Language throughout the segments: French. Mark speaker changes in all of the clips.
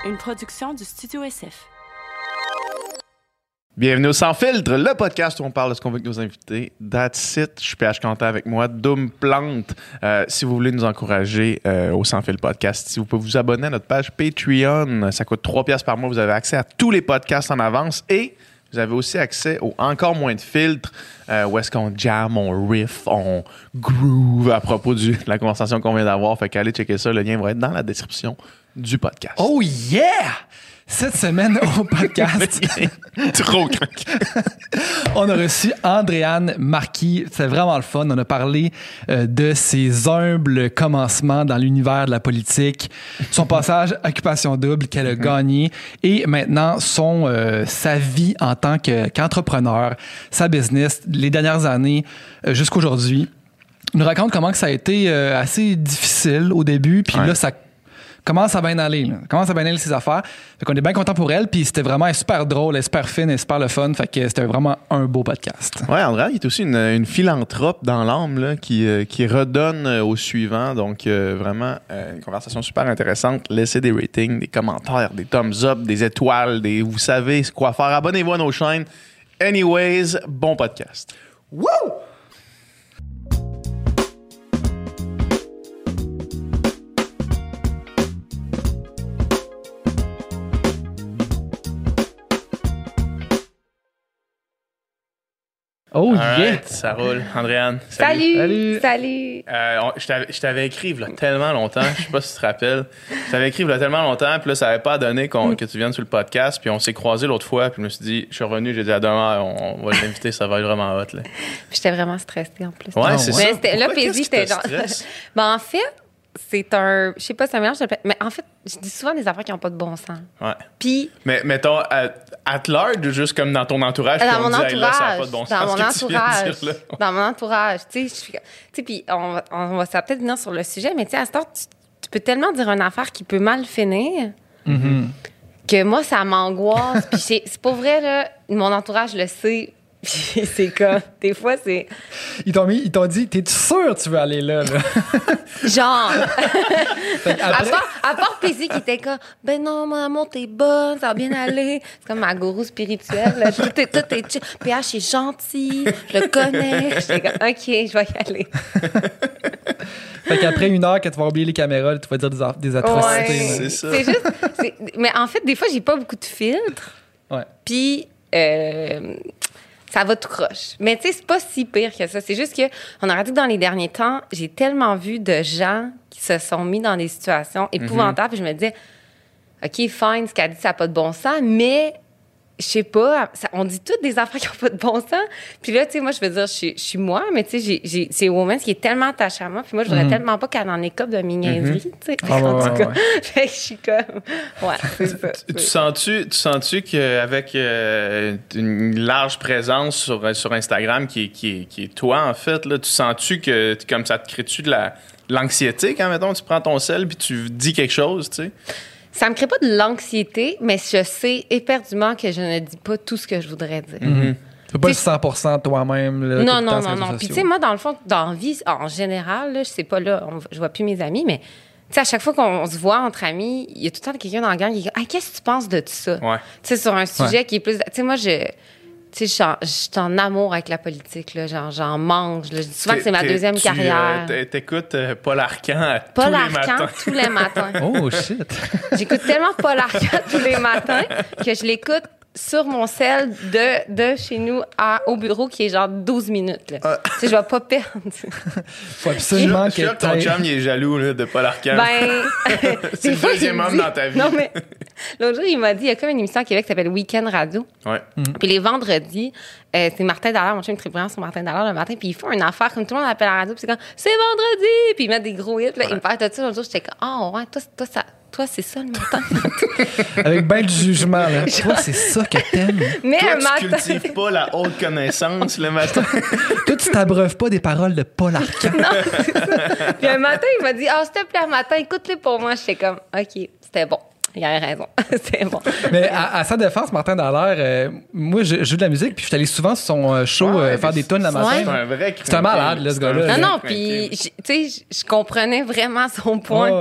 Speaker 1: une production du Studio SF.
Speaker 2: Bienvenue au Sans Filtre, le podcast où on parle de ce qu'on veut avec nos invités. That's it. Je suis PH Quentin avec moi, Doom Plante. Si vous voulez nous encourager au Sans Filtre podcast, si vous pouvez vous abonner à notre page Patreon, ça coûte 3$ par mois. Vous avez accès à tous les podcasts en avance et vous avez aussi accès au encore moins de filtres où est-ce qu'on jam, on riff, on groove à propos de la conversation qu'on vient d'avoir. Fait qu'allez checker ça. Le lien va être dans la description du podcast.
Speaker 3: Oh yeah! Cette semaine au podcast,
Speaker 2: Trop craqué.
Speaker 3: on a reçu Andréane Marquis. C'est vraiment le fun. On a parlé de ses humbles commencements dans l'univers de la politique, son passage Occupation Double qu'elle a gagné et maintenant sa vie en tant qu'entrepreneur, sa business, les dernières années jusqu'à aujourd'hui. Elle nous raconte comment que ça a été assez difficile au début, puis là, ça commence à bien aller. Commence à bien aller ses affaires. Fait qu'on est bien content pour elle. Puis c'était vraiment super drôle, super fine et super le fun. Fait que c'était vraiment un beau podcast.
Speaker 2: Ouais, André, il est aussi une philanthrope dans l'âme là, qui redonne aux suivants. Donc, vraiment, une conversation super intéressante. Laissez des ratings, des commentaires, des thumbs up, des étoiles, vous savez quoi faire. Abonnez-vous à nos chaînes. Anyways, bon podcast.
Speaker 3: Woo! Oh
Speaker 2: All
Speaker 3: yeah!
Speaker 2: right, ça roule. Andréane,
Speaker 4: Salut!
Speaker 2: Je t'avais écrit il y a tellement longtemps, je sais pas si tu te rappelles. Je t'avais écrit il y a tellement longtemps, puis là, ça n'avait pas donné que tu viennes sur le podcast, puis on s'est croisés l'autre fois, puis je me suis dit, je suis revenu, j'ai dit à demain, on va l'inviter, ça va être vraiment hot. Là.
Speaker 4: J'étais vraiment stressée en plus.
Speaker 2: Ouais, c'est ça.
Speaker 4: Là, Paisy, j'étais genre.
Speaker 2: Stress?
Speaker 4: Ben, en fait, c'est un. Je sais pas, c'est un mélange de. Mais en fait, je dis souvent des affaires qui n'ont pas de bon sens.
Speaker 2: Ouais.
Speaker 4: Puis.
Speaker 2: Mais mettons, at large, juste comme dans ton entourage,
Speaker 4: Dans mon
Speaker 2: on dit, hey, là, ça n'a
Speaker 4: entourage.
Speaker 2: pas de bon
Speaker 4: Dans
Speaker 2: sens.
Speaker 4: mon
Speaker 2: ce que tu viens de
Speaker 4: entourage.
Speaker 2: dire, là.
Speaker 4: Dans mon entourage. Tu sais, puis on va ça va peut-être venir sur le sujet, mais tu sais, à ce temps, tu peux tellement dire une affaire qui peut mal finir. Que moi, ça m'angoisse. Puis c'est pas vrai, là. Mon entourage le sait. Puis c'est comme. Des fois, c'est.
Speaker 3: Ils t'ont dit, t'es-tu sûr que tu veux aller là?
Speaker 4: Genre.
Speaker 3: Après,
Speaker 4: À part Paisy qui était comme, ben non, mon amour, t'es bonne, ça va bien aller. C'est comme ma gourou spirituelle. Là. Tout est chill. PH est gentil, je le connais. J'étais comme, OK, je vais y aller.
Speaker 3: fait qu'après une heure que tu vas oublier les caméras, tu vas dire des atrocités.
Speaker 4: Ouais.
Speaker 2: C'est ça.
Speaker 4: C'est juste. Mais en fait, des fois, j'ai pas beaucoup de filtres.
Speaker 3: Ouais.
Speaker 4: Puis, ça va tout croche. Mais tu sais, c'est pas si pire que ça. C'est juste que on aurait dit que dans les derniers temps, j'ai tellement vu de gens qui se sont mis dans des situations épouvantables. Puis je me disais, OK, fine, ce qu'elle dit, ça n'a pas de bon sens, mais je sais pas, on dit toutes des affaires qui n'ont pas de bon sens. Puis là, tu sais, moi, je veux dire, je suis moi, mais tu sais, c'est Woman qui est tellement attachée à moi. Puis moi, je voudrais tellement pas qu'elle en écope de mes niaiseries, tu sais. En tout cas, fait que je suis comme, ouais, c'est ça.
Speaker 2: Tu sens-tu qu'avec une large présence sur Instagram qui est toi, en fait, là, tu sens-tu que comme ça te crée-tu de l'anxiété quand, mettons, tu prends ton sel puis tu dis quelque chose, tu sais?
Speaker 4: Ça me crée pas de l'anxiété, mais je sais éperdument que je ne dis pas tout ce que je voudrais dire.
Speaker 3: Tu peux pas être 100% toi-même. Là,
Speaker 4: Non,
Speaker 3: tout le temps
Speaker 4: non,
Speaker 3: sur
Speaker 4: non,
Speaker 3: les
Speaker 4: non.
Speaker 3: réseaux
Speaker 4: Puis, tu
Speaker 3: sociaux.
Speaker 4: sais, moi, dans le fond, dans la vie, en général, là, je sais pas, là, je vois plus mes amis, mais, tu sais, à chaque fois qu'on se voit entre amis, il y a tout le temps quelqu'un dans la gang qui dit, hey, qu'est-ce que tu penses de tout ça?
Speaker 2: Ouais.
Speaker 4: Tu sais, sur un sujet qui est plus. Tu sais, moi, tu sais, je suis en amour avec la politique, là. Genre, j'en mange. Là. Je dis souvent que c'est ma deuxième carrière.
Speaker 2: T'écoutes Paul Arcand
Speaker 4: Paul
Speaker 2: tous les
Speaker 4: Arcand
Speaker 2: matins.
Speaker 4: tous les matins.
Speaker 3: Oh shit!
Speaker 4: J'écoute tellement Paul Arcand tous les matins que je l'écoute sur mon sel de chez nous au bureau qui est genre 12 minutes. Là. Tu sais, je vais pas perdre.
Speaker 3: Faut absolument
Speaker 2: Je suis sûr que ton chum, il est jaloux là, de Paul Arcand.
Speaker 4: Ben,
Speaker 2: c'est le deuxième homme dans ta vie.
Speaker 4: Non, mais l'autre jour, il m'a dit, il y a comme une émission à Québec qui s'appelle Week-end Radio.
Speaker 2: Ouais.
Speaker 4: Puis les vendredis, c'est Martin Dallaire, mon chum est très brillant sur Martin Dallaire le matin, puis ils font une affaire comme tout le monde appelle à la radio, puis c'est comme, c'est vendredi! Puis ils mettent des gros hits, là, ils me parlent de ça. L'autre jour, j'étais comme, oh, ouais, toi, c'est ça le matin.
Speaker 3: Avec ben du jugement, là. Toi, c'est ça que t'aimes.
Speaker 4: Mais
Speaker 2: Toi,
Speaker 4: un
Speaker 2: tu
Speaker 4: matin.
Speaker 2: cultives pas la haute connaissance le matin.
Speaker 3: Toi, tu t'abreuves pas des paroles de Paul Arcand.
Speaker 4: Puis un matin, il m'a dit, s'il te plaît, un matin, écoute-les pour moi. J'étais comme, OK, c'était bon. Il avait raison. C'était bon.
Speaker 3: Mais à sa défense, Martin Dallaire, moi, je joue de la musique, puis je suis allé souvent sur son show faire des tunes le matin.
Speaker 4: Ouais.
Speaker 2: C'est un vrai
Speaker 3: C'est un malade, là, ce gars-là.
Speaker 4: Non, puis, tu sais, je comprenais vraiment son point.
Speaker 3: Ouais, ouais.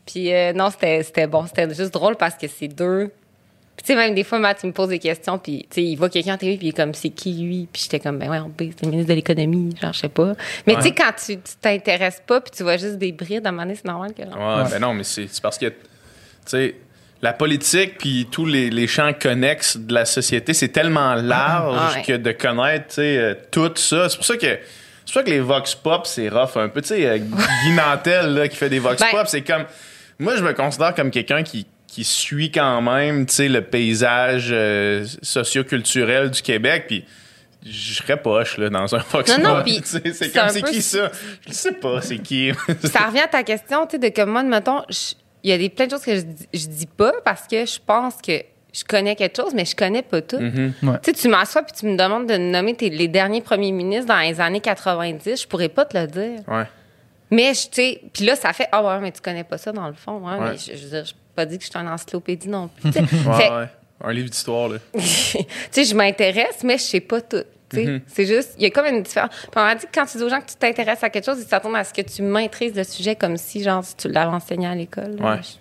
Speaker 4: Puis non, c'était bon. C'était juste drôle parce que c'est deux. Puis tu sais, même des fois, Matt, il me pose des questions, puis tu sais, il voit quelqu'un en télé, puis il est comme, c'est qui lui? Puis j'étais comme, ben ouais, c'est le ministre de l'économie, genre, je sais pas. Mais tu sais, quand tu t'intéresses pas, puis tu vois juste des brides, à un moment donné, c'est normal que...
Speaker 2: Ouais, ben non, mais c'est parce que, tu sais, la politique puis tous les champs connexes de la société, c'est tellement large que de connaître, tu sais, tout ça. C'est pour ça que les vox pop, c'est rough un peu. Tu sais, Guy Nantel, là, qui fait des vox pop, c'est comme... Moi, je me considère comme quelqu'un qui suit quand même, tu sais, le paysage socio-culturel du Québec, puis je serais poche, là, dans un vox pop.
Speaker 4: Non, puis
Speaker 2: c'est comme, c'est qui ça? Je sais pas, c'est qui.
Speaker 4: Ça revient à ta question, tu sais, de comme moi, mettons, il y a plein de choses que je dis pas parce que je pense que je connais quelque chose, mais je connais pas tout.
Speaker 3: Ouais.
Speaker 4: Tu sais, tu m'assois puis tu me demandes de nommer les derniers premiers ministres dans les années 90, je pourrais pas te le dire.
Speaker 2: Ouais.
Speaker 4: Mais, tu sais, puis là, ça fait, ouais, mais tu connais pas ça dans le fond. Ouais. Mais je veux dire, je pas dit que je suis une encyclopédie non plus.
Speaker 2: Ouais. Un livre d'histoire, là.
Speaker 4: Tu sais, je m'intéresse, mais je sais pas tout. C'est juste, il y a comme une différence. Puis on m'a dit que quand tu dis aux gens que tu t'intéresses à quelque chose, ils s'attendent à ce que tu maîtrises le sujet comme si, genre, tu l'avais enseigné à l'école.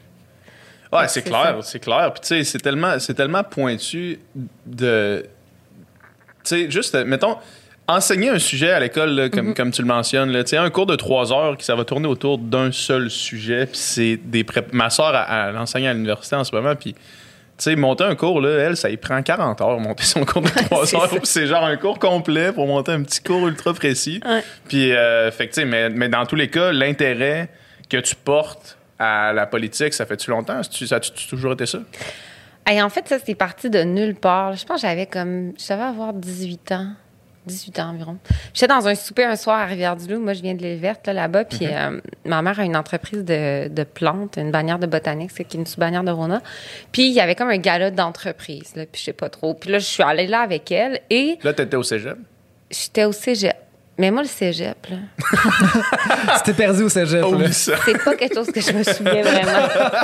Speaker 2: Ouais, c'est clair, c'est clair. Puis tu sais, c'est tellement pointu de... Tu sais, juste, mettons, enseigner un sujet à l'école, là, comme tu le mentionnes, tu sais, un cours de 3 heures qui ça va tourner autour d'un seul sujet, puis c'est ma soeur, elle enseigne à l'université en ce moment, puis... Tu sais, monter un cours, là, elle, ça y prend 40 heures, monter son cours de 3 heures. Puis c'est genre un cours complet pour monter un petit cours ultra précis. Ouais. Puis, fait que, tu sais, mais dans tous les cas, l'intérêt que tu portes à la politique, ça fait-tu longtemps? Ça a toujours été ça?
Speaker 4: Et en fait, ça, c'est parti de nulle part. Je pense que je devais avoir 18 ans. 18 ans environ. J'étais dans un souper un soir à Rivière-du-Loup. Moi, je viens de l'île verte, là-bas. Puis ma mère a une entreprise de plantes, une bannière de botanique, c'est une sous-bannière de Rona. Puis il y avait comme un gala d'entreprise, là, puis je sais pas trop. Puis là, je suis allée là avec elle et...
Speaker 2: Là, t'étais au cégep?
Speaker 4: J'étais au cégep. Mais moi, le cégep, là...
Speaker 3: Tu t'es perdu au cégep, là.
Speaker 4: C'est pas quelque chose que je me souviens vraiment.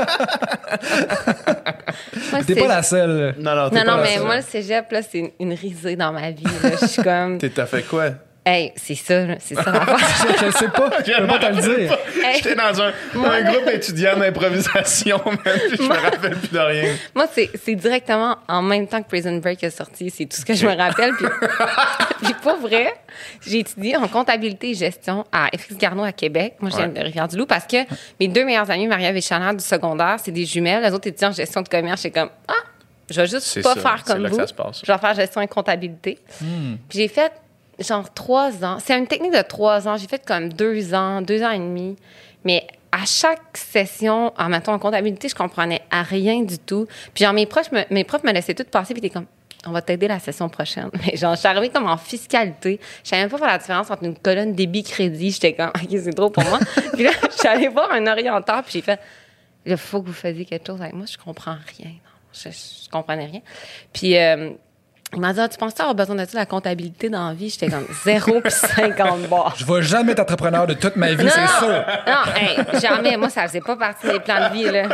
Speaker 4: Moi,
Speaker 3: t'es pas la seule.
Speaker 4: Non, mais moi, le cégep, là, c'est une risée dans ma vie. Là. Je suis comme...
Speaker 2: T'as fait quoi?
Speaker 4: Hey, c'est ça l'affaire.
Speaker 3: Je sais pas, je peux pas te le dire.
Speaker 2: Hey, j'étais dans un groupe étudiant d'improvisation, même, puis je me rappelle plus de rien.
Speaker 4: Moi, c'est directement en même temps que Prison Break est sorti. C'est tout ce que je me rappelle. Puis pour vrai, j'ai étudié en comptabilité et gestion à FX Garneau à Québec. Moi, je viens de Rivière-du-Loup parce que mes 2 meilleures amies, Marie-Ève et Chanel, du secondaire, c'est des jumelles. Les autres étudiants en gestion de commerce. J'étais comme, je vais juste pas faire comme vous. Je vais faire gestion et comptabilité. Puis j'ai fait genre 3 ans. C'est une technique de 3 ans. J'ai fait comme 2 ans, 2 ans et demi. Mais à chaque session, en comptabilité, je comprenais à rien du tout. Puis genre, mes profs me laissaient tout passer, puis t'es comme, on va t'aider la session prochaine. Mais genre, je suis arrivée comme en fiscalité. Je savais même pas faire la différence entre une colonne débit-crédit. J'étais comme, OK, c'est trop pour moi. Puis là, je suis allée voir un orienteur, puis j'ai fait, il faut que vous fassiez quelque chose avec moi. Je comprends rien. Non, je comprenais rien. Puis... il m'a dit, tu penses avoir besoin de ça, la comptabilité dans la vie? J'étais comme 0 puis 50 bars.
Speaker 3: Je vais jamais être entrepreneur de toute ma vie, c'est sûr.
Speaker 4: Non, jamais. Moi, ça faisait pas partie des plans de vie, là.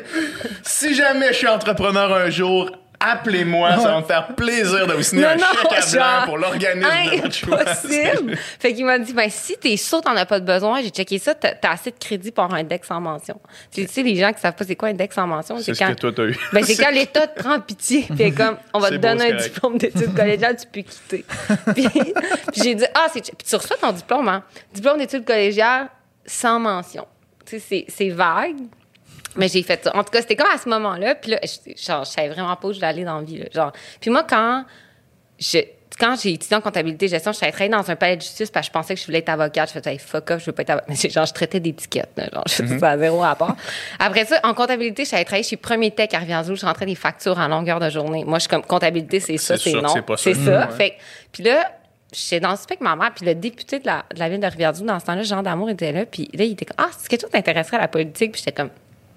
Speaker 2: Si jamais je suis entrepreneur un jour, appelez-moi, ça va me faire plaisir de vous signer un chèque à blanc pour l'organisme de votre choix.
Speaker 4: Impossible! Fait qu'il m'a dit, si t'es sûr t'en as pas de besoin, j'ai checké ça, t'as assez de crédit pour avoir un DEX en mention. Tu sais, les gens qui savent pas c'est quoi un DEX en mention,
Speaker 2: c'est ce que toi t'as eu.
Speaker 4: C'est quand l'État te prend pitié, puis comme, on va te donner un diplôme d'études collégiales, tu peux quitter. puis j'ai dit, puis tu reçois ton diplôme, hein? Diplôme d'études collégiales sans mention. Tu sais, c'est vague. Mais j'ai fait ça. En tout cas, c'était comme à ce moment-là. Puis là, je savais vraiment pas où je voulais aller dans la vie. Là, genre. Puis moi, quand j'ai étudié en comptabilité et gestion, je travaillé dans un palais de justice parce que je pensais que je voulais être avocate. Je faisais, fuck off, je veux pas être avocate. Mais genre, je traitais d'étiquettes. Genre, je faisais ça à 0 rapport. Après ça, en comptabilité, je travaillé chez Premier Tech à Rivière-du-Loup. Je rentrais des factures en longueur de journée. Moi, je suis comme comptabilité, c'est ça, c'est non. C'est ça. Fait puis là, j'étais dans le souper avec ma mère, puis le député de la ville de Rivière-du-Loup, dans ce temps-là, Jean Damour, était là. Puis là, il était comme, c'est quelque chose qui t'intéresserait à la politique. Puis j'étais comme,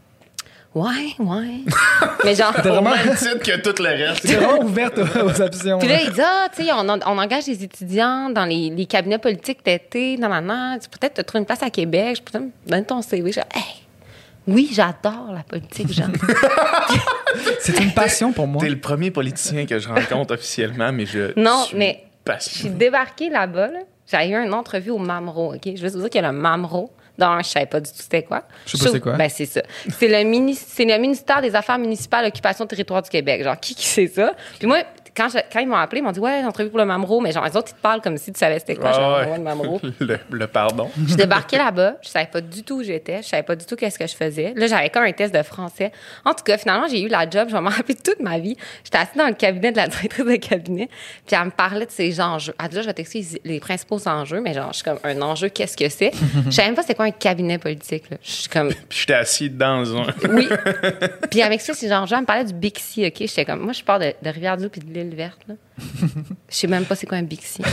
Speaker 4: ouais. Mais genre.
Speaker 2: T'es vraiment même titre que tout le reste.
Speaker 3: T'es vraiment ouverte aux options.
Speaker 4: Puis là, il dit, tu sais, on engage des étudiants dans les cabinets politiques d'été, tu peux peut-être te trouver une place à Québec, je peux peut-être me donner ton CV. Oui, j'adore la politique, Jean.
Speaker 3: C'est une passion pour moi.
Speaker 2: T'es le premier politicien que je rencontre officiellement, mais je suis
Speaker 4: je suis débarquée là-bas, là. J'avais eu une entrevue au Mamro, OK? Je vais vous dire qu'il y a le Mamro Donc, je savais pas du tout c'était quoi.
Speaker 3: Je sais pas c'est quoi.
Speaker 4: Ben, c'est ça. C'est le ministère des Affaires municipales, Occupation, Territoire du Québec. Genre, qui sait ça? Puis moi, quand ils m'ont appelé, ils m'ont dit, ouais, entrevue pour le Mamro, mais genre, les autres, ils te parlent comme si tu savais c'était quoi. Genre, ouais, le Mamro.
Speaker 2: le pardon.
Speaker 4: Je débarquais là-bas, je savais pas du tout où j'étais, je savais pas du tout qu'est-ce que je faisais. Là, j'avais comme un test de français. En tout cas, finalement, j'ai eu la job, je vais m'en rappeler toute ma vie. J'étais assise dans le cabinet de la directrice de cabinet, puis elle me parlait de ces enjeux. Elle dit, là, je vais t'expliquer les principaux enjeux, mais genre, je suis comme, un enjeu, qu'est-ce que c'est? Je savais même pas c'est quoi un cabinet politique, là. Je suis comme...
Speaker 2: Puis j'étais assis dans un...
Speaker 4: Oui. Puis avec ça, ces enjeux, elle me parlait du Bixi, OK? J'étais comme, moi, je pars de Rivière-du-Loup puis de l'Île-Verte, là. Je sais même pas c'est quoi un Bixi.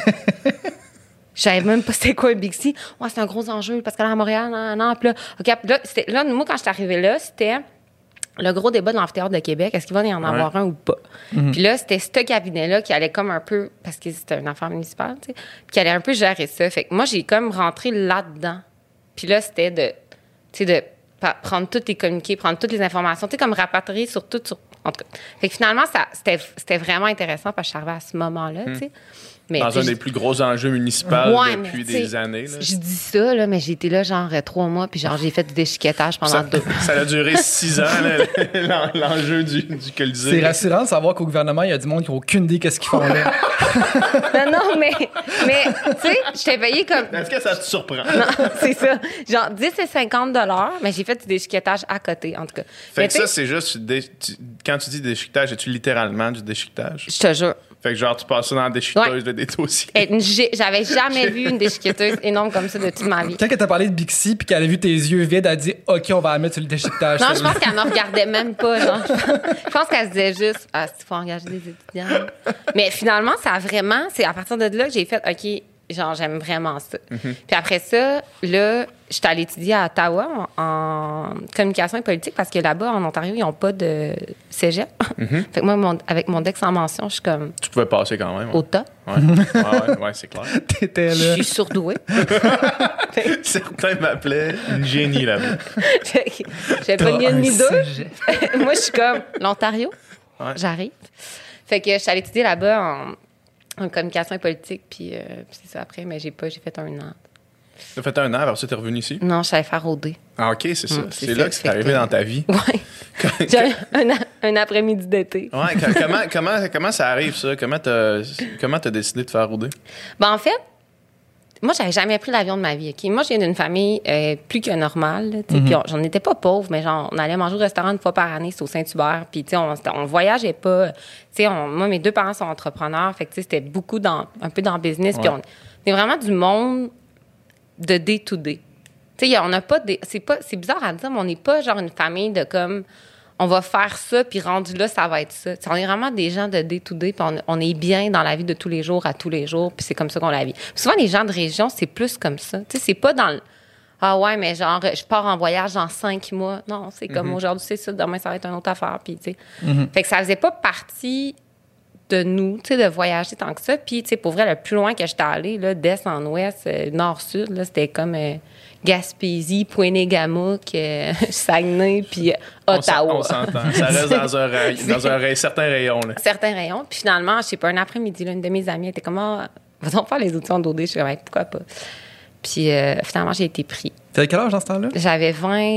Speaker 4: Je savais même pas c'était quoi un Bixi. Ouais, c'est un gros enjeu parce que là, à Montréal, non, puis là, OK, là, moi, quand je suis arrivée là, c'était le gros débat de l'amphithéâtre de Québec. Est-ce qu'il va y en avoir un ou pas? Puis là, c'était ce cabinet-là qui allait comme un peu, parce que c'était une affaire municipale, tu sais, qui allait un peu gérer ça. Fait que moi, j'ai comme rentré là-dedans. Puis là, c'était de prendre tous les communiqués, prendre toutes les informations, tu sais, comme rapatrier sur tout, en tout cas. Fait que finalement, c'était vraiment intéressant parce que je suis arrivée à ce moment-là, tu sais. Mais,
Speaker 2: dans un des plus gros enjeux municipaux depuis des années. Là.
Speaker 4: Je dis ça, là, mais j'ai été là genre 3 mois, puis genre j'ai fait du déchiquetage pendant 2.
Speaker 2: Ça a duré 6 ans, là, l'enjeu du Colisée.
Speaker 3: C'est rassurant de savoir qu'au gouvernement, il y a du monde qui n'a aucune idée qu'est-ce qu'ils font là.
Speaker 4: non, mais tu sais, je t'ai payé comme...
Speaker 2: Est-ce que ça te surprend?
Speaker 4: Non, c'est ça. Genre 10 et 50 $, mais j'ai fait du déchiquetage à côté, en tout cas.
Speaker 2: Fait que ça, c'est juste... Quand tu dis déchiquetage, es-tu littéralement du déchiquetage?
Speaker 4: Je te jure.
Speaker 2: Fait que genre, tu passes ça dans la déchiqueteuse des dossiers.
Speaker 4: J'avais jamais vu une déchiqueteuse énorme comme ça de toute ma vie.
Speaker 3: Quand elle t'a parlé de Bixi puis qu'elle a vu tes yeux vides, elle a dit OK, on va la mettre sur le déchiquetage.
Speaker 4: Non, je pense qu'elle me regardait même pas. Genre. Je pense qu'elle se disait juste il faut engager des étudiants. Mais finalement, ça a vraiment... C'est à partir de là que j'ai fait OK, genre, j'aime vraiment ça. Puis après ça, là, j'étais allée étudier à Ottawa en communication et politique parce que là-bas, en Ontario, ils n'ont pas de cégep. Fait que moi, avec mon dex en mention, je suis comme...
Speaker 2: Tu pouvais passer quand même.
Speaker 4: Au tas.
Speaker 2: Ouais, c'est clair.
Speaker 3: T'étais là.
Speaker 4: Je suis surdouée.
Speaker 2: Certains m'appelaient une génie là-bas.
Speaker 4: J'avais pas ni une ni deux. Moi, je suis comme l'Ontario.
Speaker 2: Ouais.
Speaker 4: J'arrive. Fait que je suis allée étudier là-bas en communication et politique, puis c'est ça après, mais j'ai fait 1 an.
Speaker 2: Tu as fait 1 an, alors ça, t'es revenu ici?
Speaker 4: Non, je savais faire OD.
Speaker 2: Ah, OK, c'est ça.
Speaker 4: C'est
Speaker 2: C'est là que c'est arrivé dans ta vie.
Speaker 4: Oui. J'ai un après-midi d'été.
Speaker 2: Ouais, comment ça arrive, ça? Comment t'as décidé de faire OD?
Speaker 4: Ben, en fait, moi, j'avais jamais pris l'avion de ma vie. OK? Moi, je viens d'une famille plus que normale. Puis j'en étais pas pauvre, mais genre, on allait manger au restaurant 1 fois par année, c'est au Saint-Hubert. Puis, tu sais, on voyageait pas. Tu sais, moi, mes 2 parents sont entrepreneurs. Fait que, tu sais, c'était beaucoup un peu dans le business. Puis, on est vraiment du monde de day-to-day. Tu sais, on n'a pas... C'est bizarre à dire, mais on n'est pas genre une famille de comme... On va faire ça, puis rendu là, ça va être ça. T'sais, on est vraiment des gens de day-to-day, puis on est bien dans la vie de tous les jours, à tous les jours, puis c'est comme ça qu'on la vit. Puis souvent, les gens de région, c'est plus comme ça. Tu sais, c'est pas dans le... Ah ouais, mais genre, je pars en voyage dans 5 mois. Non, c'est comme aujourd'hui, c'est ça, demain, ça va être une autre affaire, puis tu sais. Fait que ça faisait pas partie de nous, tu sais, de voyager tant que ça. Puis, tu sais, pour vrai, le plus loin que j'étais allée, là, d'est en ouest, nord-sud, là, c'était comme Gaspésie, Pointe-Négamouk, Saguenay, puis Ottawa.
Speaker 2: On s'entend. Ça reste dans un certain rayon, là.
Speaker 4: Certains rayons. Puis finalement, je sais pas, un après-midi, là, une de mes amies était comme, va-t-on faire les auditions d'OD? Je suis comme, pourquoi pas? Puis finalement, j'ai été pris.
Speaker 3: T'avais quel âge dans ce temps-là?
Speaker 4: J'avais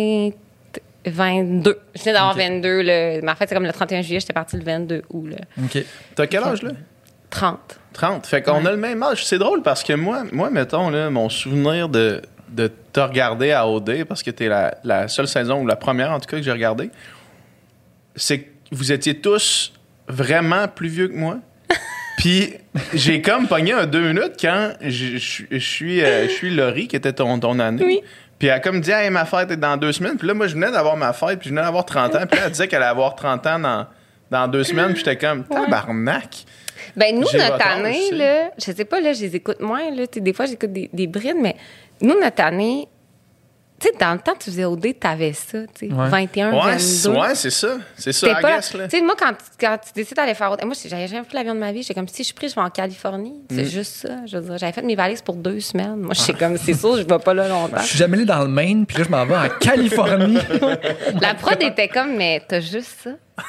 Speaker 4: 22. Je venais d'avoir 22. Là. Ma fête, c'est comme le 31 juillet. J'étais partie le 22 août. Là.
Speaker 3: OK.
Speaker 2: T'as quel âge, là?
Speaker 4: 30.
Speaker 2: 30. Fait qu'on a le même âge. C'est drôle parce que moi mettons, là, mon souvenir de te regarder à OD, parce que t'es la seule saison, ou la première, en tout cas, que j'ai regardé, c'est que vous étiez tous vraiment plus vieux que moi. Puis j'ai comme pogné un 2 minutes quand je suis Laurie, qui était ton année.
Speaker 4: Oui.
Speaker 2: Puis elle a comme dit, hey, ma fête est dans 2 semaines. Puis là, moi, je venais d'avoir ma fête, puis je venais d'avoir 30 ans. Puis là, elle disait qu'elle allait avoir 30 ans dans 2 semaines. Puis j'étais comme, tabarnak.
Speaker 4: Ben nous,
Speaker 2: J'ai
Speaker 4: notre
Speaker 2: votre âge,
Speaker 4: année,
Speaker 2: c'est-
Speaker 4: là, je sais pas, là, je les écoute moins. Là, des fois, j'écoute des brides, mais nous, notre année, tu sais, dans le temps, tu faisais OD, t'avais ça, tu sais,
Speaker 3: Ouais.
Speaker 4: 21,
Speaker 2: Ouais,
Speaker 4: 22.
Speaker 2: c'est ça. C'est ça,
Speaker 4: T'es
Speaker 2: I
Speaker 4: pas-
Speaker 2: guess, là.
Speaker 4: Tu sais, moi, quand tu décides d'aller faire OD, moi, j'avais jamais pris l'avion de ma vie. J'étais comme, si je suis pris, je vais en Californie. C'est juste ça. Je veux dire, j'avais fait mes valises pour 2 semaines. Moi, j'étais comme, c'est sûr, je vais pas là longtemps.
Speaker 3: Je suis jamais allé dans le Maine, puis là, je m'en vais en Californie.
Speaker 4: La prod était comme, mais t'as juste ça.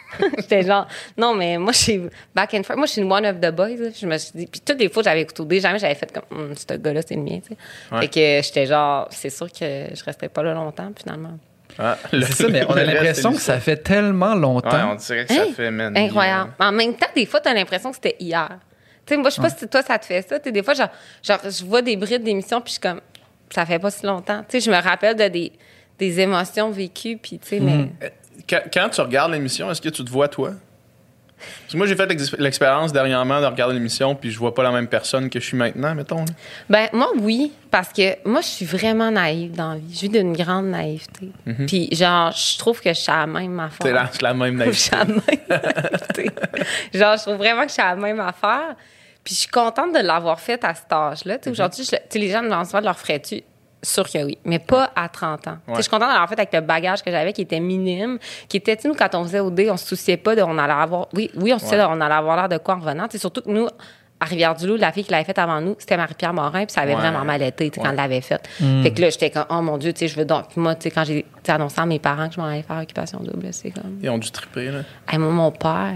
Speaker 4: J'étais genre, non, mais moi, je suis back and forth. Moi, je suis une one of the boys. Là. Je me suis dit, puis toutes les fois, j'avais écouté, jamais j'avais fait comme, ce gars-là, c'est le mien, tu sais.
Speaker 2: Ouais.
Speaker 4: Fait que j'étais genre, c'est sûr que je restais pas là longtemps, finalement.
Speaker 2: Ah,
Speaker 3: C'est ça, mais on a l'impression que ça fait tellement longtemps.
Speaker 2: Ouais, on dirait que ça fait, man.
Speaker 4: Incroyable. En même temps, des fois, t'as l'impression que c'était hier. Tu sais, moi, je sais pas si toi, ça te fait ça. Tu sais, des fois, genre, je vois des brides d'émissions, puis je suis comme, ça fait pas si longtemps. Tu sais, je me rappelle de des émotions vécues, puis tu sais, mais...
Speaker 2: Quand tu regardes l'émission, est-ce que tu te vois, toi? Parce que moi, j'ai fait l'expérience dernièrement de regarder l'émission, puis je vois pas la même personne que je suis maintenant, mettons. Là.
Speaker 4: Ben moi, oui, parce que moi, je suis vraiment naïve dans la vie. Je vis d'une grande naïveté. Puis, genre, je trouve que je suis à la même affaire.
Speaker 2: C'est la même
Speaker 4: Je suis à la même naïveté. Genre, je trouve vraiment que je suis à la même affaire. Puis, je suis contente de l'avoir faite à cet âge-là. Tu sais, aujourd'hui, tu sais, les gens me demandent souvent de leur ferais-tu? Sûr que oui, mais pas à 30 ans. Tu sais, je suis contente d'avoir fait avec le bagage que j'avais qui était minime, qui était, tu sais, nous, quand on faisait OD, on se souciait pas de, on allait avoir, oui, on se souciait on allait avoir l'air de quoi en revenant. Tu sais, surtout que nous, à Rivière-du-Loup, la fille qui l'avait faite avant nous, c'était Marie-Pierre Morin, puis ça avait vraiment mal été, tu sais, quand elle l'avait faite. Fait que là, j'étais comme, oh mon Dieu, tu sais, je veux donc. Puis moi, tu sais, quand j'ai annoncé à mes parents que je m'en allais faire Occupation Double, c'est comme.
Speaker 2: Ils ont dû triper, là.
Speaker 4: Hey, moi, mon père.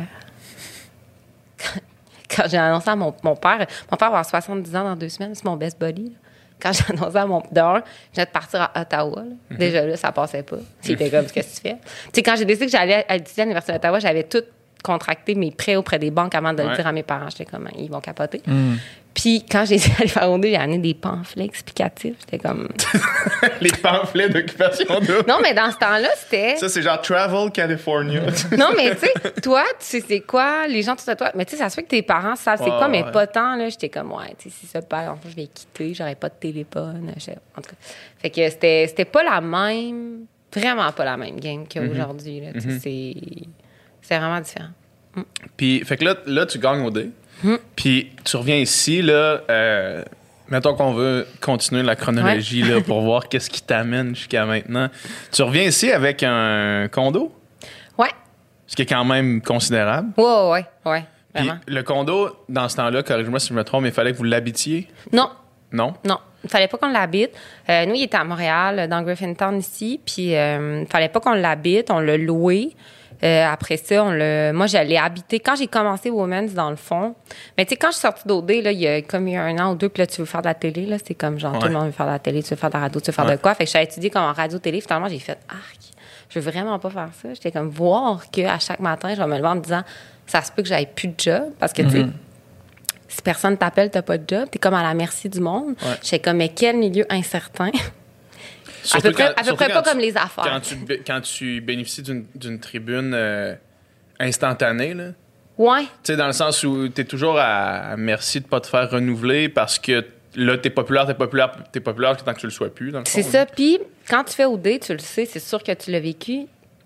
Speaker 4: Quand j'ai annoncé à mon père va avoir 70 ans dans 2 semaines, c'est mon best buddy, là. Quand j'ai annoncé à mon père, je venais de partir à Ottawa. Là. Déjà là, ça passait pas. C'était comme, qu'est-ce que tu fais? Tu sais, quand j'ai décidé que j'allais étudier à l'Université d'Ottawa, j'avais tout contracté mes prêts auprès des banques avant de le dire à mes parents. J'étais comme, ils vont capoter. Puis quand j'ai essayé d'aller faire OD, j'ai amené des pamphlets explicatifs. J'étais comme...
Speaker 2: Les pamphlets d'Occupation Double.
Speaker 4: Non, mais dans ce temps-là, c'était...
Speaker 2: Ça, c'est genre Travel California.
Speaker 4: Non, mais tu sais, toi, tu sais c'est quoi, les gens tout à toi. Mais tu sais, ça se fait que tes parents savent c'est quoi, mais pas tant, là. J'étais comme, ouais, tu sais, si ça perd, en fait, je vais quitter, j'aurais pas de téléphone. En tout cas. Fait que c'était pas la même, vraiment pas la même game qu'aujourd'hui, là. Tu sais, c'est vraiment différent.
Speaker 2: Puis, fait que là, tu gagnes au dé. Puis, tu reviens ici, là. Mettons qu'on veut continuer la chronologie là, pour voir qu'est-ce qui t'amène jusqu'à maintenant. Tu reviens ici avec un condo?
Speaker 4: Ouais.
Speaker 2: Ce qui est quand même considérable.
Speaker 4: Ouais.
Speaker 2: Puis
Speaker 4: Vraiment.
Speaker 2: le condo, dans ce temps-là, corrige-moi si je me trompe, mais il fallait que vous l'habitiez?
Speaker 4: Non.
Speaker 2: Non?
Speaker 4: Non. Il fallait pas qu'on l'habite. Nous, il était à Montréal, dans Griffintown ici. Puis, il fallait pas qu'on l'habite. On l'a loué. Après ça, moi, j'allais habiter. Quand j'ai commencé Women's, dans le fond, mais tu sais, quand je suis sortie d'OD, là, il y a comme eu 1 an ou 2, puis là, tu veux faire de la télé, là, c'est comme genre, tout le monde veut faire de la télé, tu veux faire de la radio, tu veux faire de quoi? Fait que j'ai étudié comme en radio-télé. Finalement, j'ai fait, je veux vraiment pas faire ça. J'étais comme, voir qu'à chaque matin, je vais me lever en me disant, ça se peut que j'aille plus de job, parce que, tu sais, si personne t'appelle, t'as pas de job, t'es comme à la merci du monde. J'étais comme, mais quel milieu incertain. À peu près pas comme les affaires.
Speaker 2: Quand tu bénéficies d'une tribune instantanée, là.
Speaker 4: Ouais.
Speaker 2: Tu sais, dans le sens où t'es toujours à merci de pas te faire renouveler parce que là, t'es populaire tant que tu le sois plus, dans le fond.
Speaker 4: C'est ça. Puis, quand tu fais OD, tu le sais, c'est sûr que tu l'as vécu.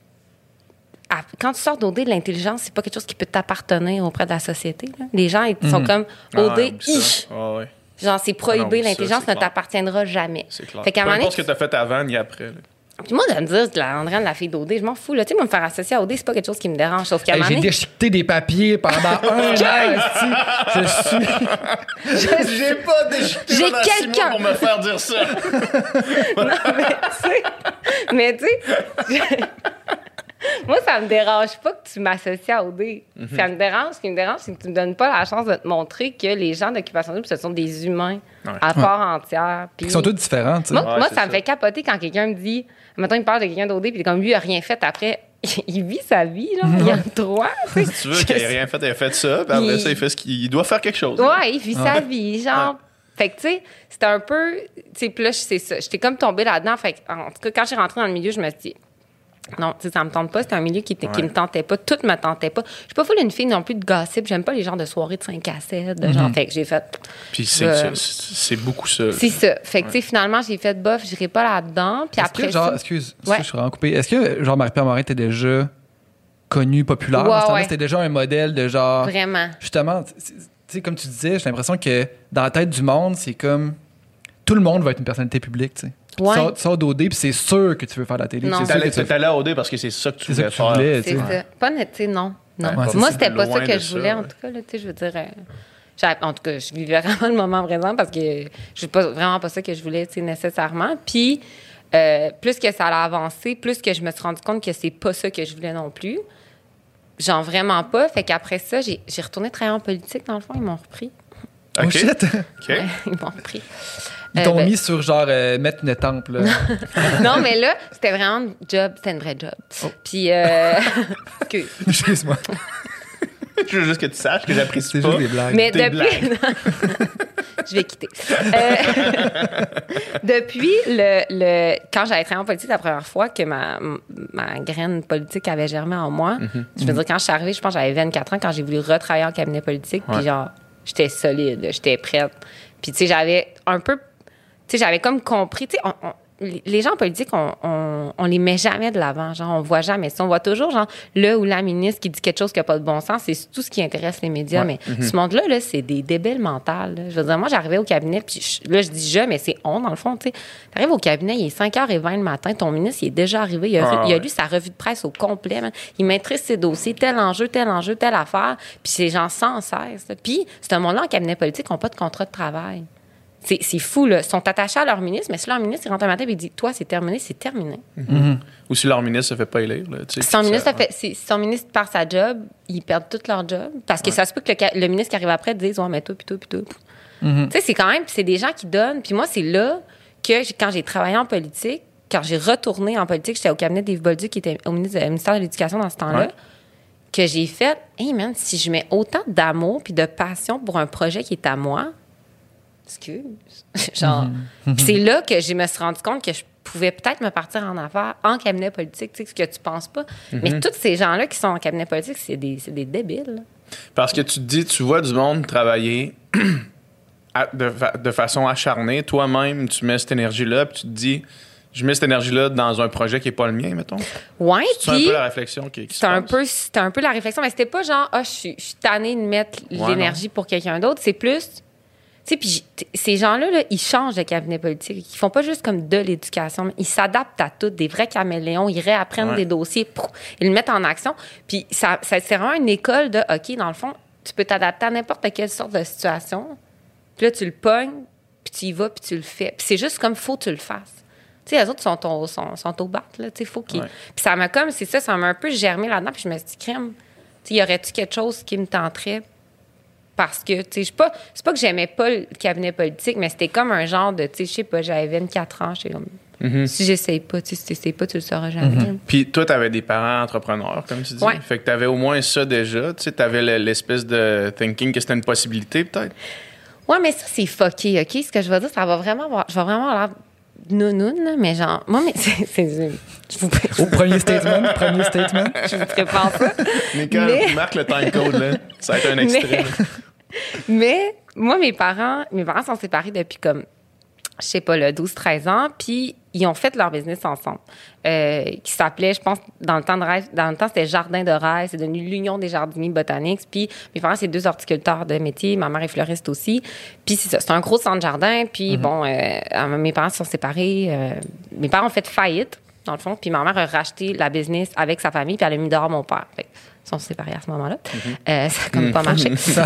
Speaker 4: Quand tu sors d'OD, l'intelligence, c'est pas quelque chose qui peut t'appartenir auprès de la société. Là. Les gens, ils sont comme OD, genre, c'est prohibé, l'intelligence ne t'appartiendra jamais.
Speaker 2: C'est clair.
Speaker 4: Fait qu'à un
Speaker 2: peu
Speaker 4: moment
Speaker 2: importe ce que t'as fait avant ni après. Là.
Speaker 4: Puis moi, de me dire, Andréane, la fille d'OD, je m'en fous. Là. Tu sais, me faire associer à OD, c'est pas quelque chose qui me dérange. Sauf qu'à un moment
Speaker 3: J'ai
Speaker 4: donné...
Speaker 3: déchiqueté des papiers pendant 1 an.
Speaker 2: J'ai pas déchiqueté
Speaker 4: J'ai
Speaker 2: pendant 6
Speaker 4: quelqu'un.
Speaker 2: mois pour me faire dire ça.
Speaker 4: Mais tu sais, moi, ça me dérange pas que tu m'associes à OD. Ça me dérange. Ce qui me dérange, c'est que tu me donnes pas la chance de te montrer que les gens d'Occupation Double, ce sont des humains à part entière. Puis
Speaker 3: Ils sont tous différents, tu sais.
Speaker 4: moi ça me fait capoter quand quelqu'un me dit, maintenant il me parle de quelqu'un d'OD, puis comme lui, il a rien fait après. Il vit sa vie, là. Il a le droit.
Speaker 2: Si tu veux qu'il ait rien fait, il a fait ça. Puis après ça, il fait ce qu'il doit faire quelque chose.
Speaker 4: Ouais, il vit sa vie, genre. Fait que, tu sais, c'était un peu. Tu sais, puis là, c'est ça. J'étais comme tombée là-dedans. Fait que, en tout cas, quand j'ai rentré dans le milieu, je me suis dit, non, tu sais, ça me tente pas. C'était un milieu qui me tentait pas. Tout me tentait pas. Je suis pas full une fille non plus de gossip. J'aime pas les genres de soirées de 5 à 7. De genre, fait que j'ai fait.
Speaker 2: Puis c'est beaucoup ça.
Speaker 4: C'est ça. Fait que, tu sais, finalement, j'ai fait bof, j'irai pas là-dedans. Puis après.
Speaker 3: Que, genre, excuse, je suis vraiment coupé. Est-ce que, genre, Marie-Pierre Morin était déjà connue, populaire? C'était déjà un modèle de genre.
Speaker 4: Vraiment.
Speaker 3: Justement, tu sais, comme tu disais, j'ai l'impression que dans la tête du monde, c'est comme. Tout le monde va être une personnalité publique, tu sais.
Speaker 4: Ouais.
Speaker 3: Tu sors d'OD, puis c'est sûr que tu veux faire de la télé.
Speaker 4: Non.
Speaker 2: T'es allé à OD parce que c'est ça que tu voulais faire.
Speaker 4: C'est ça. Pas net, tu sais, non.
Speaker 3: Ouais,
Speaker 4: moi, c'était pas ça
Speaker 2: loin
Speaker 4: que
Speaker 2: de
Speaker 4: je voulais,
Speaker 2: ça,
Speaker 4: en tout cas. Là, tu sais, je veux dire, en tout cas, je vivais vraiment le moment présent parce que c'est vraiment pas ça que je voulais, tu sais, nécessairement. Puis, plus que ça a avancé, plus que je me suis rendu compte que c'est pas ça que je voulais non plus. genre vraiment pas. Fait qu'après ça, j'ai retourné travailler en politique, dans le fond, ils m'ont repris.
Speaker 3: Oh
Speaker 2: OK.
Speaker 3: shit!
Speaker 2: OK.
Speaker 4: Ouais, ils m'ont repris.
Speaker 3: Ils t'ont mis sur genre mettre une temple. Là.
Speaker 4: Non, mais là, c'était vraiment une job, c'était une vraie job.
Speaker 3: Oh.
Speaker 4: Puis,
Speaker 3: Excuse-moi.
Speaker 2: Je veux juste que tu saches que j'apprécie
Speaker 3: C'est
Speaker 2: pas.
Speaker 3: juste des blagues.
Speaker 4: mais
Speaker 2: Des
Speaker 4: depuis. Je vais quitter. Depuis quand j'avais travaillé en politique la première fois, que ma graine politique avait germé en moi, je veux dire, quand je suis arrivée, je pense que j'avais 24 ans, quand j'ai voulu retravailler en cabinet politique, puis genre, j'étais solide, j'étais prête. Puis, tu sais, j'avais un peu. Tu sais, j'avais comme compris. Tu sais, les gens en politique, on les met jamais de l'avant. Genre, on voit jamais ça. On voit toujours, genre, le ou la ministre qui dit quelque chose qui n'a pas de bon sens. C'est tout ce qui intéresse les médias. Mais ce monde-là, là, c'est des débiles mentales. Là. Je veux dire, moi, j'arrivais au cabinet, puis là, je dis mais c'est on, dans le fond, tu sais. T'arrives au cabinet, il est 5h20 le matin, ton ministre, il est déjà arrivé. Il a lu sa revue de presse au complet, man. Il maîtrise ses dossiers, tel enjeu, telle affaire. Puis c'est genre sans cesse. Là. Puis, ce monde-là, en cabinet politique, n'ont pas de contrat de travail. C'est fou, là. Ils sont attachés à leur ministre, mais si leur ministre il rentre un matin et il dit toi, c'est terminé, c'est terminé.
Speaker 2: Ou si leur ministre se fait pas élire. Là,
Speaker 4: Si son ministre perd sa job, ils perdent tout leur job. Parce que ça se peut que le ministre qui arrive après dise ouais, mais toi, puis toi, puis toi. Tu sais, c'est quand même, c'est des gens qui donnent. Puis moi, c'est là que quand j'ai travaillé en politique, quand j'ai retourné en politique, j'étais au cabinet d'Yves Bolduc, qui était au ministère de l'Éducation dans ce temps-là, que j'ai fait hey man, si je mets autant d'amour puis de passion pour un projet qui est à moi, genre. Puis c'est là que je me suis rendu compte que je pouvais peut-être me partir en affaires en cabinet politique, tu sais, ce que tu penses pas. Mais tous ces gens-là qui sont en cabinet politique, c'est des débiles. Là.
Speaker 2: Parce que tu te dis, tu vois du monde travailler de façon acharnée. Toi-même, tu mets cette énergie-là, puis tu te dis, je mets cette énergie-là dans un projet qui n'est pas le mien, mettons.
Speaker 4: Ouais,
Speaker 2: c'est un peu la réflexion qui se passe.
Speaker 4: C'était un peu la réflexion, mais c'était pas genre, je suis tannée de mettre l'énergie pour quelqu'un d'autre. C'est plus... Tu sais, puis ces gens-là, là, ils changent de cabinet politique. Ils font pas juste comme de l'éducation. Ils s'adaptent à tout, des vrais caméléons. Ils réapprennent des dossiers, ils le mettent en action. Puis c'est vraiment une école de, OK, dans le fond, tu peux t'adapter à n'importe quelle sorte de situation. Puis là, tu le pognes, puis tu y vas, puis tu le fais. Puis c'est juste comme, faut que tu le fasses. Tu sais, les autres sont au bat, là. Tu sais, faut qu'ils... Puis ça m'a comme, ça m'a un peu germé là-dedans. Puis je me suis dit, crème, tu sais, y aurait-tu quelque chose qui me tenterait? Parce que, tu sais, c'est pas que j'aimais pas le cabinet politique, mais c'était comme un genre de, tu sais, je sais pas, j'avais 24 ans, j'étais comme, si j'essaye pas, tu sais, si t'essayes pas, tu le sauras jamais.
Speaker 2: Puis toi, t'avais des parents entrepreneurs, comme tu dis.
Speaker 4: Ouais.
Speaker 2: Fait que t'avais au moins ça déjà, tu sais, t'avais l'espèce de thinking que c'était une possibilité, peut-être.
Speaker 4: Ouais, mais ça, c'est fucké, OK? Ce que je vais dire, je vais vraiment avoir l'air nounoun, là, mais genre, moi, mais je vous
Speaker 3: Premier statement.
Speaker 4: je vous prépare ça.
Speaker 2: Nicole, marque le time code, là. Ça va être un extrait.
Speaker 4: Mais moi, mes parents sont séparés depuis comme, je sais pas, 12-13 ans, puis ils ont fait leur business ensemble, qui s'appelait, je pense, dans le temps, c'était Jardin de rêve, c'est devenu l'Union des jardiniers botaniques, puis mes parents, c'est 2 horticulteurs de métier, ma mère est fleuriste aussi, puis c'est ça, c'est un gros centre jardin, puis bon, mes parents se sont séparés, mes parents ont fait faillite, dans le fond, puis ma mère a racheté la business avec sa famille, puis elle a mis dehors mon père, fait ils sont séparés à ce moment-là. Ça n'a comme pas marché.
Speaker 3: Ça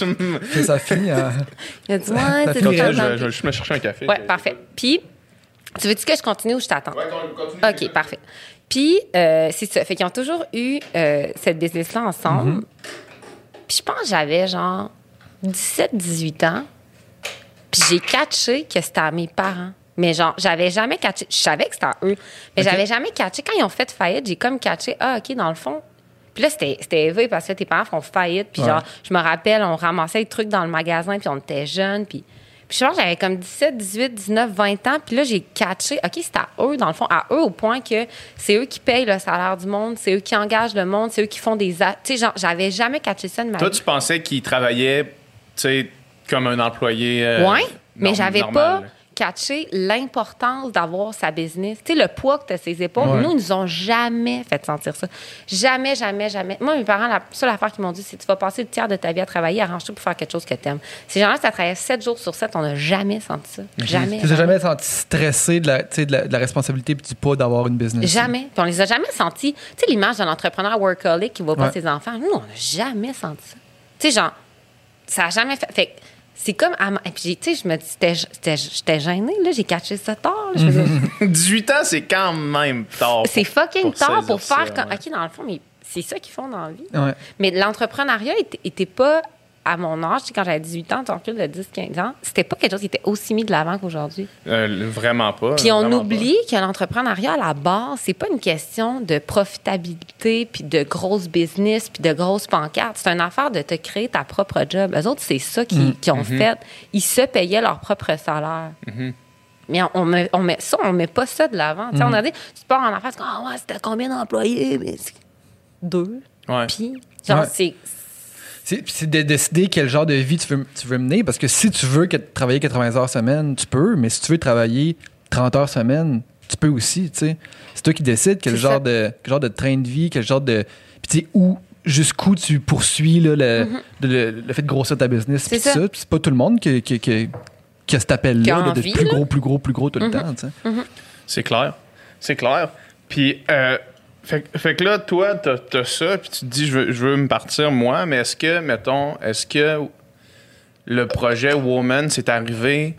Speaker 3: finit.
Speaker 4: Il a dit, ouais, c'est
Speaker 2: Je vais juste me chercher un café.
Speaker 4: Ouais, parfait. Puis, tu veux-tu que je continue ou je t'attends?
Speaker 2: Ouais, continue.
Speaker 4: OK, parfait. Puis, c'est ça. Fait qu'ils ont toujours eu cette business-là ensemble. Puis, je pense que j'avais genre 17-18 ans. Puis, j'ai catché que c'était à mes parents. Mais genre, j'avais jamais catché. Je savais que c'était à eux. Mais j'avais jamais catché. Quand ils ont fait faillite, j'ai comme catché. Ah, OK, dans le fond. Puis là, c'était élevé parce que tes parents font faillite. Puis genre, je me rappelle, on ramassait des trucs dans le magasin, puis on était jeunes. Puis je pense que j'avais comme 17, 18, 19, 20 ans. Puis là, j'ai catché, OK, c'est à eux, dans le fond, à eux au point que c'est eux qui payent le salaire du monde, c'est eux qui engagent le monde, c'est eux qui font des... Tu sais, genre, j'avais jamais catché ça de ma vie.
Speaker 2: Toi, tu pensais qu'ils travaillaient, tu sais, comme un employé
Speaker 4: mais j'avais
Speaker 2: normal,
Speaker 4: pas...
Speaker 2: là.
Speaker 4: catcher l'importance d'avoir sa business. Tu sais, le poids que tu as ses épaules, nous, ils nous ont jamais fait sentir ça. Jamais, jamais, jamais. Moi, mes parents, la seule affaire qu'ils m'ont dit, c'est tu vas passer le tiers de ta vie à travailler, arrange-toi pour faire quelque chose que tu aimes. Ces gens-là, ça travaillait 7 jours sur 7, on n'a jamais senti ça. Jamais.
Speaker 3: Tu n'as jamais senti stressé de la responsabilité et du poids d'avoir une business?
Speaker 4: Jamais. Puis on les a jamais sentis. Tu sais, l'image d'un entrepreneur workaholic qui ne voit pas ses enfants, nous, on n'a jamais senti ça. Tu sais, genre, ça n'a jamais fait... Fait c'est comme... Et puis, tu sais, je me dis, j'étais gênée, là. J'ai catché ça tard. Là, je faisais,
Speaker 2: 18 ans, c'est quand même tard.
Speaker 4: c'est fucking tard pour
Speaker 2: saisir
Speaker 4: faire...
Speaker 2: ça,
Speaker 4: comme, OK, dans le fond, c'est ça qu'ils font dans la vie.
Speaker 3: Ouais.
Speaker 4: Mais l'entrepreneuriat était pas, à mon âge, quand j'avais 18 ans, tu recules de 10-15 ans, c'était pas quelque chose qui était aussi mis de l'avant qu'aujourd'hui.
Speaker 2: Vraiment pas.
Speaker 4: Puis on
Speaker 2: vraiment
Speaker 4: oublie que l'entrepreneuriat, à la base, c'est pas une question de profitabilité, puis de grosses business, puis de grosses pancartes. C'est une affaire de te créer ta propre job. Eux autres, c'est ça qu'ils ont fait. Ils se payaient leur propre salaire. Mais on met pas ça de l'avant. On a dit, tu pars en affaires, tu dis, ah ouais, c'était combien d'employés? Mais 2.
Speaker 2: Ouais.
Speaker 4: Puis, genre,
Speaker 3: Ouais. C'est de décider quel genre de vie tu veux mener, parce que si tu veux travailler 80 heures semaine, tu peux, mais si tu veux travailler 30 heures semaine, tu peux aussi, tu sais. C'est toi qui décides quel genre de train de vie, quel genre de... Puis tu sais, jusqu'où tu poursuis là, le fait de grossir ta business, puis ça. Puis c'est pas tout le monde qui a cet appel-là de plus gros tout le temps, tu sais.
Speaker 2: C'est clair. C'est clair. Puis... Fait que là, toi, t'as ça, puis tu te dis, je veux me partir, moi, mais est-ce que le projet Woman, c'est arrivé...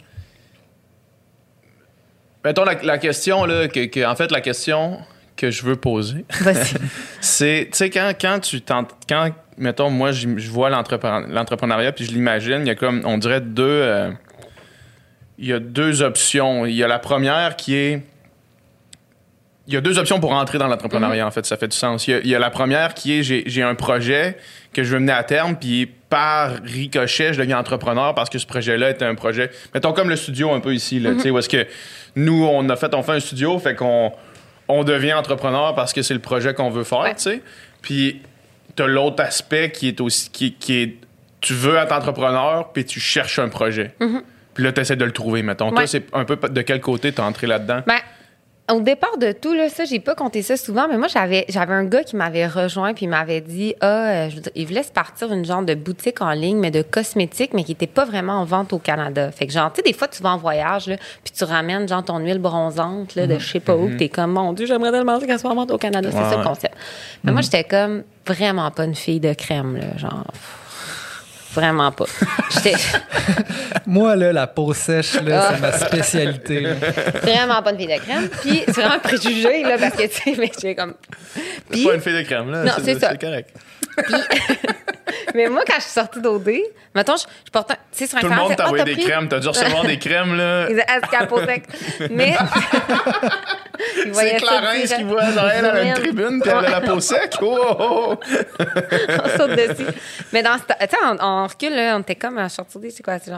Speaker 2: Mettons, la question, là, en fait, la question que je veux poser, c'est, tu sais, quand, mettons, moi, je vois l'entrepreneuriat, puis je l'imagine, il y a comme, on dirait il y a deux options. Il y a la première qui est... Il y a deux options pour entrer dans l'entrepreneuriat, en fait, ça fait du sens. Il y a la première qui est, j'ai un projet que je veux mener à terme, puis par ricochet, je deviens entrepreneur parce que ce projet-là était un projet... Mettons comme le studio un peu ici, là, tu sais, où est-ce que nous, on fait un studio, fait qu'on devient entrepreneur parce que c'est le projet qu'on veut faire, tu sais. Puis t'as l'autre aspect qui est aussi... qui est tu veux être entrepreneur, puis tu cherches un projet. Puis là, t'essaies de le trouver, mettons. Toi, c'est un peu de quel côté t'es entré là-dedans?
Speaker 4: Au départ de tout, là, ça, j'ai pas compté ça souvent, mais moi, j'avais un gars qui m'avait rejoint puis il m'avait dit, il voulait se partir une genre de boutique en ligne, mais de cosmétiques, mais qui était pas vraiment en vente au Canada. Fait que genre, tu sais, des fois, tu vas en voyage, là, puis tu ramènes, genre, ton huile bronzante, là, de je sais pas où, t'es comme, mon Dieu, j'aimerais tellement qu'elle soit en vente au Canada. C'est ça le concept. Mais moi, j'étais comme vraiment pas une fille de crème, là, genre... Vraiment pas.
Speaker 3: Moi, là, la peau sèche, là, c'est ma spécialité. Là.
Speaker 4: Vraiment pas une fille de crème. Puis, c'est vraiment un préjugé, là, parce que, tu sais, mais j'ai comme...
Speaker 2: Puis, c'est pas une fille de crème, là.
Speaker 4: Non, c'est ça.
Speaker 2: C'est correct.
Speaker 4: Puis, mais moi, quand je suis sortie d'OD, mettons, je portais... Tu sais, sur
Speaker 2: tout le monde t'a envoyé des crèmes. T'as dû recevoir des crèmes, là.
Speaker 4: Est-ce qu'à peau sec? Mais...
Speaker 2: c'est Clarence qui voit elle à une tribune, puis elle a la peau sec. Oh!
Speaker 4: On saute dessus. Mais dans tu sais, on recule, là, on était comme à sortir c'est quoi? C'est genre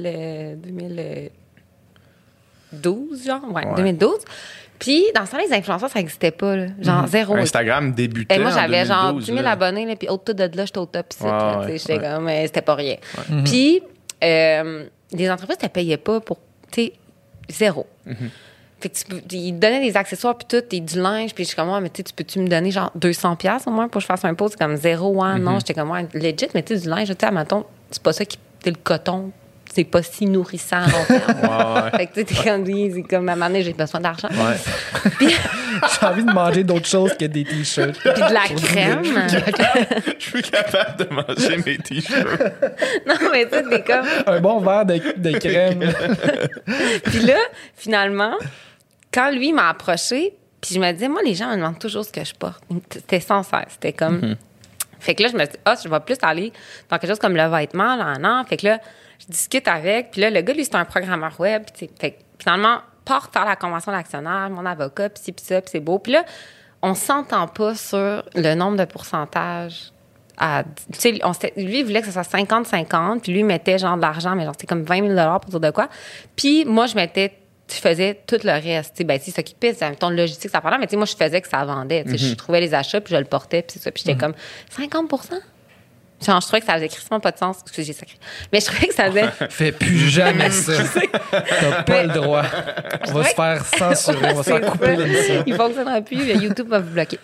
Speaker 4: 2012, genre? Ouais. 2012. Puis, dans ce temps-là, les influenceurs, ça n'existait pas, là. Genre, zéro.
Speaker 2: Instagram débutait.
Speaker 4: Et moi, j'avais
Speaker 2: en 2012,
Speaker 4: genre 10 000 abonnés, là, puis au-tout de là, j'étais au top. J'étais comme, c'était pas rien. Puis, les entreprises, ne payaient pas pour, tu sais, zéro. Fait que ils donnaient des accessoires, puis tout, et du linge, puis je suis comme, mais tu peux-tu me donner genre 200$ au moins pour que je fasse un post? C'est comme zéro, hein? Non, j'étais comme, legit, mais tu sais, du linge, tu sais, admettons, c'est pas ça qui. C'est le coton. C'est pas si nourrissant à long terme. Fait que tu sais, t'es comme, c'est comme à un moment donné, j'ai besoin d'argent. Puis,
Speaker 3: j'ai envie de manger d'autres choses que des t-shirts.
Speaker 4: Puis de la crème.
Speaker 2: Je suis capable de manger mes t-shirts.
Speaker 4: Non, mais tu sais, t'es comme...
Speaker 3: Un bon verre de crème.
Speaker 4: Puis là, finalement, quand lui m'a approché, puis je me disais, moi, les gens me demandent toujours ce que je porte. C'était sans cesse. C'était comme... Fait que là, je me dis, je vais plus aller dans quelque chose comme le vêtement, là, non. Fait que là, je discute avec. Puis là, le gars, lui, c'est un programmeur web. Fait que finalement, part faire la convention d'actionnaire, mon avocat, puis ça, puis c'est beau. Puis là, on s'entend pas sur le nombre de pourcentages. Tu sais, lui, il voulait que ce soit 50-50, puis lui, il mettait genre de l'argent, mais genre, c'était comme 20 000 pour dire de quoi. Puis moi, je faisais tout le reste. Ben, tu sais, s'occuper, c'est ton logistique, ça parlait, mais tu sais, moi, je faisais que ça vendait. Je trouvais les achats, puis je le portais, puis c'est ça. Puis j'étais comme 50 Genre, je trouvais que ça faisait crissement pas de sens. Excusez, j'ai sacré. Mais je trouvais que ça faisait...
Speaker 3: Fais plus jamais ça. T'as pas le droit. On va se faire censurer. On va se faire couper l'émission.
Speaker 4: Il fonctionnera plus. YouTube va vous bloquer.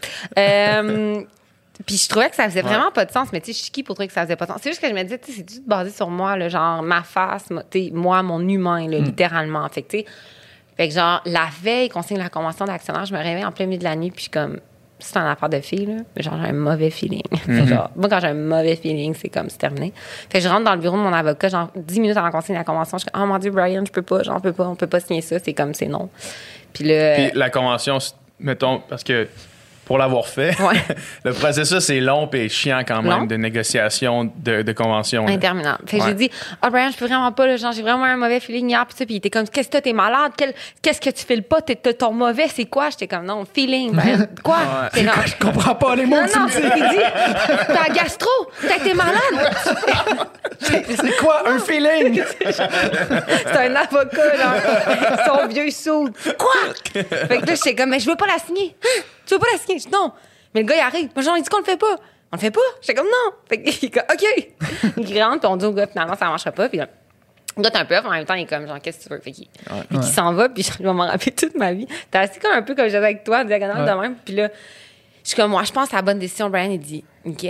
Speaker 4: Puis je trouvais que ça faisait vraiment pas de sens. Mais tu sais, je suis qui pour trouver que ça faisait pas de sens? C'est juste que je me disais, tu sais, c'est tout basé sur moi, là, genre ma face, moi, mon humain, là, littéralement. Fait que, tu sais, fait que genre, la veille qu'on signe la convention d'actionnaire, je me réveille en plein milieu de la nuit, puis je suis comme... C'est une affaire de fille, là. Mais genre, j'ai un mauvais feeling. Genre, moi, quand j'ai un mauvais feeling, c'est comme, c'est terminé. Fait que je rentre dans le bureau de mon avocat, genre, 10 minutes avant qu'on signe la convention. Je suis comme, oh mon Dieu, Brian, je peux pas, on peut pas signer ça. C'est comme, c'est non. Puis là.
Speaker 2: Puis la convention, mettons, parce que pour l'avoir fait.
Speaker 4: Ouais.
Speaker 2: Le processus est long et chiant quand même
Speaker 4: Long.
Speaker 2: de négociation de convention. là.
Speaker 4: Interminable. Fait que
Speaker 2: Ouais.
Speaker 4: j'ai dit, Brian, je peux vraiment pas, là, genre, j'ai vraiment un mauvais feeling hier, pis ça, pis il était comme, qu'est-ce que t'es malade? Qu'est-ce que tu files pas? Ton mauvais, c'est quoi? J'étais comme, non, feeling, Brian. Quoi?
Speaker 2: Ouais.
Speaker 4: J'étais comme,
Speaker 3: Je comprends pas les mots
Speaker 4: non,
Speaker 3: que tu
Speaker 4: non,
Speaker 3: me
Speaker 4: c'est
Speaker 3: dis.
Speaker 4: il dit, t'as un gastro, t'as été malade.
Speaker 3: C'est quoi un feeling?
Speaker 4: C'est un avocat, genre, son vieux sou. Quoi? Fait que là, j'étais comme, mais je veux pas la signer. Hein? Tu veux pas la signer? Je dis, non. Mais le gars, il arrive. Moi, genre, il dit qu'on le fait pas. On le fait pas? J'étais comme, non. Fait qu'il est comme, OK. Il rentre, puis on dit au gars, finalement, ça marchera pas. Puis là, le gars, t'es un peu off, en même temps, il est comme, genre, qu'est-ce que tu veux? Fait qu'il s'en va, puis je vais m'en rappeler toute ma vie. T'es assis comme un peu comme j'étais avec toi, en diagonale de même. Puis là, je suis comme, moi, je pense que c'est la bonne décision. Brian, il dit, OK.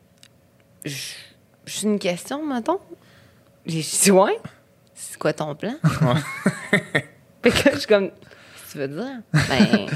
Speaker 4: Juste une question, mettons. J'ai dit, ouais. C'est quoi ton plan? Fait que là, je suis comme, qu'est-ce que tu veux dire?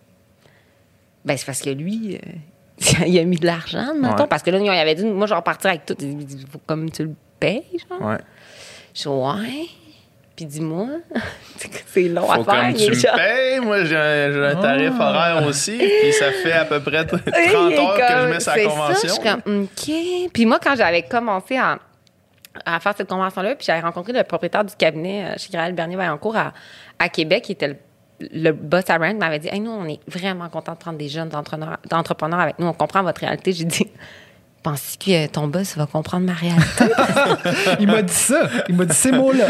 Speaker 4: Ben c'est parce que lui, il a mis de l'argent, mettons.
Speaker 2: Ouais.
Speaker 4: Parce que là, il avait dit, moi, je vais repartir avec tout. Il dit, faut comme tu le payes, genre.
Speaker 2: Ouais.
Speaker 4: Je dis, ouais. Puis dis-moi, c'est long
Speaker 2: Faut
Speaker 4: à faire.
Speaker 2: comme
Speaker 4: il
Speaker 2: tu
Speaker 4: est
Speaker 2: me
Speaker 4: genre-
Speaker 2: payes, moi j'ai un tarif horaire aussi, puis ça fait à peu près 30
Speaker 4: Il est
Speaker 2: heures que je
Speaker 4: comme,
Speaker 2: mets sa
Speaker 4: c'est
Speaker 2: convention.
Speaker 4: Ça, je suis comme, OK. Puis moi, quand j'avais commencé à faire cette convention-là, puis j'avais rencontré le propriétaire du cabinet chez Graël Bernier-Vaillancourt à Québec, qui était le boss à Brand, m'avait dit, hey, nous, on est vraiment contents de prendre des jeunes d'entrepreneurs avec nous. On comprend votre réalité. J'ai dit, penses-tu que ton boss va comprendre ma réalité?
Speaker 3: Il m'a dit ça. Il m'a dit ces mots-là.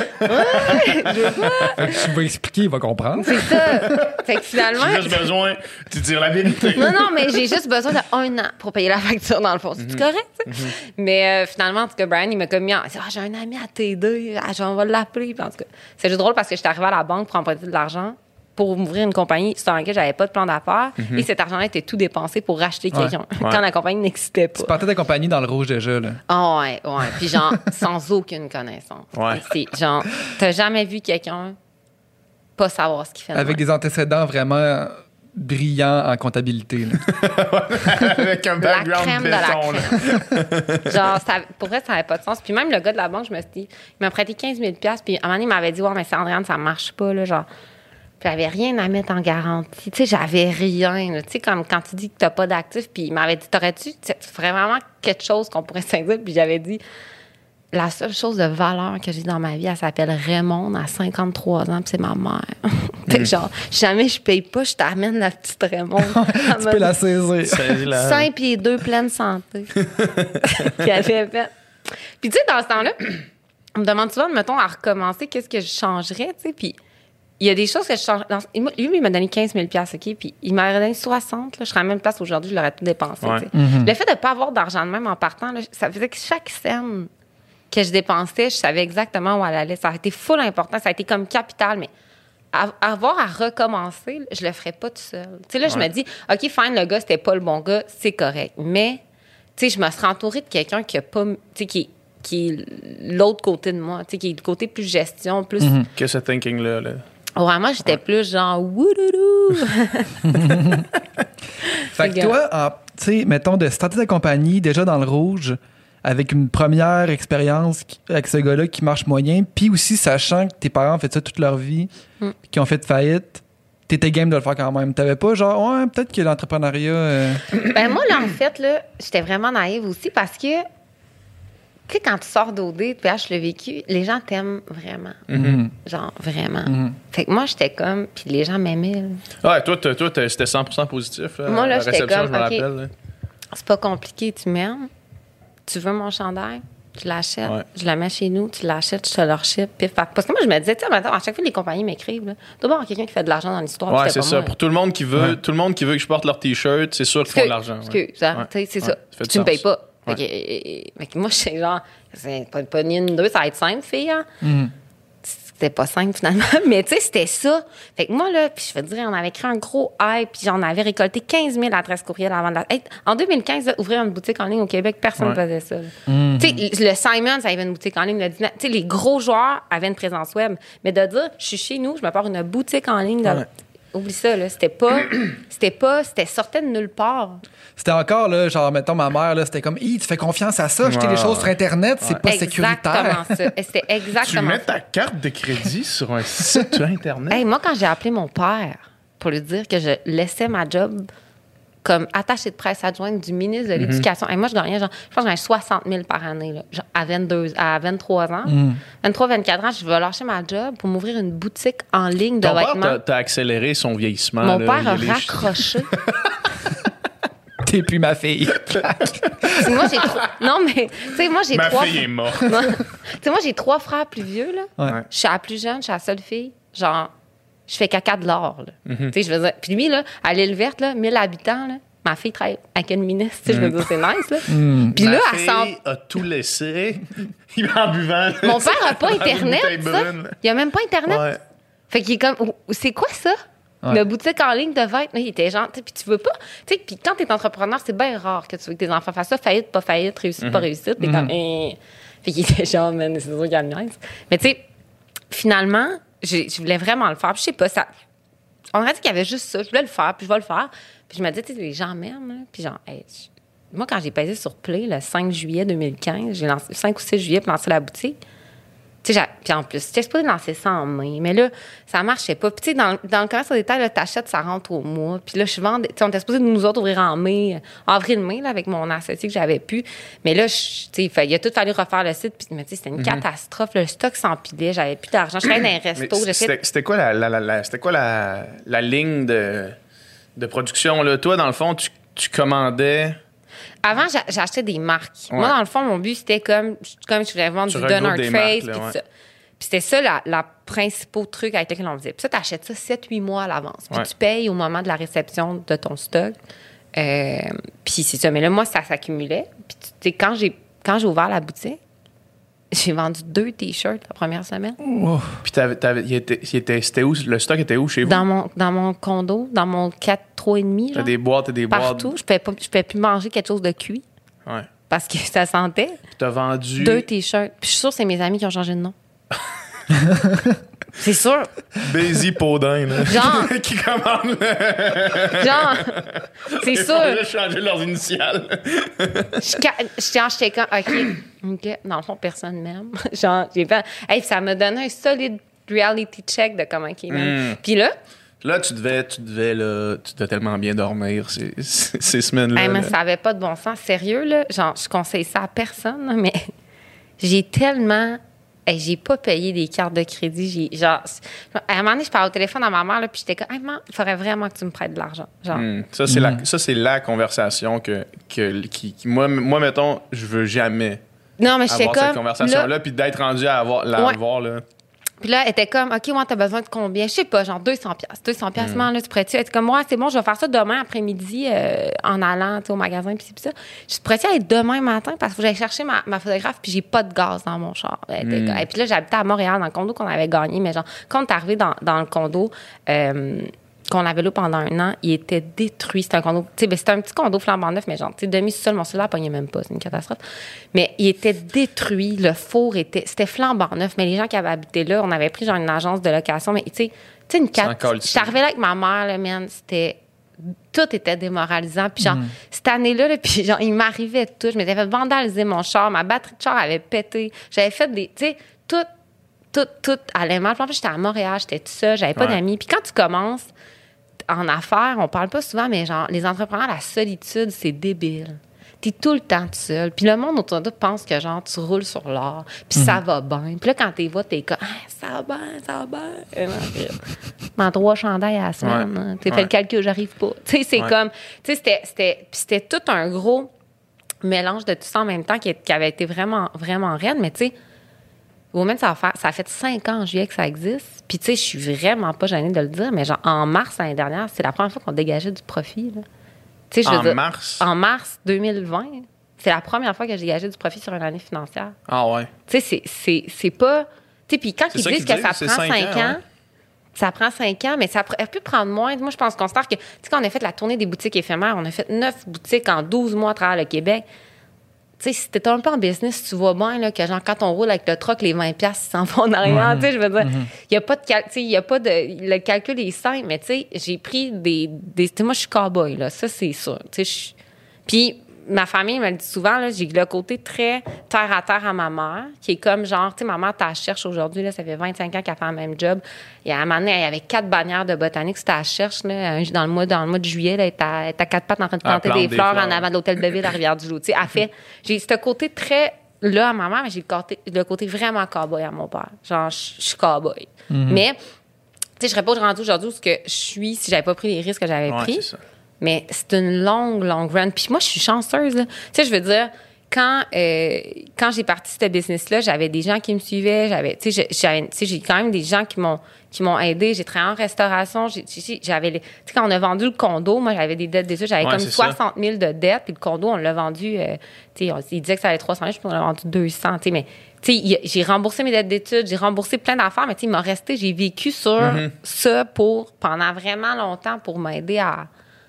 Speaker 3: Fait que je vais expliquer, il va comprendre.
Speaker 4: C'est ça. Fait que finalement.
Speaker 2: J'ai juste besoin de dire la vérité.
Speaker 4: Non, mais j'ai juste besoin d'un an pour payer la facture, dans le fond. C'est correct, tu sais? Mais finalement, en tout cas, Brian, il m'a comme mis en. J'ai un ami à t'aider. On va l'appeler. Puis en tout cas, c'est juste drôle parce que j'étais arrivée à la banque pour emprunter de l'argent pour m'ouvrir une compagnie sur laquelle j'avais pas de plan d'affaires. Et cet argent-là était tout dépensé pour racheter quelqu'un
Speaker 2: Ouais.
Speaker 4: quand la compagnie n'existait
Speaker 3: Tu
Speaker 4: pas.
Speaker 3: partais de compagnie dans le rouge déjà, là.
Speaker 4: Ah ouais. Puis genre, sans aucune connaissance.
Speaker 2: Ouais.
Speaker 4: C'est genre, t'as jamais vu quelqu'un pas savoir ce qu'il fait. de
Speaker 3: Avec
Speaker 4: même.
Speaker 3: des antécédents vraiment brillants en comptabilité. Là.
Speaker 2: Avec un
Speaker 4: La
Speaker 2: background
Speaker 4: crème de la
Speaker 2: béton. là.
Speaker 4: crème. Genre, pour vrai, ça n'avait pas de sens. Puis même le gars de la banque, je me suis dit, il m'a prêté 15 000 puis à un moment donné, il m'avait dit, ouais, mais c'est Andréane, ça marche pas, là, genre. Puis j'avais rien à mettre en garantie. Tu sais, j'avais rien, là. Tu sais, comme quand tu dis que t'as pas d'actifs, puis il m'avait dit, t'aurais-tu vraiment quelque chose qu'on pourrait s'indiquer? Puis j'avais dit, la seule chose de valeur que j'ai dans ma vie, elle s'appelle Raymond, à 53 ans, puis c'est ma mère. Fait que genre, jamais je paye pas, je t'amène la petite Raymond.
Speaker 3: Tu peux la saisir.
Speaker 2: C'est la-
Speaker 4: 5 pieds 2, pleine santé. Puis elle avait fait. Puis tu sais, dans ce temps-là, on me demande souvent, mettons, à recommencer, qu'est-ce que je changerais, tu sais. Puis il y a des choses que je change. Lui, il m'a donné 15 000 OK? Puis il m'aurait donné 60 là. Je serais à la même place aujourd'hui, je l'aurais tout dépensé,
Speaker 2: Ouais.
Speaker 4: tu sais. Le fait de ne pas avoir d'argent de même en partant, là, ça faisait que chaque scène que je dépensais, je savais exactement où elle allait. Ça a été full important, ça a été comme capital, mais avoir à recommencer, là, je le ferais pas tout seul. Tu sais, là, je me dis, OK, fine, le gars, c'était pas le bon gars, c'est correct. Mais, tu sais, je me serais entourée de quelqu'un qui a pas, tu sais, qui est l'autre côté de moi, tu sais, qui est le côté plus gestion, plus.
Speaker 2: Que ce thinking-là. Là.
Speaker 4: Vraiment, j'étais plus genre, woudoudou.
Speaker 3: Fait que toi, tu sais, mettons, de starter ta compagnie déjà dans le rouge, avec une première expérience avec ce gars-là qui marche moyen, puis aussi sachant que tes parents ont fait ça toute leur vie, puis qu'ils ont fait faillite, t'étais game de le faire quand même. T'avais pas genre, ouais, peut-être que l'entrepreneuriat...
Speaker 4: Ben moi, là, en fait, là, j'étais vraiment naïve aussi parce que, tu sais, quand tu sors d'OD, PH le vécu, les gens t'aiment vraiment. Genre, vraiment. Fait que moi, j'étais comme... Puis les gens m'aimaient, là.
Speaker 2: Ouais, toi, c'était 100% positif. Là,
Speaker 4: Moi, là,
Speaker 2: la
Speaker 4: j'étais
Speaker 2: réception,
Speaker 4: comme,
Speaker 2: je me
Speaker 4: OK.
Speaker 2: rappelle. Là.
Speaker 4: C'est pas compliqué, tu m'aimes. Tu veux mon chandail? Tu l'achètes.
Speaker 2: Ouais.
Speaker 4: Je le mets chez nous, tu l'achètes, je te le reship. Pif, paf. Parce que moi, je me disais, tu sais, maintenant, à chaque fois, les compagnies m'écrivent, là, il doit y avoir quelqu'un qui fait de l'argent dans l'histoire.
Speaker 2: Ouais,
Speaker 4: puis
Speaker 2: c'est
Speaker 4: c'était
Speaker 2: ça.
Speaker 4: pas moi.
Speaker 2: Pour tout le monde qui veut, tout le monde qui veut que je porte leur t-shirt, c'est sûr qu'ils font de l'argent. Ouais.
Speaker 4: Excuse, hein,
Speaker 2: Ouais.
Speaker 4: tu sais, c'est
Speaker 2: Ouais,
Speaker 4: ça.
Speaker 2: fait du
Speaker 4: Tu me payes
Speaker 2: sens.
Speaker 4: pas. Fait que moi, je sais, genre, c'est pas ni une deux, ça va être simple, fille, hein. C'était pas simple, finalement. Mais, tu sais, c'était ça. Fait que moi, là, puis je veux dire, on avait créé un gros hype, puis j'en avais récolté 15 000 adresses courriel avant de la... Hey, en 2015, là, ouvrir une boutique en ligne au Québec, personne ne faisait ça. Tu sais, le Simon, ça avait une boutique en ligne. Tu sais, les gros joueurs avaient une présence web. Mais de dire, je suis chez nous, je me pars une boutique en ligne. Oublie ça, là. C'était sortait de nulle part.
Speaker 3: C'était encore, là, genre, mettons, ma mère, là, c'était comme, tu fais confiance à ça, acheter des choses sur Internet, c'est pas sécuritaire.
Speaker 4: Exactement ça. Et c'était
Speaker 2: Tu
Speaker 4: exactement
Speaker 2: mets
Speaker 4: ça.
Speaker 2: ta carte de crédit sur un site Internet?
Speaker 4: Hey, moi, quand j'ai appelé mon père pour lui dire que je laissais ma job comme attachée de presse adjointe du ministre de l'Éducation. Et moi, je gagnais, je pense que je gagnais 60 000 par année, là, genre à 23 ans. 23, 24 ans, je vais lâcher ma job pour m'ouvrir une boutique en ligne de
Speaker 2: Ton
Speaker 4: vêtements.
Speaker 2: père t'as accéléré son vieillissement.
Speaker 4: Mon
Speaker 2: là.
Speaker 4: père a
Speaker 2: Il y
Speaker 4: raccroché.
Speaker 3: T'es plus ma fille.
Speaker 4: Moi, j'ai Non, mais, tu sais, moi, j'ai
Speaker 2: Ma
Speaker 4: trois...
Speaker 2: fille est morte.
Speaker 4: Tu sais, moi, j'ai 3 frères plus vieux, là.
Speaker 3: Ouais.
Speaker 4: Je suis la plus jeune, je suis la seule fille. Genre, je fais caca de l'or, là. Tu sais, je veux dire... Puis lui, là, à l'île-verte, là, 1000 habitants, là, ma fille travaille avec une ministre, tu sais, je veux dire, c'est nice, là. Puis là,
Speaker 2: Ma
Speaker 4: elle sent...
Speaker 2: fille a tout laissé. Il va en buvant.
Speaker 4: Mon père n'a pas
Speaker 2: Des
Speaker 4: Internet,
Speaker 2: bouteilles
Speaker 4: ça.
Speaker 2: brunes.
Speaker 4: Il a même pas Internet.
Speaker 2: Ouais.
Speaker 4: Fait qu'il est comme... C'est quoi, ça?
Speaker 3: Ouais.
Speaker 4: La boutique en ligne de vêtements, il était genre... Puis tu veux pas... Tu sais, puis quand t'es entrepreneur, c'est bien rare que tu veux que tes enfants fassent ça. Faillite, pas faillite, réussite, pas réussite. T'es comme... Fait qu'il était genre, man, c'est sûr qu'il y a le niaise. Mais tu sais, finalement, je voulais vraiment le faire. Puis je sais pas, ça... On aurait dit qu'il y avait juste ça. Je voulais le faire, puis je vais le faire. Puis je me disais, tu sais, les gens m'aiment, là. Puis genre, hey, moi, quand j'ai pesé sur Play, le 5 juillet 2015, j'ai lancé 5 ou 6 juillet pour lancer la boutique. Tu sais, puis en plus, j'étais supposée lancer ça en mai, mais là, ça marchait pas. Puis tu sais, dans le commerce au détail, là, t'achètes, ça rentre au mois. Puis là, je vendais... Tu sais, on était supposé nous autres ouvrir en mai, avril-mai, là, avec mon associé que j'avais pu. Mais là, tu sais, il a tout fallu refaire le site. Puis, mais tu sais, c'était une catastrophe. Le stock s'empilait, j'avais plus d'argent. Je travaillais dans un resto.
Speaker 2: C'était quoi la ligne de production, là? Toi, dans le fond, tu commandais...
Speaker 4: Avant, j'achetais des marques.
Speaker 2: Ouais.
Speaker 4: Moi, dans le fond, mon but, c'était comme je voulais vendre
Speaker 2: Tu
Speaker 4: du Donner
Speaker 2: regroupes des
Speaker 4: Trace,
Speaker 2: marques, là,
Speaker 4: puis
Speaker 2: ouais.
Speaker 4: ça. Puis c'était ça, la principal truc avec lequel on faisait. Puis ça, t'achètes ça 7-8 mois à l'avance. Puis
Speaker 2: Ouais.
Speaker 4: tu payes au moment de la réception de ton stock. Puis c'est ça. Mais là, moi, ça s'accumulait. Puis tu sais, quand j'ai ouvert la boutique, j'ai vendu 2 T-shirts la première semaine.
Speaker 2: Puis c'était où? Le stock était où chez vous?
Speaker 4: Dans mon condo, dans mon 4-3,5.
Speaker 2: T'as
Speaker 4: genre.
Speaker 2: des boîtes et des boîtes.
Speaker 4: Partout. Je pouvais plus manger quelque chose de cuit
Speaker 2: Ouais.
Speaker 4: parce que ça sentait.
Speaker 2: Puis t'as vendu...
Speaker 4: 2 T-shirts. Puis je suis sûre que c'est mes amis qui ont changé de nom. C'est sûr.
Speaker 2: Baisy Paudin, là.
Speaker 4: Genre.
Speaker 2: Qui commande...
Speaker 4: Genre, c'est sûr.
Speaker 2: Ils ont changé leurs initiales.
Speaker 4: J'étais comme, OK, dans le fond, personne m'aime. Genre, j'ai fait, hey, ça m'a donné un solide reality check de comment ils m'aiment. Puis là,
Speaker 2: Là, tu devais tellement bien dormir ces semaines-là.
Speaker 4: hey, mais
Speaker 2: là.
Speaker 4: ça avait pas de bon sens. Sérieux, là, genre, je conseille ça à personne, là, mais j'ai tellement... Hey, j'ai pas payé des cartes de crédit. À un moment donné, je parlais au téléphone à ma mère, là, puis j'étais comme, hey, maman, il faudrait vraiment que tu me prêtes de l'argent. Genre,
Speaker 2: Ça, c'est la conversation qui moi, mettons, je veux jamais
Speaker 4: non, mais j'étais
Speaker 2: avoir
Speaker 4: comme...
Speaker 2: cette conversation-là,
Speaker 4: là,
Speaker 2: puis d'être rendu à avoir là.
Speaker 4: puis là, elle était comme, OK, moi, t'as besoin de combien? Je sais pas, genre 200 $200, là, tu pourrais-tu? Elle était comme, ouais, c'est bon, je vais faire ça demain après-midi en allant au magasin, puis ça. Je suis prête à aller demain matin parce que j'allais chercher ma photographe, puis j'ai pas de gaz dans mon char. Et puis là, j'habitais à Montréal, dans le condo qu'on avait gagné, mais genre, quand on est arrivé dans le condo, qu'on avait là pendant 1 an, il était détruit. C'était un condo, tu sais, c'était un petit condo flambant neuf, mais genre, tu sais, demi-sol, mon cellulaire pognait même pas, c'est une catastrophe. Mais il était détruit, le four c'était flambant neuf, mais les gens qui avaient habité là, on avait pris genre une agence de location, mais tu sais, une j'étais arrivée là avec ma mère, là, man, tout était démoralisant. Puis genre, cette année-là, là, puis genre, il m'arrivait tout. Je m'étais fait vandaliser mon char, ma batterie de char avait pété. J'avais fait tu sais, tout allait mal. Puis en plus, j'étais à Montréal, j'étais toute seule, j'avais pas d'amis. Puis quand tu commences en affaires, on parle pas souvent, mais genre, les entrepreneurs, la solitude, c'est débile. T'es tout le temps tout seul. Puis le monde autour de toi pense que, genre, tu roules sur l'or, puis ça va bien. Puis là, quand t'es vois, t'es comme, ça va bien. Dans 3 chandails à la semaine, hein. T'as fait le calcul, j'arrive pas. Tu sais, c'est comme, tu sais, c'était tout un gros mélange de tout ça en même temps qui avait été vraiment, vraiment raide, mais tu sais, Women, ça a fait 5 ans en juillet que ça existe. Puis, tu sais, je suis vraiment pas gênée de le dire, mais genre, en mars l'année dernière, c'est la première fois qu'on dégageait du profit. Là. Tu sais, je veux dire,
Speaker 2: mars?
Speaker 4: En mars 2020, c'est la première fois que j'ai dégagé du profit sur une année financière.
Speaker 2: Ah ouais.
Speaker 4: Tu sais, c'est pas... Tu sais, puis quand ils disent que ça prend 5 ans, ça prend 5 ans, mais ça aurait pu prendre moins. Moi, je pense qu'on constate que, tu sais, quand on a fait la tournée des boutiques éphémères, on a fait 9 boutiques en 12 mois à travers le Québec. Tu sais, si t'es un peu en business, tu vois bien là, que genre quand on roule avec le truck, les 20$ ils s'en vont en arrière. Tu sais, je veux dire, il y a pas de le calcul est simple, mais tu sais, j'ai pris des tu sais, moi je suis cow-boy là, ça c'est sûr. Tu sais, puis ma famille me le dit souvent, là, j'ai le côté très terre-à-terre à ma mère, qui est comme genre, tu sais, ma mère, t'as cherche aujourd'hui, là, ça fait 25 ans qu'elle fait le même job. Et à un moment donné, il y avait 4 bannières de botanique, c'était à cherche, là, dans le mois de juillet, là, elle est à 4 pattes en train de planter des fleurs en avant de l'hôtel de ville à Rivière-du-Loup. Tu sais, elle fait, j'ai ce côté très, là, à ma mère, mais j'ai le côté vraiment cow-boy à mon père. Genre, je suis cow-boy. Mais, tu sais, je serais pas rendue aujourd'hui où je suis si j'avais pas pris les risques que j'avais pris.
Speaker 2: C'est ça.
Speaker 4: Mais c'est une longue run. Puis moi, je suis chanceuse. Tu sais, je veux dire, quand j'ai parti ce business-là, j'avais des gens qui me suivaient. J'ai quand même des gens qui m'ont aidé. J'ai travaillé en restauration. Tu sais, quand on a vendu le condo, moi, j'avais des dettes d'études. J'avais comme 60 000 de dettes. Puis le condo, on l'a vendu, tu sais, il disait que ça allait 300 000, je pense qu'on l'a vendu 200. Tu sais, mais tu sais, j'ai remboursé mes dettes d'études, j'ai remboursé plein d'affaires, mais tu sais, il m'a resté, j'ai vécu sur ça pendant vraiment longtemps pour m'aider à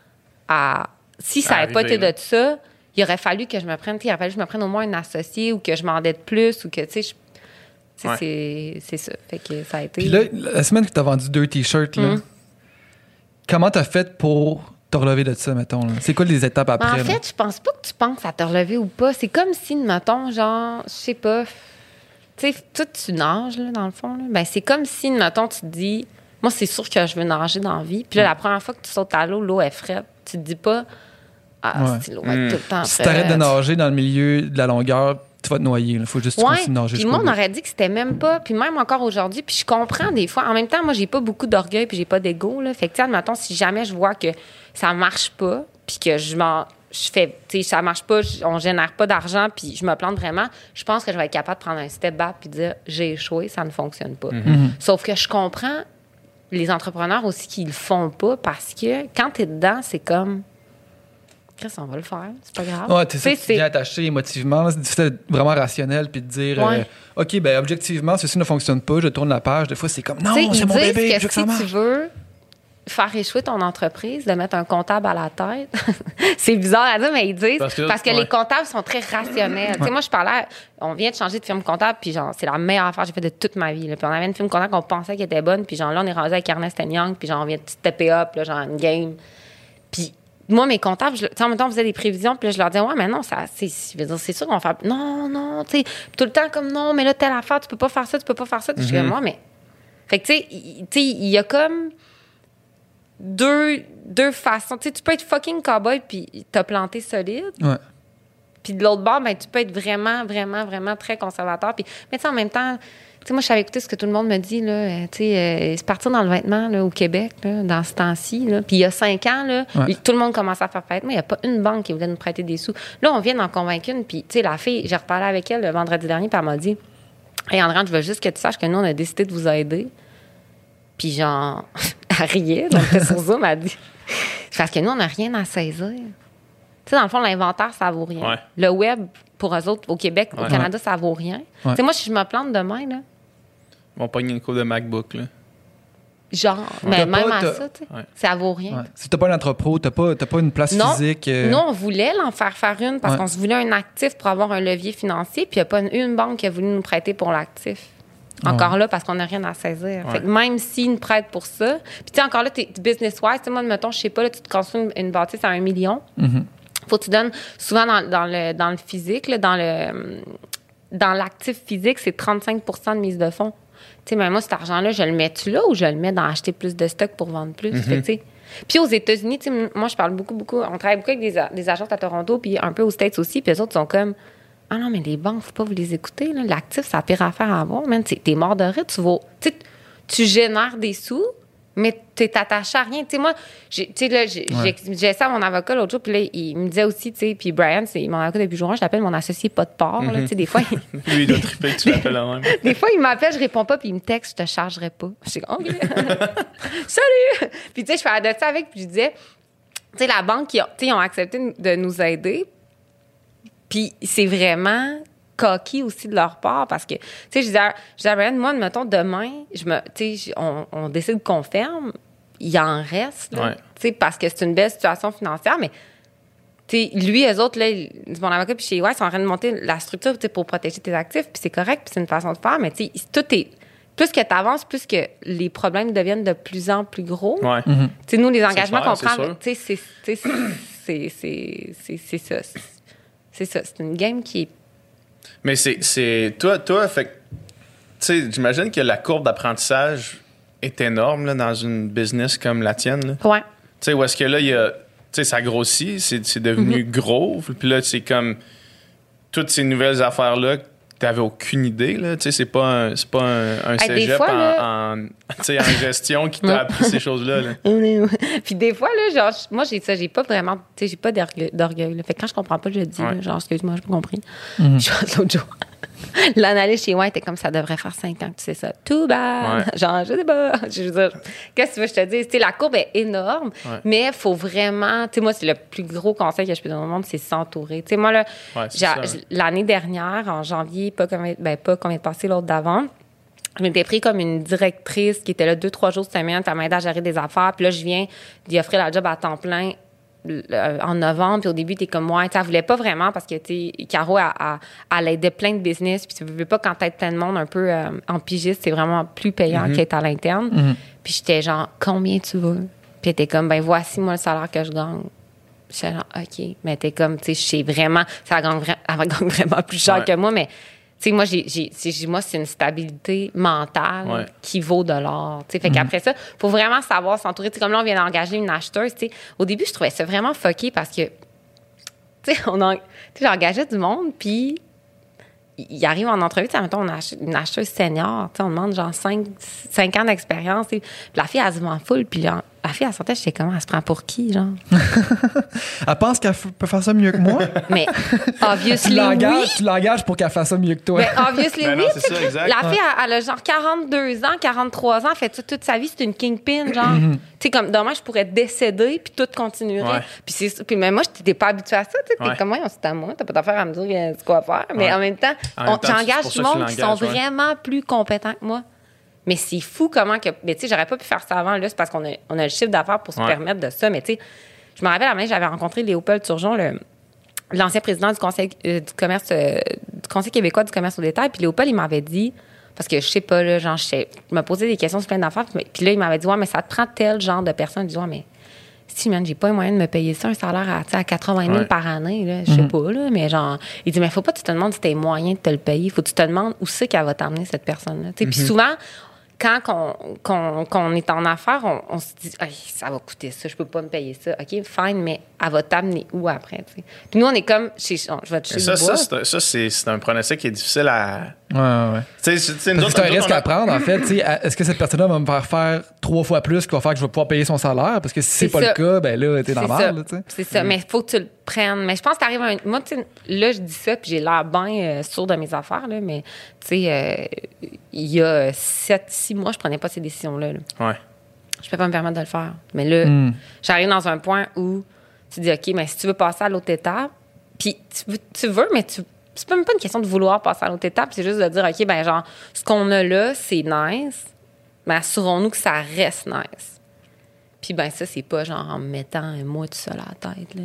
Speaker 4: si ça n'avait pas été de ça, il aurait fallu que je me prenne au moins une associée ou que je m'endette plus ou que, tu sais, c'est ça. Fait que ça a été...
Speaker 3: Puis là, la semaine que tu as vendu 2 T-shirts, là, comment tu as fait pour te relever de ça, mettons? Là? C'est quoi les étapes après?
Speaker 4: En fait, je pense pas que tu penses à te relever ou pas. C'est comme si, mettons, genre, je sais pas, tu sais, toi, tu nages, là, dans le fond. Là. Ben, c'est comme si, mettons, tu te dis, moi, c'est sûr que je veux nager dans la vie. Puis là, la première fois que tu sautes à l'eau est frette. Tu te dis pas, l'eau va être tout le temps
Speaker 3: si
Speaker 4: frette.
Speaker 3: tu arrêtes de nager dans le milieu de la longueur, tu vas te noyer. Il faut juste que tu continues de nager.
Speaker 4: Puis moi, on aurait dit que c'était même pas. Puis même encore aujourd'hui, puis je comprends des fois. En même temps, moi, j'ai pas beaucoup d'orgueil puis j'ai pas d'ego. Là. Fait que, admettons, si jamais je vois que ça marche pas, puis que je fais, tu sais, ça marche pas, on génère pas d'argent, puis je me plante vraiment, je pense que je vais être capable de prendre un step back puis de dire, j'ai échoué, ça ne fonctionne pas. Sauf que je comprends les entrepreneurs aussi qui le font pas parce que quand t'es dedans, c'est comme... Chris, on va le faire, c'est pas grave.
Speaker 3: Ouais, tu viens attaché émotivement. C'est difficile d'être vraiment rationnel puis de dire OK, ben objectivement, ceci ne fonctionne pas, je tourne la page. Des fois, c'est comme non, c'est mon bébé, je veux que ça marche.
Speaker 4: Si tu veux faire échouer ton entreprise, de mettre un comptable à la tête, c'est bizarre à dire, mais ils disent parce que les comptables sont très rationnels. Tu sais, moi, je parlais, on vient de changer de firme comptable, puis genre, c'est la meilleure affaire que j'ai faite de toute ma vie. Là. Puis on avait une firme comptable qu'on pensait qu'elle était bonne, puis genre là, on est rendu avec Ernest & Young, puis genre, on vient de stepper up, là, genre une game. Puis moi, mes comptables, en même temps, on faisait des prévisions, puis là, je leur disais, ouais, mais non, c'est sûr qu'on va faire. Non, tu sais, tout le temps comme non, mais là, telle affaire, tu peux pas faire ça, tu peux pas faire ça. Je dis, moi, mais. Fait que, tu sais, il y a comme deux façons. Tu sais, tu peux être fucking cowboy, puis t'as planté solide.
Speaker 3: Ouais.
Speaker 4: Puis de l'autre bord, ben, tu peux être vraiment, vraiment, vraiment très conservateur. Puis, mais tu sais, en même temps, tu sais, moi, je savais écouter ce que tout le monde me dit, là. Tu sais, c'est partir dans le vêtement, là, au Québec, là, dans ce temps-ci, là. Puis il y a 5 ans, là, tout le monde commençait à faire vêtements. Il n'y a pas une banque qui voulait nous prêter des sous. Là, on vient d'en convaincre une. Puis, tu sais, la fille, j'ai reparlé avec elle le vendredi dernier, puis elle m'a dit, hey, Andréane, je veux juste que tu saches que nous, on a décidé de vous aider. Puis, genre, elle riait, donc, sur Zoom, elle dit, c'est parce que nous, on n'a rien à saisir. Tu sais, dans le fond, l'inventaire, ça vaut rien. Ouais. Le web, pour eux autres, au Québec, au Canada, ça vaut rien. Ouais. Tu sais, moi, si je me plante demain, là...
Speaker 2: Ils vont pogner une cour de MacBook, là.
Speaker 4: Genre, mais même à ça, tu sais, ça vaut rien.
Speaker 3: Ouais. Si t'as pas l'entrepôt, t'as pas une place physique...
Speaker 4: Nous, on voulait l'en faire une parce qu'on se voulait un actif pour avoir un levier financier, puis il n'y a pas une banque qui a voulu nous prêter pour l'actif. Encore là, parce qu'on n'a rien à saisir. Fait que même s'ils nous prêtent pour ça... Puis tu sais, encore là, t'es business-wise. Tu sais, moi, mettons, je sais pas, là, tu te construis une bâtisse à 1 million. Faut que tu donnes... Souvent, dans le physique, là, dans l'actif physique, c'est 35 de mise de fonds. Tu sais, mais moi, cet argent-là, je le mets-tu là ou je le mets dans acheter plus de stock pour vendre plus? Fait que, tu sais... Puis aux États-Unis, tu sais, moi, je parle beaucoup. On travaille beaucoup avec des agences à Toronto, puis un peu aux States aussi, puis les autres sont comme... Ah non, mais les banques, faut pas vous les écouter. Là. L'actif, c'est la pire affaire à avoir. Man. T'es mort de rire. Tu génères des sous, mais t'es attaché à rien. T'sais, moi, j'ai ça à mon avocat l'autre jour, puis là, il me disait aussi, puis Brian, c'est mon avocat depuis jour 1, je l'appelle mon associé pas de part. Là, des fois,
Speaker 2: lui, il doit triper que tu l'appelles la même.
Speaker 4: Des fois, il m'appelle, je réponds pas, puis il me texte, je te chargerai pas. Je suis comme, OK. Salut! Puis, tu sais, je parlais de ça avec, puis je disais, tu sais, la banque, ils ont accepté de nous aider. Puis c'est vraiment coquille aussi de leur part parce que, tu sais, je disais, moi, mettons, demain, on décide qu'on ferme, il en reste, tu sais, parce que c'est une belle situation financière, mais, tu sais, lui, eux autres, là, mon avocat, puis chez EY, ils sont en train de monter la structure, tu sais, pour protéger tes actifs, puis c'est correct, puis c'est une façon de faire, mais, tu sais, tout est... Plus que tu avances, plus que les problèmes deviennent de plus en plus gros. Tu sais, nous, les engagements qu'on prend, tu sais, c'est ça. c'est ça. C'est une game qui est...
Speaker 2: Mais c'est toi, fait que, tu sais, j'imagine que la courbe d'apprentissage est énorme là, dans une business comme la tienne. Là.
Speaker 4: Ouais.
Speaker 2: Tu sais, où est-ce que là, il y a, tu sais, ça grossit, c'est devenu gros, puis là, c'est comme toutes ces nouvelles affaires-là, t'avais aucune idée, là. Tu sais, c'est pas un cégep
Speaker 4: fois,
Speaker 2: tu sais, en gestion qui t'a appris ces choses-là. Là.
Speaker 4: Puis des fois, là, genre, moi, j'ai pas vraiment, tu sais, j'ai pas d'orgueil. Là. Fait que quand je comprends pas, je le dis, là, genre, excuse-moi, j'ai pas compris. Je suis l'autre jour. L'analyse chez moi était comme ça devrait faire 5 ans que tu sais ça. Tout bad. Ouais. Genre, je sais pas. Je veux dire, qu'est-ce que tu veux que je te dise? Tu sais, la courbe est énorme, mais il faut vraiment. Tu sais, moi, c'est le plus gros conseil que je peux donner au monde, c'est s'entourer. Tu sais, moi, là, l'année dernière, en janvier, pas qu'on vient de passer l'autre d'avant, je m'étais pris comme une directrice qui était là 2-3 jours de semaine, puis elle m'aidait à gérer des affaires. Puis là, je viens d'y offrir la job à temps plein en novembre, puis au début, t'es comme moi. Elle voulait pas vraiment parce que, tu sais, Caro, elle aidait plein de business, puis tu veux pas quand t'aides plein de monde un peu en pigiste, c'est vraiment plus payant qu'être à l'interne. Puis j'étais genre, combien tu veux? Puis elle était comme, ben voici, moi, le salaire que je gagne. J'étais genre, OK. Mais t'es comme, tu sais, je sais vraiment, elle gagne vraiment plus cher que moi, mais tu sais, moi, c'est une stabilité mentale qui vaut de l'or. Fait qu'après ça, il faut vraiment savoir s'entourer. T'sais, comme là, on vient d'engager une acheteuse. T'sais. Au début, je trouvais ça vraiment fucké parce que, j'engageais du monde, puis il arrive en entrevue, mettons, on a une acheteuse senior, on demande genre 5 ans d'expérience. Puis la fille, elle se vend full, puis la fille, elle sortait, je sais comment, elle se prend pour qui, genre?
Speaker 3: Elle pense qu'elle peut faire ça mieux que moi?
Speaker 4: Mais, obviously,
Speaker 3: tu l'engages pour qu'elle fasse ça mieux que toi.
Speaker 4: Mais, obviously,
Speaker 2: non, c'est ça, exact.
Speaker 4: La fille, elle a genre 42 ans, 43 ans, elle fait ça toute sa vie, c'est une kingpin, genre. Tu sais, comme, demain, je pourrais décéder, puis tout continuerait. Puis mais moi, je n'étais pas habituée à ça, tu sais. T'es comme, c'est à moi, t'as pas d'affaire à me dire ce qu'on va faire. Mais en même temps, j'engage du monde qui sont vraiment plus compétents que moi. Mais c'est fou comment que. Mais tu sais, j'aurais pas pu faire ça avant, là. C'est parce qu'on a le chiffre d'affaires pour se permettre de ça. Mais tu sais, je me rappelle, à la j'avais rencontré Léopold Turgeon, l'ancien président du Conseil du commerce, du Conseil québécois du commerce au détail. Puis Léopold, il m'avait dit, parce que je sais pas, là, genre, je me posais des questions sur plein d'affaires. Puis là, il m'avait dit, ouais, mais ça te prend tel genre de personne. Je dis, ouais, mais si, man, j'ai pas les moyens de me payer ça, un salaire à 80 000 par année, là, je sais pas, là, mais genre, il dit, mais faut pas que tu te demandes si t'as les moyens de te le payer. Faut que tu te demandes où c'est qu'elle va t'amener, cette personne-là. Puis souvent, quand on est en affaires, on se dit, ça va coûter ça, je peux pas me payer ça. OK, fine, mais elle va t'amener où après? T'sais? Puis nous, on est comme, je vais te chez
Speaker 2: ça, c'est un pronostic qui est difficile à.
Speaker 3: Ouais. C'est un risque à prendre, en fait. Est-ce que cette personne-là va me faire 3 fois plus qu'il va faire que je vais pouvoir payer son salaire? Parce que si c'est pas le cas, ben là, t'es dans la merde.
Speaker 4: C'est ça, mais il faut que tu le prennes. Mais je pense que t'arrives à un. Moi, là, je dis ça, puis j'ai l'air bien sûr de mes affaires, là, mais tu sais, il y a 6 mois, je prenais pas ces décisions-là. Là.
Speaker 2: Ouais.
Speaker 4: Je peux pas me permettre de le faire. Mais là, j'arrive dans un point où tu dis, OK, mais si tu veux passer à l'autre étape, puis tu veux, mais c'est même pas une question de vouloir passer à l'autre étape, c'est juste de dire, OK, ben genre, ce qu'on a là, c'est nice, mais assurons-nous que ça reste nice. Puis ben ça, c'est pas genre en me mettant moi tout seul à la tête.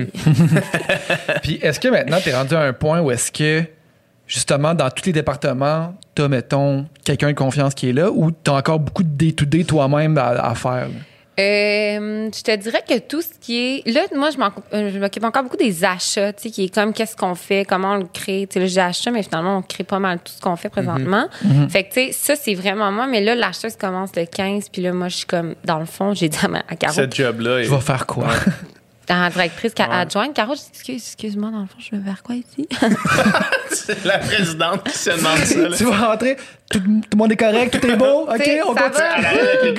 Speaker 4: Là,
Speaker 3: Puis est-ce que maintenant, t'es rendu à un point où est-ce que, justement, dans tous les départements, t'as, mettons, quelqu'un de confiance qui est là, ou t'as encore beaucoup de day-to-day toi-même à faire? Là?
Speaker 4: Je te dirais que tout ce qui est... Là, moi, je m'occupe encore beaucoup des achats, tu sais, qui est comme qu'est-ce qu'on fait, comment on le crée. Tu sais, là, j'ai acheté, mais finalement, on crée pas mal tout ce qu'on fait présentement. Fait que, tu sais, ça, c'est vraiment moi. Mais là, l'acheteuse commence le 15, puis là, moi, je suis comme, dans le fond, j'ai dit à Caro...
Speaker 2: Cette job-là...
Speaker 3: Je vais faire quoi?
Speaker 4: Dans la directrice adjointe, Caro, j'ai dit, excuse-moi, dans le fond, je vais faire quoi ici?
Speaker 2: C'est la présidente qui se demande ça. Là.
Speaker 3: Tu vas rentrer, tout le monde est correct, tout est beau, OK, on continue.
Speaker 2: Avec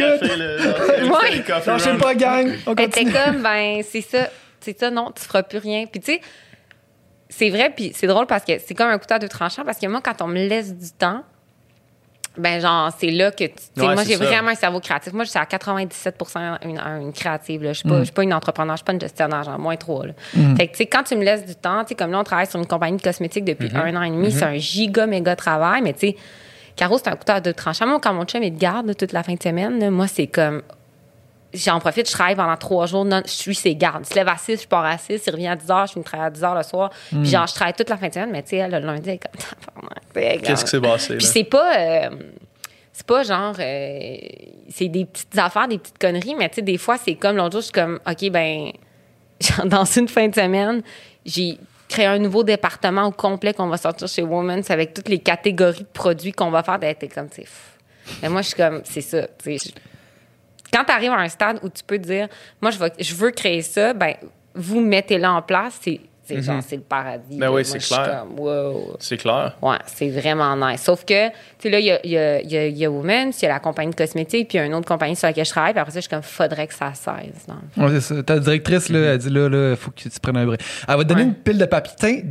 Speaker 2: le café,
Speaker 3: là. Lâchez pas, gang, on continue.
Speaker 4: T'es comme, ben, c'est ça, non, tu feras plus rien. Puis tu sais, c'est vrai, puis c'est drôle parce que c'est comme un couteau à 2 tranchants, parce que moi, quand on me laisse du temps, ben genre, c'est là que moi, j'ai vraiment un cerveau créatif. Moi, je suis à 97% une créative. Là. Je suis pas une entrepreneur, je suis pas une gestionnaire, genre moins 3. Là. Fait que, tu sais, quand tu me laisses du temps, tu sais, comme là, on travaille sur une compagnie de cosmétiques depuis 1 an et demi, c'est un méga travail, mais tu sais, Caro, c'est un couteau à 2 tranchants. Moi, quand mon chum est de garde là, toute la fin de semaine, là, moi, c'est comme... J'en profite, je travaille pendant 3 jours, je suis ses gardes. Il se lève à 6, je pars à 6, il revient à 10 h, je finis de travailler à 10 h le soir. Puis genre, je travaille toute la fin de semaine, mais tu sais, le lundi, elle est comme...
Speaker 2: Qu'est-ce qui s'est passé, là?
Speaker 4: Puis c'est pas genre... c'est des petites affaires, des petites conneries, mais tu sais, des fois, c'est comme l'autre jour, je suis comme, OK, ben, genre, dans une fin de semaine, puis créer un nouveau département au complet qu'on va sortir chez Women's avec toutes les catégories de produits qu'on va faire. T'es comme, tu sais. Mais moi, je suis comme, c'est ça. Quand tu arrives à un stade où tu peux dire, moi, je veux créer ça, ben, vous mettez-le en place, genre, c'est le paradis.
Speaker 2: Ben oui,
Speaker 4: moi,
Speaker 2: c'est
Speaker 4: je suis
Speaker 2: clair.
Speaker 4: comme, wow.
Speaker 2: C'est clair.
Speaker 4: Ouais, c'est vraiment nice. Sauf que, tu sais, là, il y a Women's, il y a la compagnie de cosmétiques, puis il y a une autre compagnie sur laquelle je travaille, puis après ça, je suis comme, faudrait que ça cesse.
Speaker 3: Ouais, c'est ça. Ta directrice, là, elle dit, là, faut que tu prennes un break. Elle va te donner une pile de papier. Tiens,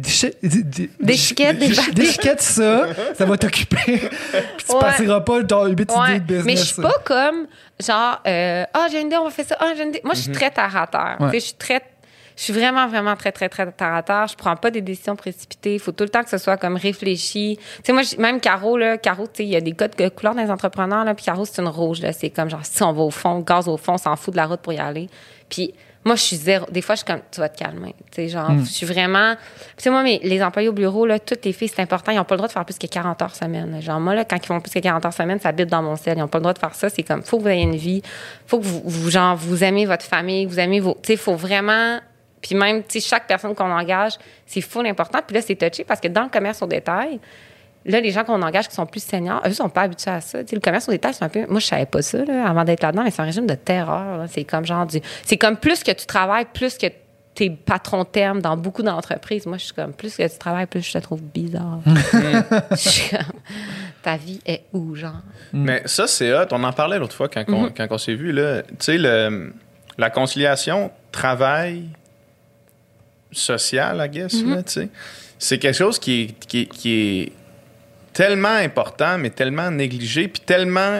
Speaker 3: déchiquette ça va t'occuper. Puis tu passeras pas ton 8 idées de business.
Speaker 4: Mais je suis pas comme, genre, j'ai une idée, on va faire ça. J'ai une idée. Moi, je suis très terre à terre.
Speaker 3: Ouais.
Speaker 4: Je suis vraiment, vraiment très, très, très terre à terre. Je prends pas des décisions précipitées. Il faut tout le temps que ce soit comme réfléchi. Tu sais, moi, même Caro, tu sais, il y a des codes de couleur dans les entrepreneurs, là, puis Caro, c'est une rouge, là. C'est comme, genre, si on va au fond, gaz au fond, on s'en fout de la route pour y aller. Puis moi, je suis zéro. Des fois, je suis comme, tu vas te calmer. Tu sais, genre, je suis vraiment. Tu sais, moi, les employés au bureau, là, toutes les filles, c'est important. Ils n'ont pas le droit de faire plus que 40 heures semaine. Genre, moi, là, quand ils font plus que 40 heures semaine, ça bite dans mon sel. Ils n'ont pas le droit de faire ça. C'est comme, faut que vous ayez une vie. Faut que vous aimez votre famille, vous aimez vos. Tu sais, faut vraiment. Puis même, tu sais, chaque personne qu'on engage, c'est full important. Puis là, c'est touché parce que dans le commerce au détail, là, les gens qu'on engage qui sont plus seniors, eux, sont pas habitués à ça. Tu sais, le commerce au détail, c'est un peu. Moi, je savais pas ça, là, avant d'être là-dedans, mais c'est un régime de terreur, là. C'est comme genre c'est comme plus que tu travailles, plus que tes patrons t'aiment dans beaucoup d'entreprises. Moi, je suis comme, plus que tu travailles, plus je te trouve bizarre. Je suis comme, ta vie est où, genre?
Speaker 2: Mais ça, c'est hot. On en parlait l'autre fois quand on s'est vu, là. Tu sais, la conciliation travail social, I guess, là, tu sais. C'est quelque chose qui est tellement important, mais tellement négligé, puis tellement...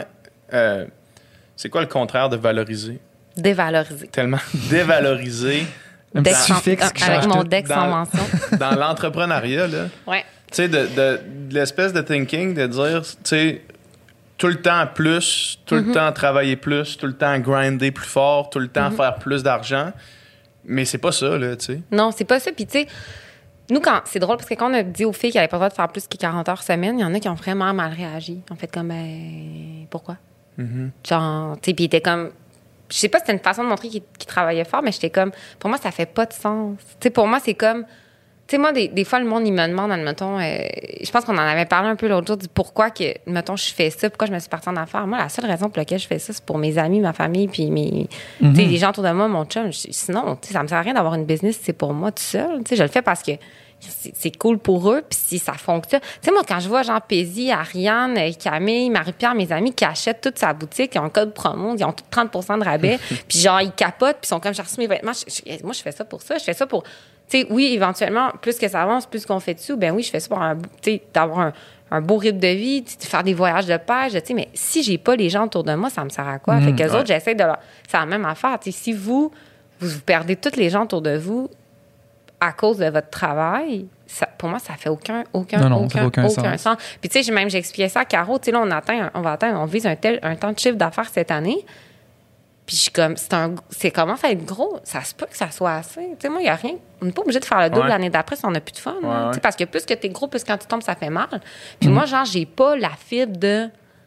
Speaker 2: c'est quoi le contraire de valoriser?
Speaker 4: Dévalorisé.
Speaker 2: Tellement dévalorisé.
Speaker 3: Un petit suffixe qui
Speaker 4: avec
Speaker 3: change
Speaker 4: mon
Speaker 3: tout.
Speaker 4: deck sans mention.
Speaker 2: Dans l'entrepreneuriat, là.
Speaker 4: Ouais.
Speaker 2: Tu sais, de l'espèce de thinking de dire, tu sais, tout le temps plus, tout le temps travailler plus, tout le temps grinder plus fort, tout le temps faire plus d'argent. Mais c'est pas ça, là, tu sais.
Speaker 4: Non, c'est pas ça. Puis, tu sais, nous, c'est drôle parce que quand on a dit aux filles qu'elles n'avaient pas le droit de faire plus que 40 heures semaine, il y en a qui ont vraiment mal réagi. En fait, comme, pourquoi? Genre, tu sais, puis ils étaient comme. Je sais pas si c'était une façon de montrer qu'ils travaillaient fort, mais j'étais comme. Pour moi, ça fait pas de sens. Tu sais, pour moi, c'est comme. Tu sais, moi, des fois, le monde, il me demande, admettons, je pense qu'on en avait parlé un peu l'autre jour, du pourquoi que, admettons, je fais ça, pourquoi je me suis partie en affaires. Moi, la seule raison pour laquelle je fais ça, c'est pour mes amis, ma famille, puis tu sais, les gens autour de moi, mon chum. Sinon, tu sais, ça me sert à rien d'avoir une business, c'est pour moi tout seul. Tu sais, je le fais parce que c'est cool pour eux, puis si ça fonctionne. Tu sais, moi, quand je vois Jean Pézy, Ariane, Camille, Marie-Pierre, mes amis qui achètent toute sa boutique, ils ont un code promo, ils ont tout 30 % de rabais, puis genre, ils capotent, puis ils sont comme, j'ai reçu mes vêtements. Moi, je fais ça pour ça. Je fais ça pour... Tu sais, oui, éventuellement, plus que ça avance, plus qu'on fait dessus, ben oui, je fais ça pour d'avoir un beau rythme de vie, de faire des voyages de pêche, tu sais, mais si j'ai pas les gens autour de moi, ça me sert à quoi? Fait qu'eux autres, j'essaie de leur... C'est la même affaire. Tu sais, si vous perdez tous les gens autour de vous à cause de votre travail, ça, pour moi, ça fait aucun sens. Puis tu sais, j'expliquais ça à Caro, tu sais, là, on vise un temps de chiffre d'affaires cette année. Puis je suis comme, c'est commence à être gros. Ça se peut que ça soit assez. Tu sais, moi, il n'y a rien. On n'est pas obligé de faire le double l'année d'après si on n'a plus de fun. Tu sais, parce que plus que t'es gros, plus quand tu tombes, ça fait mal. Puis moi, genre, j'ai pas la fibre de...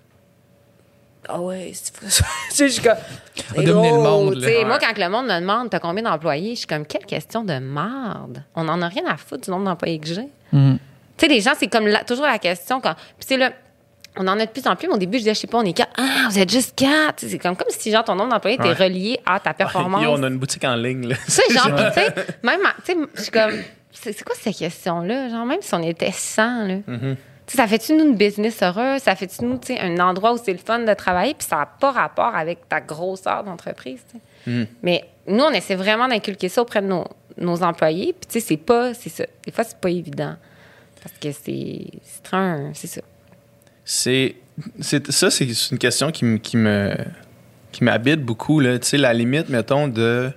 Speaker 4: Ah ouais, je suis comme...
Speaker 3: Dominer le monde.
Speaker 4: Tu sais, moi, quand le monde me demande, t'as combien d'employés, je suis comme, quelle question de merde. On n'en a rien à foutre du nombre d'employés que j'ai. Tu sais, les gens, c'est comme toujours la question quand... Puis c'est là... On en a de plus en plus, mais au début, je disais, je sais pas, on est 4. Ah, vous êtes juste 4. C'est comme si, genre, ton nombre d'employés était relié à ta performance.
Speaker 2: On a une boutique en ligne, là.
Speaker 4: Tu sais, genre, tu sais, même, tu sais, je suis comme, c'est quoi ces questions-là? Genre, même si on était 100, là. Tu sais, ça fait-tu, nous, une business heureuse? Ça fait-tu, nous, tu sais, un endroit où c'est le fun de travailler? Puis ça n'a pas rapport avec ta grosseur d'entreprise, tu sais. Mais nous, on essaie vraiment d'inculquer ça auprès de nos employés. Puis, tu sais, c'est ça. Des fois, c'est pas évident. Parce que c'est ça.
Speaker 2: C'est une question qui m'habite beaucoup, là. Tu sais, la limite, mettons, de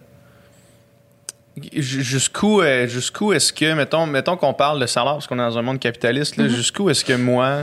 Speaker 2: jusqu'où est-ce que, mettons qu'on parle de salaire, parce qu'on est dans un monde capitaliste, là, jusqu'où est-ce que moi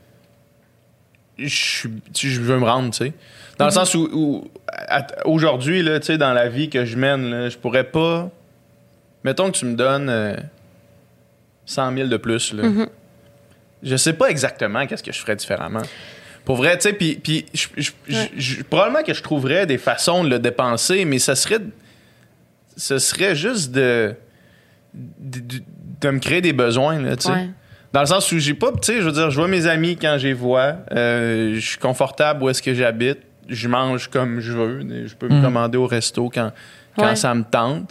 Speaker 2: je veux me rendre, tu sais. Dans le sens où aujourd'hui, là, tu sais, dans la vie que je mène, là, je pourrais pas... Mettons que tu me donnes 100 000 de plus, là. Je sais pas exactement qu'est-ce que je ferais différemment. Pour vrai, tu sais, puis probablement que je trouverais des façons de le dépenser, mais ce serait juste de de me créer des besoins, là, tu sais.
Speaker 4: Ouais.
Speaker 2: Dans le sens où j'ai pas, tu sais, je veux dire, je vois mes amis quand je les vois, je suis confortable où est-ce que j'habite, je mange comme je veux, je peux me commander au resto quand ça me tente.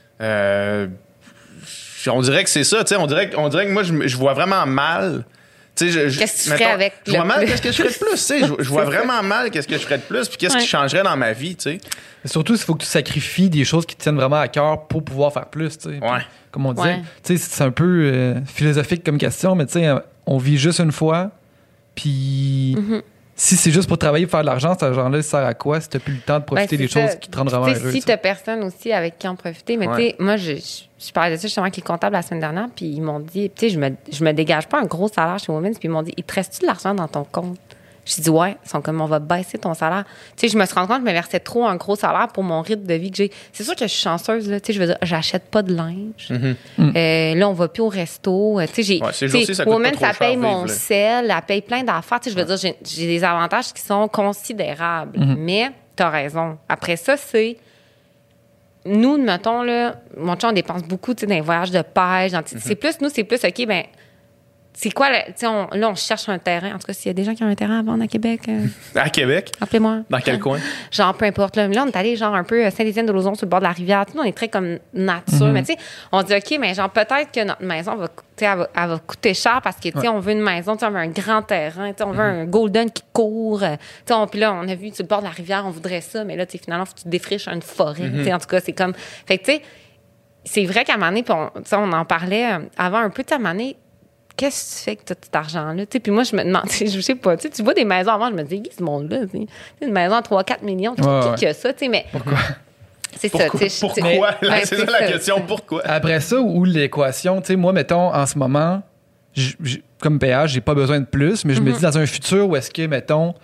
Speaker 2: On dirait que c'est ça, tu sais, on dirait que moi, je vois vraiment mal.
Speaker 4: Qu'est-ce que tu ferais avec
Speaker 2: je vois mal qu'est-ce que je ferais de plus, tu sais. Je vois vraiment mal qu'est-ce que je ferais de plus, puis qu'est-ce qui changerait dans ma vie, tu sais.
Speaker 3: Surtout, il faut que tu sacrifies des choses qui te tiennent vraiment à cœur pour pouvoir faire plus, tu sais.
Speaker 2: Ouais.
Speaker 3: Comme on disait, tu sais, c'est un peu philosophique comme question, mais tu sais, on vit juste une fois, puis si c'est juste pour travailler pour faire de l'argent, cet argent-là, ça sert à quoi si t'as plus le temps de profiter des choses qui te rendent vraiment heureux?
Speaker 4: Si t'as personne aussi avec qui en profiter, mais tu sais, moi, je parlais de ça justement avec les comptables la semaine dernière, puis ils m'ont dit, tu sais, je me dégage pas un gros salaire chez Women's, puis ils m'ont dit, il te reste-tu de l'argent dans ton compte? Je dis, ouais, ils sont comme, on va baisser ton salaire. Tu sais, je me suis rendu compte que je me versais trop un gros salaire pour mon rythme de vie que j'ai. C'est sûr que je suis chanceuse, là. Tu sais, je veux dire, j'achète pas de linge. Là, on va plus au resto. Tu sais, Women, ça paye mon sel, elle paye plein d'affaires. Tu sais, je veux dire, j'ai des avantages qui sont considérables. Mais, t'as raison. Après ça, c'est. Nous, mettons, là, mon chum, on dépense beaucoup, tu sais, dans les voyages de pêche. C'est plus, OK, ben. C'est quoi, on cherche un terrain. En tout cas, s'il y a des gens qui ont un terrain à vendre à Québec.
Speaker 2: À Québec?
Speaker 4: Appelez-moi.
Speaker 2: Dans quel coin?
Speaker 4: Genre, peu importe. Là, on est allé, genre, un peu Saint-Étienne-de-Lauzon sur le bord de la rivière. Nous, on est très comme nature. Mais, tu sais, on dit, OK, mais genre, peut-être que notre maison va, elle va coûter cher parce que, tu sais, on veut une maison, tu sais, on veut un grand terrain, tu sais, on veut un golden qui court. Tu sais, puis là, on a vu sur le bord de la rivière, on voudrait ça. Mais là, tu sais, finalement, il faut que tu défriches une forêt. Tu sais, en tout cas, c'est comme. Fait que, tu sais, c'est vrai qu'à un moment donné, on en parlait avant un peu, tu sais, à un moment donné, qu'est-ce que tu fais avec tout cet argent-là? Puis moi, je me demande, je sais pas, tu vois des maisons avant, je me dis, qui ce monde-là? Une maison à 3-4 millions, qui a ça? Mais
Speaker 3: pourquoi?
Speaker 4: C'est ça.
Speaker 2: Pourquoi? C'est ça la question, pourquoi?
Speaker 3: Après ça, ou l'équation, tu sais, moi, mettons, en ce moment, comme péage, j'ai pas besoin de plus, mais je me dis dans un futur où est-ce que, mettons,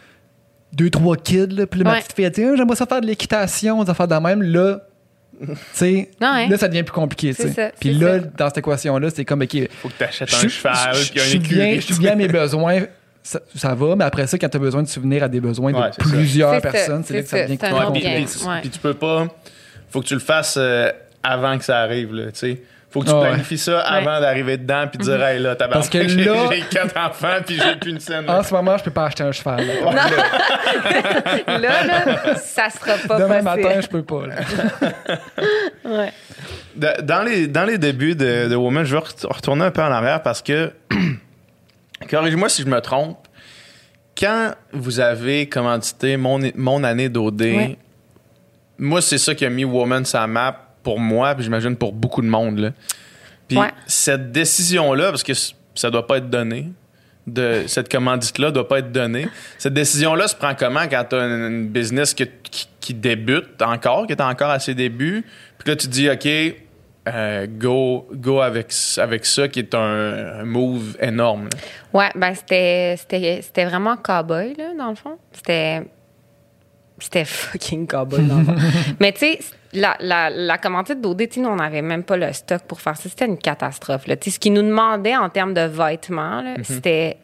Speaker 3: 2-3 kids, là, puis ma petite fille, elle dit, j'aimerais ça faire de l'équitation, des affaires de même, là. T'sais, là, ça devient plus compliqué. Puis là, dans cette équation-là, c'est comme, OK.
Speaker 2: Faut que tu achètes un cheval,
Speaker 3: je suis bien à mes besoins, ça va, mais après ça, quand tu as besoin de souvenir à des besoins de plusieurs personnes, c'est là que ça devient
Speaker 2: compliqué. Puis tu peux pas. Faut que tu le fasses avant que ça arrive, là, tu sais. Faut que tu planifies ça avant d'arriver dedans puis de dire, hey, là,
Speaker 3: parce que là,
Speaker 2: j'ai 4 enfants puis j'ai plus une scène.
Speaker 3: En ce moment, je peux pas acheter un cheval.
Speaker 4: Là, ça sera pas
Speaker 3: Demain
Speaker 4: possible.
Speaker 3: matin, je peux pas.
Speaker 2: Dans les débuts de Women, je vais retourner un peu en arrière parce que, corrige-moi si je me trompe, quand vous avez commandité mon année d'OD, moi, c'est ça qui a mis Women sur la map pour moi, puis j'imagine pour beaucoup de monde. Là. Puis cette décision-là, parce que ça doit pas être donné, cette commandite-là doit pas être donnée. Cette décision-là se prend comment quand tu as une business qui débute encore, qui est encore à ses débuts, puis là, tu te dis, OK, go avec ça, qui est un move énorme. Là.
Speaker 4: Ouais, ben c'était vraiment cowboy, là, dans le fond. C'était fucking cowboy, dans le fond. Mais tu sais, la commandite d'OD, nous, on n'avait même pas le stock pour faire ça. C'était une catastrophe. Là. Ce qu'ils nous demandaient en termes de vêtements, là, c'était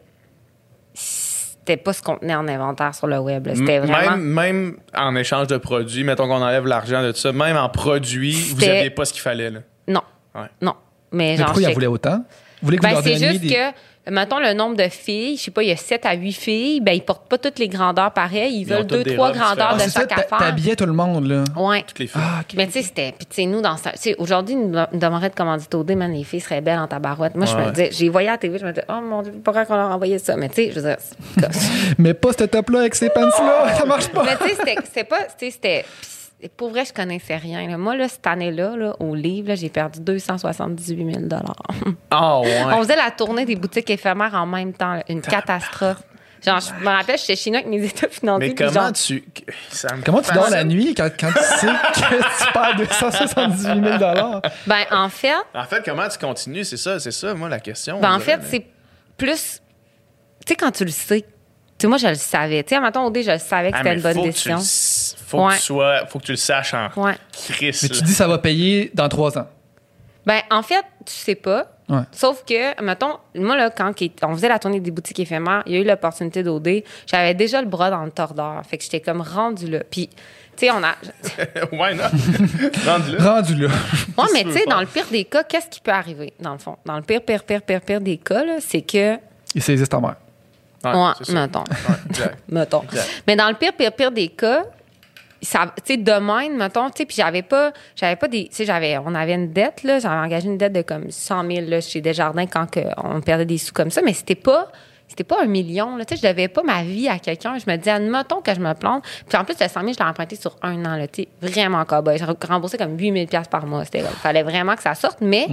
Speaker 4: pas ce qu'on tenait en inventaire sur le web. Là. C'était vraiment...
Speaker 2: Même en échange de produits, mettons qu'on enlève l'argent de tout ça, même en produits, vous n'aviez pas ce qu'il fallait. Là.
Speaker 4: Non.
Speaker 2: Ouais.
Speaker 4: Non. Mais genre,
Speaker 3: pourquoi ils en voulaient autant? Vous voulez que vous leur
Speaker 4: c'est
Speaker 3: donniez
Speaker 4: juste que, mettons, le nombre de filles, je sais pas, il y a 7 à 8 filles, ben ils portent pas toutes les grandeurs pareilles. Ils veulent 2-3 grandeurs de chaque affaire.
Speaker 3: T'habillais tout le monde, là.
Speaker 4: Ouais.
Speaker 2: Toutes les filles.
Speaker 4: Mais tu sais, c'était... Puis tu sais, nous, aujourd'hui, nous demanderaient de commanditer au dé, man, les filles seraient belles en tabarouette. Moi, je me disais, j'ai voyé à la TV, je me disais, oh mon Dieu, pourquoi qu'on leur envoyait ça? Mais tu sais, je veux dire...
Speaker 3: Mais pas ce top-là avec ces pants-là, ça marche pas.
Speaker 4: Mais tu sais, c'était pas... C'était... Pour vrai, je connaissais rien. Là. Moi, là, cette année-là, là, au livre, là, j'ai perdu 278 000
Speaker 2: Oh, ouais.
Speaker 4: On faisait la tournée des boutiques éphémères en même temps. Là. Une catastrophe. Genre, je me rappelle, j'étais chez nous avec mes états financiers.
Speaker 2: Mais comment
Speaker 3: comment tu dors la nuit quand tu sais que tu perds 278 000
Speaker 4: Ben, en fait...
Speaker 2: En fait, comment tu continues? C'est ça, moi, la question.
Speaker 4: Ben, en fait, c'est plus... Tu sais, quand tu le sais... Tu sais, moi, je le savais. Tu sais, mettons, au dé, je le savais que c'était une bonne décision.
Speaker 2: Faut que tu le saches en crise.
Speaker 3: Mais tu dis ça va payer dans 3 ans.
Speaker 4: Ben, en fait, tu sais pas.
Speaker 3: Ouais.
Speaker 4: Sauf que, mettons, moi, là, quand on faisait la tournée des boutiques éphémères, il y a eu l'opportunité d'OD. J'avais déjà le bras dans le tordeur. Fait que j'étais comme rendue là. Puis, tu sais, on a.
Speaker 2: Why not? Rendu là.
Speaker 4: Ouais, mais tu sais, dans le pire des cas, qu'est-ce qui peut arriver, dans le fond? Dans le pire des cas, là, c'est que.
Speaker 3: Il saisisse ta mère.
Speaker 4: Ouais,
Speaker 2: c'est ça.
Speaker 4: mettons.
Speaker 2: Ouais, exact.
Speaker 4: Mettons.
Speaker 2: Exact.
Speaker 4: Mais dans le pire des cas, ça, tu sais, de même, mettons, tu sais, puis j'avais pas des, tu sais, on avait une dette, là, j'avais engagé une dette de comme 100 000, là, chez Desjardins quand on perdait des sous comme ça, mais c'était pas 1 million, là, tu sais, je devais pas ma vie à quelqu'un. Je me disais, admettons que je me plante. Puis en plus, le 100 000, je l'ai emprunté sur un an, là, tu sais, vraiment cowboy. J'ai remboursé comme 8 000 $ par mois. C'était, il fallait vraiment que ça sorte, mais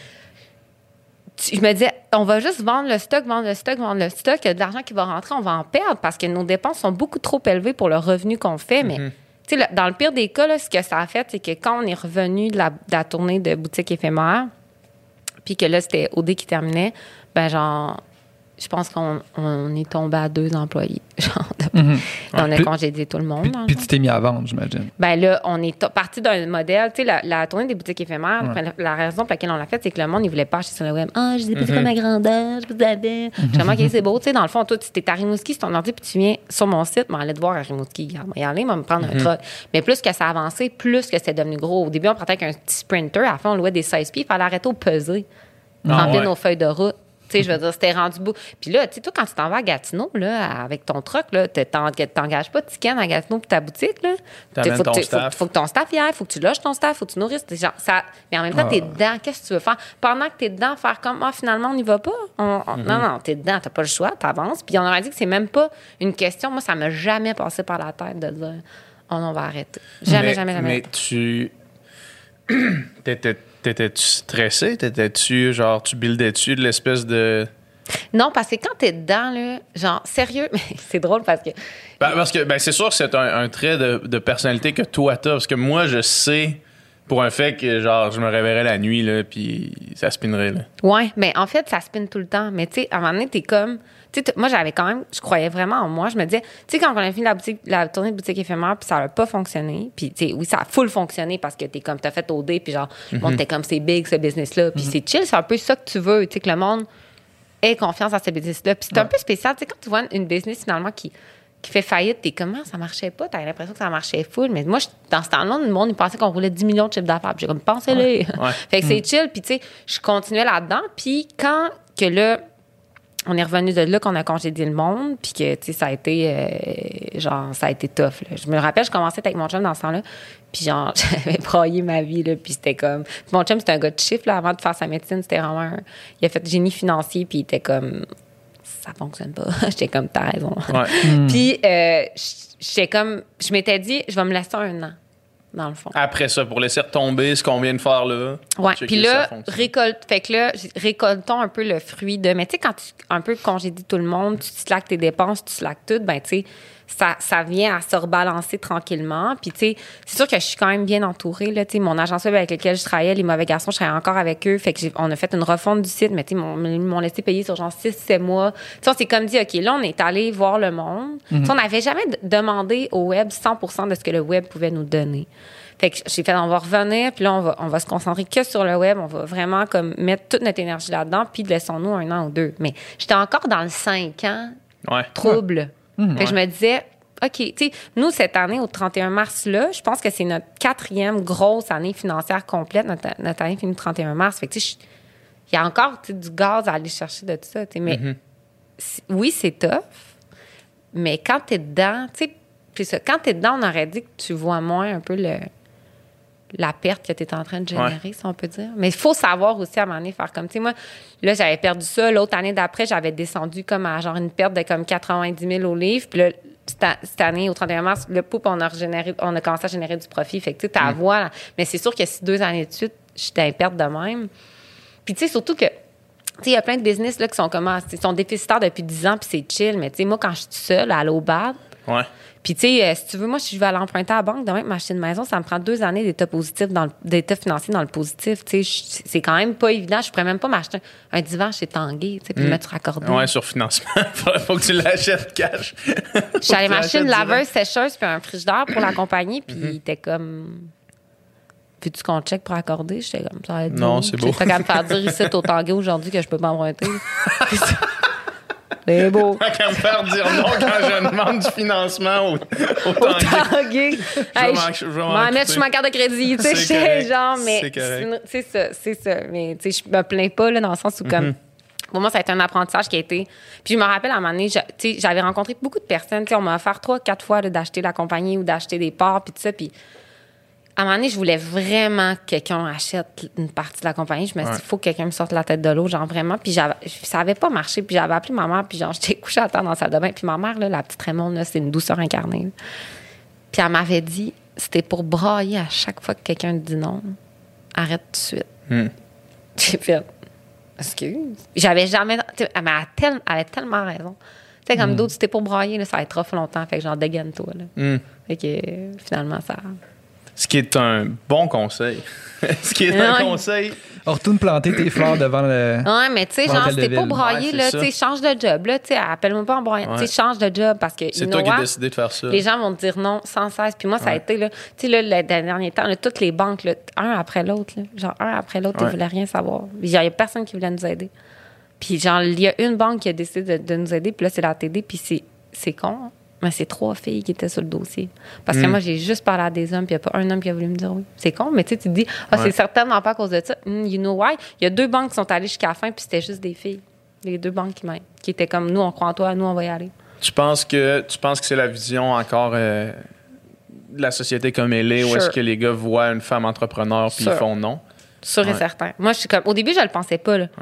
Speaker 4: je me disais, on va juste vendre le stock. Il y a de l'argent qui va rentrer, on va en perdre parce que nos dépenses sont beaucoup trop élevées pour le revenu qu'on fait, mais... Tu sais, dans le pire des cas, là, ce que ça a fait, c'est que quand on est revenu de la tournée de boutique éphémère, puis que là, c'était OD qui terminait, ben genre, je pense qu'on est tombé à 2 employés. Genre, on a congédié tout le monde.
Speaker 3: Puis tu t'es mis à vendre, j'imagine.
Speaker 4: Ben là, on est parti d'un modèle. Tu sais, la tournée des boutiques éphémères, la raison pour laquelle on l'a faite, c'est que le monde, il voulait pas acheter sur le web. Ah, je sais pas c'est quoi ma grandeur, je sais pas si vraiment, OK, c'est beau. Tu sais, dans le fond, toi, tu t'es à Rimouski, c'est ton ordi, puis tu viens sur mon site, mais allez te voir à Rimouski. Regarde, y aller, me prendre un truc. Mais plus que ça avançait, plus que c'est devenu gros. Au début, on partait avec un petit sprinter. À la fin, on louait des 16 pieds. Il fallait arrêter au peser. Remplir nos feuilles de route. Tu sais, je veux dire, c'était rendu beau. Puis là, tu sais, toi, quand tu t'en vas à Gatineau, là, avec ton truck, là, t'engages pas de ticket à Gatineau pour ta boutique, là.
Speaker 2: T'amènes ton staff.
Speaker 4: Faut que ton staff y aille, faut que tu loges ton staff, faut que tu nourrisses. Genre, ça, mais en même temps, t'es dedans. Qu'est-ce que tu veux faire? Pendant que t'es dedans, faire comme, finalement, on n'y va pas. Non, t'es dedans, t'as pas le choix, t'avances. Puis on aurait dit que c'est même pas une question. Moi, ça m'a jamais passé par la tête de dire, on va arrêter. Jamais.
Speaker 2: Mais tu. T'étais-tu stressé? T'étais-tu, genre, tu buildais-tu de l'espèce de...
Speaker 4: Non, parce que quand t'es dedans, là, genre, sérieux, mais c'est drôle parce que...
Speaker 2: Parce que c'est sûr que c'est un trait de personnalité que toi t'as. Parce que moi, je sais pour un fait que, genre, je me réveillerais la nuit, là, puis ça spinerait, là.
Speaker 4: Ouais, mais en fait, ça spinne tout le temps. Mais tu sais, à un moment donné, t'es comme... Tu sais, moi, j'avais quand même... Je croyais vraiment en moi. Je me disais... Tu sais, quand on a fini la tournée de boutique éphémère, puis ça n'a pas fonctionné. Puis, tu sais, oui, ça a full fonctionné parce que t'as fait OD, puis genre, bon, t'es comme, c'est big, ce business-là. Puis c'est chill, c'est un peu ça que tu veux. Tu sais, que le monde ait confiance en ce business-là. Puis c'est un peu spécial. Tu sais, quand tu vois une business, finalement, qui fait faillite, t'es comment ça marchait pas? T'avais l'impression que ça marchait full. Mais moi, dans ce temps-là, le monde, il pensait qu'on roulait 10 millions de chiffres d'affaires. Puis j'ai comme, pensez-les.
Speaker 2: Ouais.
Speaker 4: Fait que c'est chill. Puis tu sais, je continuais là-dedans. Puis quand que là, on est revenu de là qu'on a congédié le monde, puis que, tu sais, ça a été tough, là. Je me rappelle, je commençais avec mon chum dans ce temps-là, puis genre, j'avais broyé ma vie, là, puis c'était comme... Puis mon chum, c'était un gars de chiffres, là, avant de faire sa médecine, c'était vraiment il a fait génie financier, puis il était comme... Ça fonctionne pas. J'étais comme, t'as raison.
Speaker 2: Ouais.
Speaker 4: Puis, j'étais comme... Je m'étais dit, je vais me laisser un an, dans le fond.
Speaker 2: Après ça, pour laisser retomber ce qu'on vient de faire là.
Speaker 4: Ouais, puis là, récoltons un peu le fruit de... Mais tu sais, quand tu un peu congédies tout le monde, tu slackes tes dépenses, tu slackes tout, ben tu sais, ça vient à se rebalancer tranquillement. Puis tu sais, c'est sûr que je suis quand même bien entourée, là. Tu sais, mon agence web avec laquelle je travaillais, les mauvais garçons, je travaillais encore avec eux. Fait que on a fait une refonte du site, mais tu sais, ils m'ont laissé payer sur genre 6-7 mois. Tu sais, on s'est comme dit, OK, là, on est allé voir le monde. Tu sais, on n'avait jamais demandé au web 100% de ce que le web pouvait nous donner. Fait que j'ai fait, on va revenir, puis là, on va se concentrer que sur le web. On va vraiment comme mettre toute notre énergie là-dedans, puis laissons-nous 1 an ou 2. Mais j'étais encore dans le 5 ans trouble. Fait que je me disais, OK, tu sais, nous, cette année, au 31 mars-là, je pense que c'est notre 4e grosse année financière complète. Notre année finit le 31 mars. Fait que, tu sais, il y a encore du gaz à aller chercher de tout ça. Mais oui, c'est tough, mais quand t'es dedans, tu sais, puis ça, quand t'es dedans, on aurait dit que tu vois moins un peu la perte que tu es en train de générer, si on peut dire. Mais il faut savoir aussi, à un moment donné, faire comme... Tu sais, moi, là, j'avais perdu ça. L'autre année d'après, j'avais descendu comme à genre une perte de comme 90 000 au livre. Puis là, cette année, au 31 mars, le poup, on a commencé à générer du profit. Fait que, tu sais, ta voix... Là, mais c'est sûr que si 2 années de suite, j'étais à perte de même. Puis, tu sais, surtout que... Tu sais, il y a plein de business là, qui sont comme... Ils sont déficitaires depuis 10 ans, puis c'est chill. Mais, tu sais, moi, quand je suis seule, à l'eau bad...
Speaker 2: Ouais.
Speaker 4: Puis, tu sais, si tu veux, moi, si je vais aller emprunter à la banque, demain, m'acheter une maison, ça me prend 2 années d'état positif, d'état financier dans le positif. Tu sais, c'est quand même pas évident. Je pourrais même pas m'acheter un divan chez Tanguay, tu sais, puis le mettre sur accordé.
Speaker 2: Ouais, sur financement. Faut que tu l'achètes cash.
Speaker 4: Je suis allée m'acheter une laveuse sécheuse puis un frigidaire pour la compagnie, puis il était comme... veux-tu qu'on check pour accorder? J'étais comme ça.
Speaker 2: Non, c'est beau.
Speaker 4: T'as qu'à me faire dire ici au Tanguay aujourd'hui que je peux pas emprunter. C'est beau.
Speaker 2: T'as qu'à me faire dire non quand je demande du financement au
Speaker 4: Tanguay. Je vais m'en mettre sur ma carte de crédit. Tu sais, j'étais genre, mais c'est ça. Mais tu sais, je me plains pas là, dans le sens où, comme, pour moi, ça a été un apprentissage qui a été. Puis je me rappelle à un moment donné, j'avais rencontré beaucoup de personnes. Tu sais, on m'a offert 3-4 fois là, d'acheter la compagnie ou d'acheter des parts, puis tout ça. Puis à un moment donné, je voulais vraiment que quelqu'un achète une partie de la compagnie. Je me suis dit, il faut que quelqu'un me sorte la tête de l'eau, genre vraiment. Puis ça n'avait pas marché. Puis j'avais appelé ma mère, puis genre, j'étais couchée à terre dans la salle de bain. Puis ma mère, là, la petite Raymonde, là, c'est une douceur incarnée. Là. Puis elle m'avait dit, c'était pour brailler à chaque fois que quelqu'un dit non. Arrête tout de suite. J'ai fait, excuse. J'avais jamais. Elle avait tellement raison. Tu sais, comme d'autres, c'était pour brailler, là, ça va être rough longtemps. Fait que genre, dégaine-toi. Là. Fait que finalement, ça.
Speaker 2: Ce qui est un bon conseil. Ce qui est un conseil.
Speaker 3: Retourne planter tes fleurs devant le.
Speaker 4: Ouais, mais tu sais, genre, c'était pas brailler, là. Tu sais, change de job, là. Tu sais, appelle-moi pas en braillant. Tu sais, change de job parce que.
Speaker 2: C'est toi qui as décidé de faire ça.
Speaker 4: Les gens vont te dire non sans cesse. Puis moi, ça a été, là. Tu sais, là, les derniers temps, là, toutes les banques, là, un après l'autre, là. Genre, un après l'autre, ils voulaient rien savoir. Il y a personne qui voulait nous aider. Puis, genre, il y a une banque qui a décidé de nous aider. Puis là, c'est la TD. Puis c'est con, hein. Mais c'est 3 filles qui étaient sur le dossier. Parce que moi, j'ai juste parlé à des hommes, puis il n'y a pas un homme qui a voulu me dire oui. C'est con, mais tu sais, tu te dis, c'est certainement pas à cause de ça. You know why? Il y a 2 banques qui sont allées jusqu'à la fin, puis c'était juste des filles. Les 2 banques qui étaient comme, nous, on croit en toi, nous, on va y aller.
Speaker 2: Tu penses que c'est la vision encore de la société comme elle est, où est-ce que les gars voient une femme entrepreneur, puis ils font non?
Speaker 4: Sûr et certain. Moi, je suis comme, au début, je le pensais pas, là.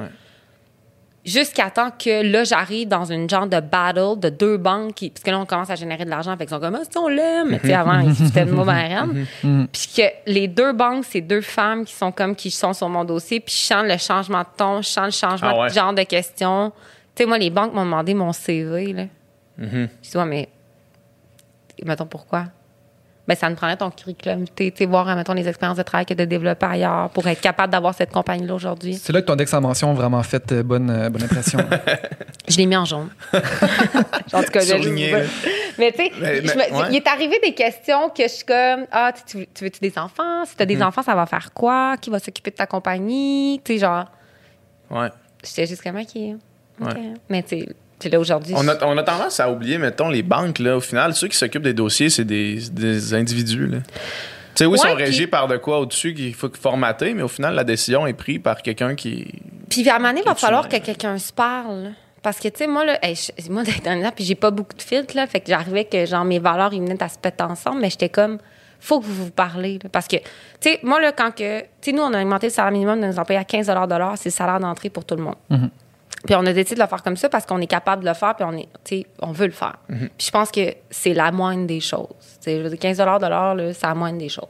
Speaker 4: Jusqu'à temps que là, j'arrive dans une genre de battle de 2 banques parce que là, on commence à générer de l'argent. Fait qu'ils sont comme, si on l'aime. Mais tu sais, avant, ils se foutaient de moi, ben reine. Puis que les 2 banques, c'est 2 femmes qui sont sur mon dossier. Puis je sens le changement de ton, je sens le changement de genre de questions. Tu sais, moi, les banques m'ont demandé mon CV, là. Je dis, mais mettons, pourquoi? Ben, ça nous prendrait ton curriculum, tu sais, voir, mettons, les expériences de travail que tu as développées ailleurs pour être capable d'avoir cette compagnie-là aujourd'hui.
Speaker 3: C'est là que ton index en mention a vraiment fait bonne impression.
Speaker 4: Je l'ai mis en jaune. En tout cas,
Speaker 2: surligné.
Speaker 4: Mais tu sais, il est arrivé des questions que je suis comme, tu veux-tu des enfants? Si tu as des enfants, ça va faire quoi? Qui va s'occuper de ta compagnie? Tu sais, genre.
Speaker 2: Ouais.
Speaker 4: J'étais juste comme, OK. Mais tu sais, là, aujourd'hui.
Speaker 2: On a tendance à oublier, mettons, les banques, là. Au final, ceux qui s'occupent des dossiers, c'est des individus, là. Tu sais, oui, ils sont régis par de quoi au-dessus qu'il faut formater, mais au final, la décision est prise par quelqu'un qui.
Speaker 4: Puis à un moment donné, il va falloir que quelqu'un se parle. Parce que, tu sais, moi, là, moi, dernièrement, puis j'ai pas beaucoup de filtres, là. Fait que j'arrivais que, genre, mes valeurs, ils venaient à se péter ensemble, mais j'étais comme, faut que vous parlez, là. Parce que, tu sais, moi, là, quand que. Tu sais, nous, on a augmenté le salaire minimum de nos employés à 15 $, c'est le salaire d'entrée pour tout le monde. Puis on a décidé de le faire comme ça parce qu'on est capable de le faire, puis on veut le faire. Puis je pense que c'est la moindre des choses. T'sais, je veux dire, 15 $, là, c'est la moindre des choses.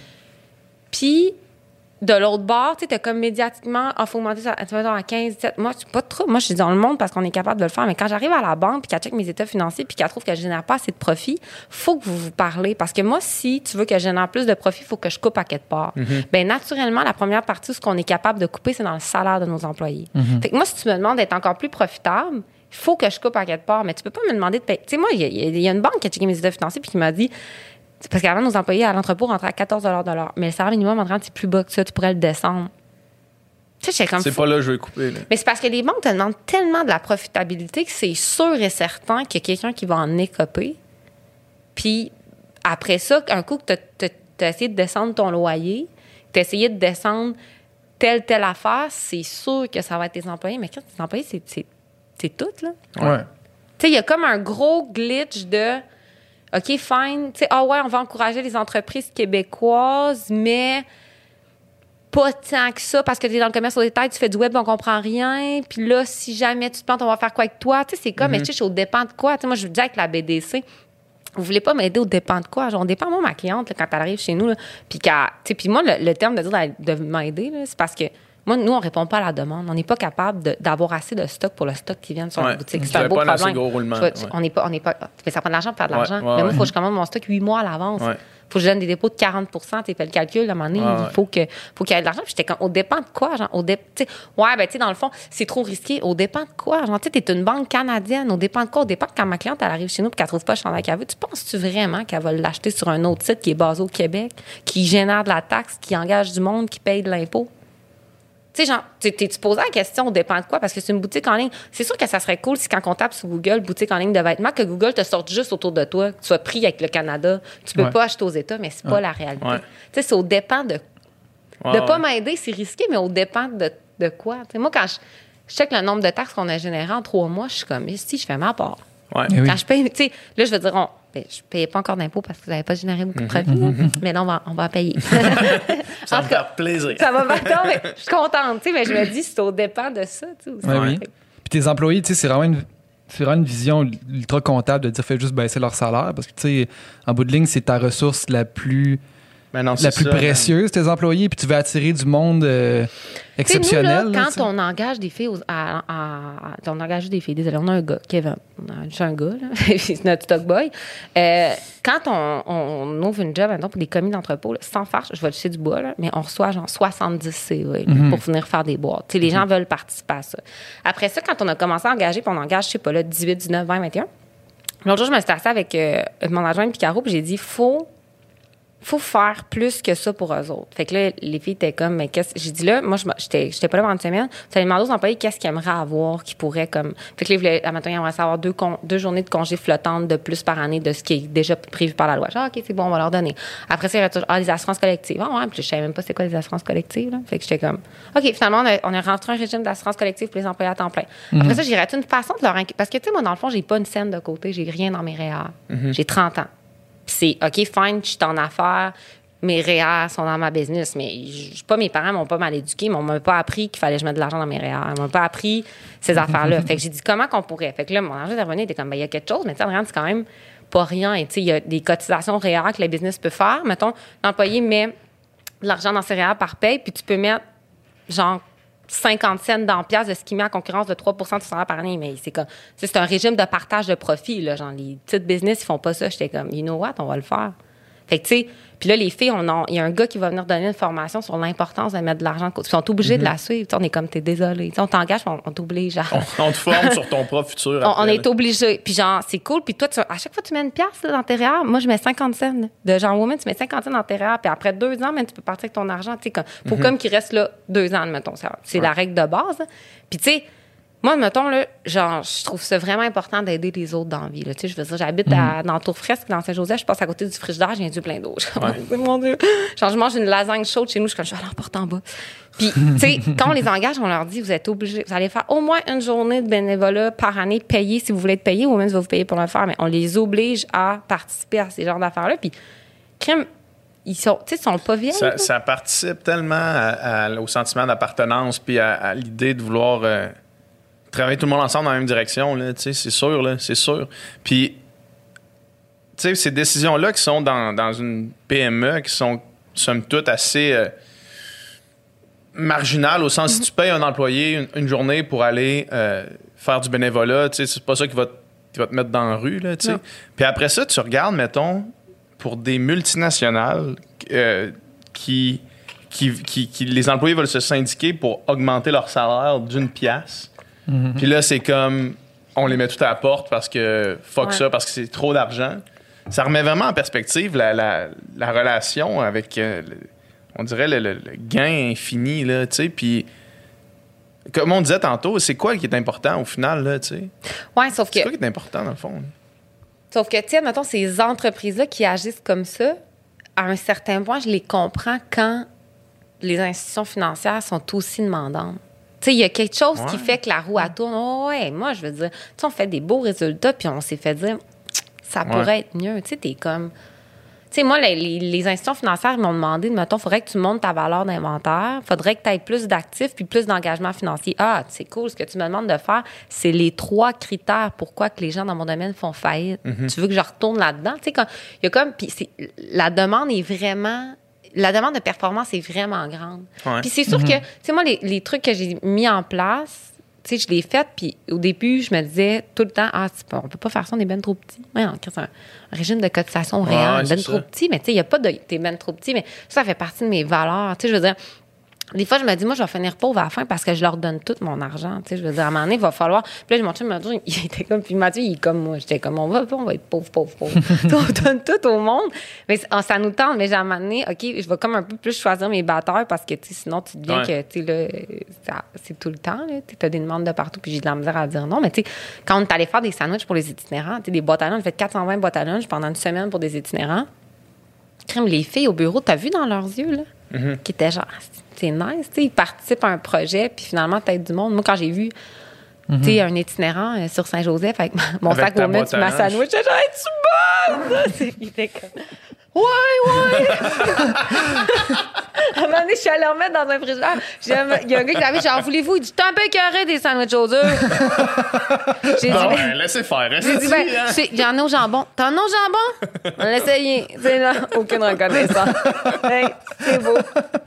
Speaker 4: Puis, de l'autre bord, tu sais, t'as comme médiatiquement, il faut augmenter ça à 15, 17. Moi, je suis pas trop. Moi, je suis dans le monde parce qu'on est capable de le faire. Mais quand j'arrive à la banque puis qu'elle check mes états financiers puis qu'elle trouve que je génère pas assez de profit, faut que vous vous parlez. Parce que moi, si tu veux que je génère plus de profit, il faut que je coupe à quelque part. Bien, naturellement, la première partie, ce qu'on est capable de couper, c'est dans le salaire de nos employés. Fait que moi, si tu me demandes d'être encore plus profitable, il faut que je coupe à quelque part. Mais tu peux pas me demander de payer. Tu sais, moi, il y a une banque qui a checké mes états financiers puis qui m'a dit. Parce qu'avant, nos employés à l'entrepôt rentraient à 14 $ de l'heure. Mais le salaire minimum, en rentre, c'est plus bas que ça. Tu pourrais le descendre. Tu sais, comme
Speaker 2: c'est pas là que je vais couper. Là.
Speaker 4: Mais c'est parce que les banques te demandent tellement de la profitabilité que c'est sûr et certain qu'il y a quelqu'un qui va en écoper. Puis après ça, un coup que tu as essayé de descendre ton loyer, tu as essayé de descendre telle affaire, c'est sûr que ça va être tes employés. Mais quand tes employés, c'est tout, là.
Speaker 3: Ouais.
Speaker 4: Tu sais, il y a comme un gros glitch de... OK, fine. Tu sais, on va encourager les entreprises québécoises, mais pas tant que ça, parce que tu es dans le commerce au détail, tu fais du web, on comprend rien. Puis là, si jamais tu te plantes, on va faire quoi avec toi? Tu sais, c'est comme, mais tu sais, je suis au dépend de quoi? Tu sais, moi, je dis avec la BDC, vous voulez pas m'aider au dépend de quoi? Genre, on dépend, moi, ma cliente, là, quand elle arrive chez nous, là, puis puis moi, le terme de dire de m'aider, là, c'est parce que moi, nous, on répond pas à la demande. On n'est pas capable d'avoir assez de stock pour le stock qui vient sur la boutique. C'est un beau problème.
Speaker 2: Gros roulement.
Speaker 4: On n'est pas. Mais ça prend de l'argent pour faire de l'argent. Mais moi, il faut que je commande mon stock 8 mois à l'avance. que je donne des dépôts de 40 %. Tu fais le calcul, à un moment donné, il faut qu'il y ait de l'argent. Puis j'étais comme, au dépend de quoi? Genre, dans le fond, c'est trop risqué. Au dépend de quoi? Genre, tu sais, t'es une banque canadienne. Au dépend de quoi? Au dépend de quand ma cliente, elle arrive chez nous et qu'elle trouve pas le chandail qu'elle veut. Tu penses-tu vraiment qu'elle va l'acheter sur un autre site qui est basé au Québec, qui génère de la taxe, qui engage du monde, qui paye de l'impôt? Tu sais, genre, tu posais la question, au dépend de quoi? Parce que c'est une boutique en ligne. C'est sûr que ça serait cool si quand on tape sur Google, boutique en ligne de vêtements, que Google te sorte juste autour de toi, que tu sois pris avec le Canada. Tu peux pas acheter aux États, mais c'est pas la réalité. Tu sais, c'est au dépend de pas m'aider, c'est risqué, mais au dépend de quoi? Tu sais, moi, quand je check le nombre de taxes qu'on a générées en 3 mois, je suis comme, si, je fais ma part.
Speaker 2: Ouais.
Speaker 4: Quand je paye, tu sais, là, je veux dire, je payais pas encore d'impôts parce que vous n'avez pas généré beaucoup de profits. Mais là, on va payer.
Speaker 2: Ça me fait plaisir.
Speaker 4: Ça va faire temps, mais je suis contente, tu sais, mais je me dis, c'est au dépend de ça, tu sais.
Speaker 3: Oui. Puis tes employés, tu sais, c'est vraiment une vision ultra comptable de dire, fais juste baisser leur salaire parce que, tu sais, en bout de ligne, c'est ta ressource la plus précieuse, tes employés, puis tu veux attirer du monde exceptionnel.
Speaker 4: Nous, là, quand on engage des filles, on engage des filles, désolé, on a un gars, Kevin, c'est un gars, là, c'est notre stock boy. Quand on ouvre une job, maintenant, pour des commis d'entrepôt, là, sans farce, je vais le du bois, là, mais on reçoit genre 70 CV pour venir faire des boîtes. Tu sais, les gens veulent participer à ça. Après ça, quand on a commencé à engager, puis on engage, je sais pas, là, 18, 19, 20, 21, l'autre jour, je me suis assise avec mon adjointe Picaro, puis j'ai dit, faut faire plus que ça pour eux autres. Fait que là, les filles étaient comme, mais qu'est-ce... J'ai dit là, moi, j'étais pas là pendant une semaine. Vous allez demander aux employés qu'est-ce qu'ils aimeraient avoir, qui pourrait comme... Fait que là, à matin, ils aimeraient savoir 2 journées de congés flottantes de plus par année de ce qui est déjà prévu par la loi. Genre, OK, c'est bon, on va leur donner. Après ça, il y aurait les assurances collectives. Ah ouais, puis je savais même pas c'est quoi les assurances collectives, là. Fait que j'étais comme, OK, finalement, on a rentré un régime d'assurance collective pour les employés à temps plein. Après ça, j'irais une façon de leur... Parce que, tu sais, moi, dans le fond, j'ai pas une scène de côté, j'ai rien dans mes REER. J'ai 30 ans. Puis c'est, OK, fine, je suis en affaires. Mes REER sont dans ma business, mais mes parents m'ont pas mal éduqué, mais on m'a pas appris qu'il fallait que je mette de l'argent dans mes REER. Ils m'ont pas appris ces affaires-là. Fait que j'ai dit, comment qu'on pourrait? Fait que là, mon argent est revenu, il était comme, il y a quelque chose, mais tu sais, c'est quand même pas rien. Et tu sais, il y a des cotisations REER que le business peut faire. Mettons, l'employé met de l'argent dans ses REER par paye, puis tu peux mettre, genre, 50 cents dans le piastre de ce qui met en concurrence de 3 % de salaire par année. Mais c'est un régime de partage de profit, là. Genre, les petites business, ils font pas ça. J'étais comme, you know what, on va le faire. Fait que, tu sais, puis là, les filles, il y a un gars qui va venir donner une formation sur l'importance de mettre de l'argent de côté. Ils sont obligés de la suivre. T'sais, on est comme, t'es désolé. T'sais, on t'engage, on t'oblige.
Speaker 2: On te forme sur ton prof futur.
Speaker 4: On est obligé. Puis genre, c'est cool. Puis toi, à chaque fois que tu mets une pièce là, dans tes REER, moi, je mets 50 cents. De genre, woman, tu mets 50 cents dans tes REER. Puis après 2 ans, tu peux partir avec ton argent. Tu sais, faut comme qu'il reste là 2 ans, mettons. C'est la règle de base. Hein. Puis tu sais, moi, mettons, là, genre, je trouve ça vraiment important d'aider les autres dans la vie. Là. Tu sais, je veux dire, j'habite dans Tourfresque, dans Saint-Joseph, je passe à côté du frigidaire, j'ai un Dieu plein d'eau. Mon Dieu. Genre, je mange une lasagne chaude chez nous, je suis comme, je vais l'emporter en bas. Puis, tu sais, quand on les engage, on leur dit, vous êtes obligés, vous allez faire au moins une journée de bénévolat par année payée si vous voulez être payé, ou même si vous payez pour le faire, mais on les oblige à participer à ces genres d'affaires-là. Puis, crème, ils sont pas vieilles.
Speaker 2: Ça participe tellement au sentiment d'appartenance, puis à l'idée de vouloir travailler tout le monde ensemble dans la même direction, là, c'est sûr, là, c'est sûr. Puis, tu sais, ces décisions-là qui sont dans une PME, qui sont, somme toute, assez marginales, au sens, si tu payes un employé une journée pour aller faire du bénévolat, tu sais, c'est pas ça qui va te mettre dans la rue, là, tu sais. Puis après ça, tu regardes, mettons, pour des multinationales qui les employés veulent se syndiquer pour augmenter leur salaire d'une pièce. Puis là, c'est comme, on les met tout à la porte parce que fuck ça, parce que c'est trop d'argent. Ça remet vraiment en perspective la relation avec, on dirait, le gain infini, là, tu sais. Puis, comme on disait tantôt, c'est quoi qui est important au final, là, tu sais?
Speaker 4: Ouais, sauf que...
Speaker 2: C'est quoi qui est important, dans le fond? Là?
Speaker 4: Sauf que, tu sais, mettons, ces entreprises-là qui agissent comme ça, à un certain point, je les comprends quand les institutions financières sont aussi demandantes. Tu sais, il y a quelque chose qui fait que la roue, elle tourne. Oh, ouais, moi, je veux dire, tu sais, on fait des beaux résultats, puis on s'est fait dire, ça pourrait être mieux. Tu sais, t'es comme... Tu sais, moi, les institutions financières m'ont demandé, mettons, il faudrait que tu montes ta valeur d'inventaire, il faudrait que tu aies plus d'actifs puis plus d'engagement financier. Ah, c'est cool, ce que tu me demandes de faire, c'est les 3 critères pourquoi que les gens dans mon domaine font faillite. Tu veux que je retourne là-dedans? Tu sais, il y a comme... Puis la demande est vraiment... La demande de performance est vraiment grande. Ouais. Puis c'est sûr que, tu sais, moi, les trucs que j'ai mis en place, tu tu sais, je l'ai faite, puis au début, je me disais tout le temps, on peut pas faire ça, on est ben trop petit. Ouais, c'est un régime de cotisation réel, ben trop petit, mais tu sais, il y a pas de, t'es ben trop petit, mais ça fait partie de mes valeurs. Tu sais, je veux dire, des fois, je me dis, moi, je vais finir pauvre à la fin parce que je leur donne tout mon argent. Tu sais, je veux dire, à un moment donné, il va falloir. Puis là, mon chum m'a dit, il était comme, puis Mathieu, il est comme moi. J'étais comme, on va être pauvre. On donne tout au monde. Mais ça nous tente. Mais j'ai à un moment donné, OK, je vais comme un peu plus choisir mes batteurs parce que, tu sais, sinon, tu deviens que, tu sais, là, c'est tout le temps, là. Tu as des demandes de partout, puis j'ai de la misère à dire non. Mais, tu sais, quand on est allé faire des sandwichs pour les itinérants, tu sais, des boîtes à lunch, on fait 420 boîtes à lunch pendant une semaine pour des itinérants. Crème, les filles au bureau, t'as vu dans leurs yeux, là, qui étaient genre, c'est nice, tu sais, ils participent à un projet, puis finalement, tête du monde. Moi, quand j'ai vu, tu sais, un itinérant sur Saint-Joseph avec mon sac au mètre, ma sandwich, j'étais genre, es-tu bonne? Il était comme, ouais. À un moment donné, je suis allée en mettre dans un frigidaire. Il y a un gars qui avait genre, voulez-vous? Il dit, t'es un peu écœuré des sandwichs aux œufs. J'ai dit,
Speaker 2: laissez faire.
Speaker 4: J'ai dit, j'en ai au jambon. T'en as au jambon? On l'a essayé. C'est là, aucune reconnaissance. Hey, c'est beau.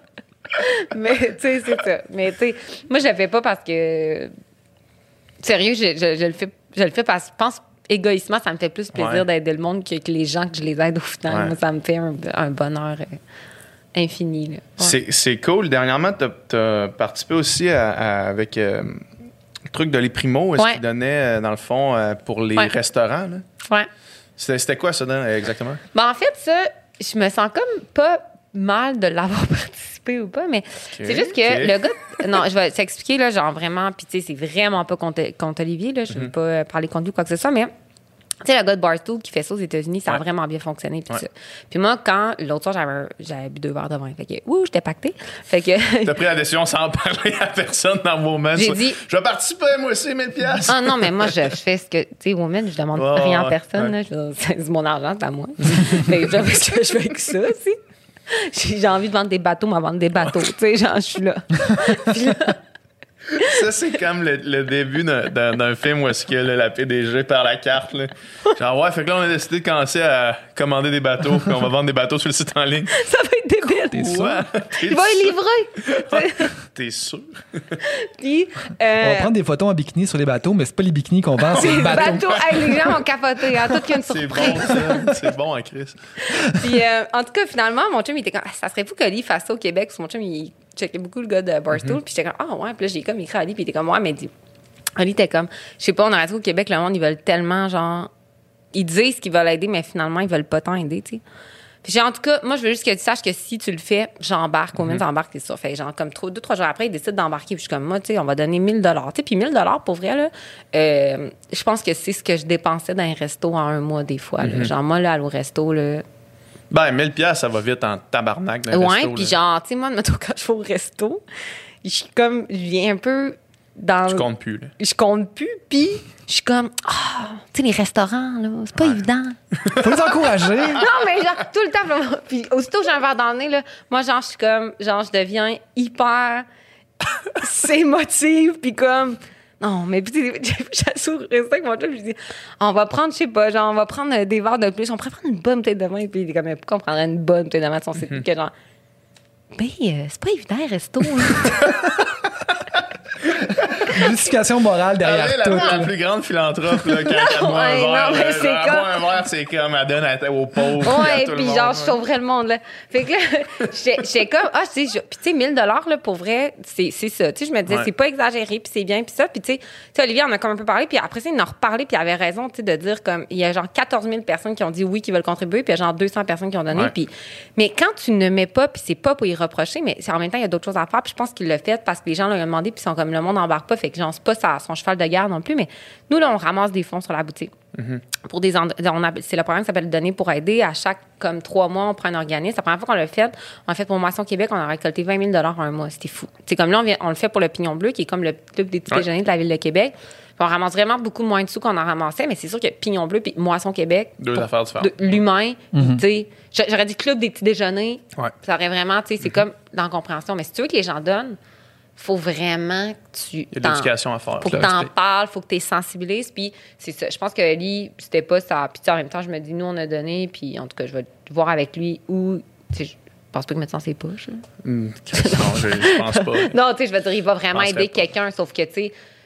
Speaker 4: Mais, tu sais, c'est ça. Mais, tu sais, moi, je le fais pas parce que. Sérieux, je le fais parce que je pense égoïstement, ça me fait plus plaisir d'aider le monde que les gens que je les aide au final. Ouais. Moi, ça me fait un bonheur infini. Là. Ouais.
Speaker 2: C'est cool. Dernièrement, tu as participé aussi avec le truc de Les Primos, ce qu'ils donnaient, dans le fond, pour les restaurants. Là.
Speaker 4: Ouais.
Speaker 2: C'était quoi, ça, exactement?
Speaker 4: Ben, en fait, ça, je me sens comme pas mal de l'avoir participé ou pas, mais c'est juste que le gars... Non, je vais t'expliquer, là, genre vraiment... Puis, tu sais, c'est vraiment pas contre Olivier, là. Je veux pas parler contre lui ou quoi que ce soit, mais... Tu sais, le gars de Barstool qui fait ça aux États-Unis, ça a vraiment bien fonctionné. Puis ça. Puis moi, quand l'autre soir, j'avais bu 2 verres de vin. Fait que, j'étais pactée. Fait que.
Speaker 2: T'as pris la décision sans en parler à personne dans Woman.
Speaker 4: J'ai dit.
Speaker 2: Je vais participer, moi aussi, 1000$.
Speaker 4: Ah non, mais moi, je fais ce que. Tu sais, Woman, je demande rien à personne. Là. C'est mon argent, c'est à moi. Fait que je fais ce que je fais avec ça, aussi. J'ai envie de vendre des bateaux, moi, vendre des bateaux. Tu sais, genre, je suis là. Puis là.
Speaker 2: Ça, c'est comme le début d'un film où est-ce que la PDG perd la carte. Là. Genre, fait que là, on a décidé de commencer à commander des bateaux. Puis on va vendre des bateaux sur le site en ligne.
Speaker 4: Ça va être débile.
Speaker 2: T'es sûr?
Speaker 4: Il va y livrer.
Speaker 2: T'es sûr?
Speaker 4: Puis,
Speaker 3: on va prendre des photos en bikini sur les bateaux, mais c'est pas les bikinis qu'on vend, c'est les bateaux.
Speaker 4: Hey, les gens ont capoté. Hein, tout qu'il y a une surprise.
Speaker 2: C'est bon, ça. C'est bon, hein, Chris.
Speaker 4: Puis, en tout cas, finalement, mon chum, il était comme, ça serait fou qu'Oli fasse ça au Québec. Parce que mon chum, il checkait beaucoup le gars de Barstool. Puis j'étais comme, ouais. Puis là, j'ai comme écrit à Ali. Puis il était comme, ouais, mais Ali était comme, je sais pas, on aurait dit au Québec, le monde, ils veulent tellement, genre, ils disent qu'ils veulent aider, mais finalement, ils veulent pas tant aider, tu sais. Puis en tout cas, moi, je veux juste que tu saches que si tu le fais, j'embarque. Au moins, j'embarque, c'est ça. Fait genre, comme 2-3 jours après, ils décident d'embarquer. Puis je suis comme, moi, tu sais, on va donner 1000$. Tu sais, puis 1000$, pour vrai, là, je pense que c'est ce que je dépensais dans un resto en un mois, des fois. Là. Genre, moi, là, aller au resto, là.
Speaker 2: Ben, 1000$, ça va vite en tabarnak dans le resto.
Speaker 4: Ouais, puis genre, tu sais, moi, quand je vais au resto, je viens un peu dans...
Speaker 2: Tu comptes plus, là.
Speaker 4: Je compte plus, puis je suis comme, tu sais, les restaurants, là, c'est pas évident.
Speaker 3: Faut les encourager.
Speaker 4: Non, mais genre, tout le temps, puis aussitôt que j'ai un verre dans le nez, là, moi, genre, je suis comme, genre, je deviens hyper émotive, puis comme... Non, mais puis j'assume au resto avec mon chum, je dis, on va prendre, je sais pas, genre, on va prendre des verres de plus, on pourrait prendre une bonne bouteille de vin, puis il est comme, mais pourquoi on prendrait une bonne bouteille de vin, on sait plus que genre, mais c'est pas évident, un resto,
Speaker 3: Justification morale derrière tout.
Speaker 2: La plus grande philanthrope, là, quand elle boit un verre, c'est comme, elle donne aux pauvres.
Speaker 4: Ouais, puis genre, je sauverais le monde, là. Fait que là, j'étais comme, tu sais, puis tu sais, 1000$, là, pour vrai, c'est ça. Tu sais, je me disais, c'est pas exagéré, puis c'est bien, puis ça. Puis tu sais, Olivier en a comme un peu parlé, puis après ça, il en a reparlé, puis il avait raison, tu sais, de dire comme, il y a genre 14 000 personnes qui ont dit oui, qui veulent contribuer, puis il y a genre 200 personnes qui ont donné. Puis, mais quand tu ne mets pas, puis c'est pas pour y reprocher, mais en même temps, il y a d'autres choses à faire, puis je pense qu'il l'a fait parce que les gens l'ont demandé, puis sont comme, le monde n'embarque pas, fait que genre, c'est pas son cheval de guerre non plus, mais nous, là, on ramasse des fonds sur la boutique. Pour des c'est le programme qui s'appelle Donner pour aider. À chaque comme 3 mois, on prend un organisme. La première fois qu'on l'a fait, on a fait pour Moisson Québec, on a récolté 20 000$ en un mois. C'était fou. C'est comme là, on le fait pour le Pignon Bleu, qui est comme le club des petits déjeuners de la ville de Québec. Puis on ramasse vraiment beaucoup moins de sous qu'on en ramassait, mais c'est sûr que Pignon Bleu puis Moisson Québec,
Speaker 2: deux affaires différentes.
Speaker 4: L'humain, tu sais, j'aurais dit club des petits déjeuners. Ça aurait vraiment, tu sais, c'est comme dans la compréhension. Mais si tu veux que les gens donnent, faut vraiment que tu...
Speaker 2: Il y a de l'éducation à faire.
Speaker 4: Faut que t'en parles, faut que tu sensibilises. Puis c'est ça. Je pense que lui, c'était pas ça. Puis en même temps, je me dis, nous, on a donné. Puis en tout cas, je vais voir avec lui où... Je pense pas qu'il mette ça dans ses poches.
Speaker 2: Non, je pense pas.
Speaker 4: Non, tu sais, je veux dire, il va vraiment aider quelqu'un. Sauf que, tu sais,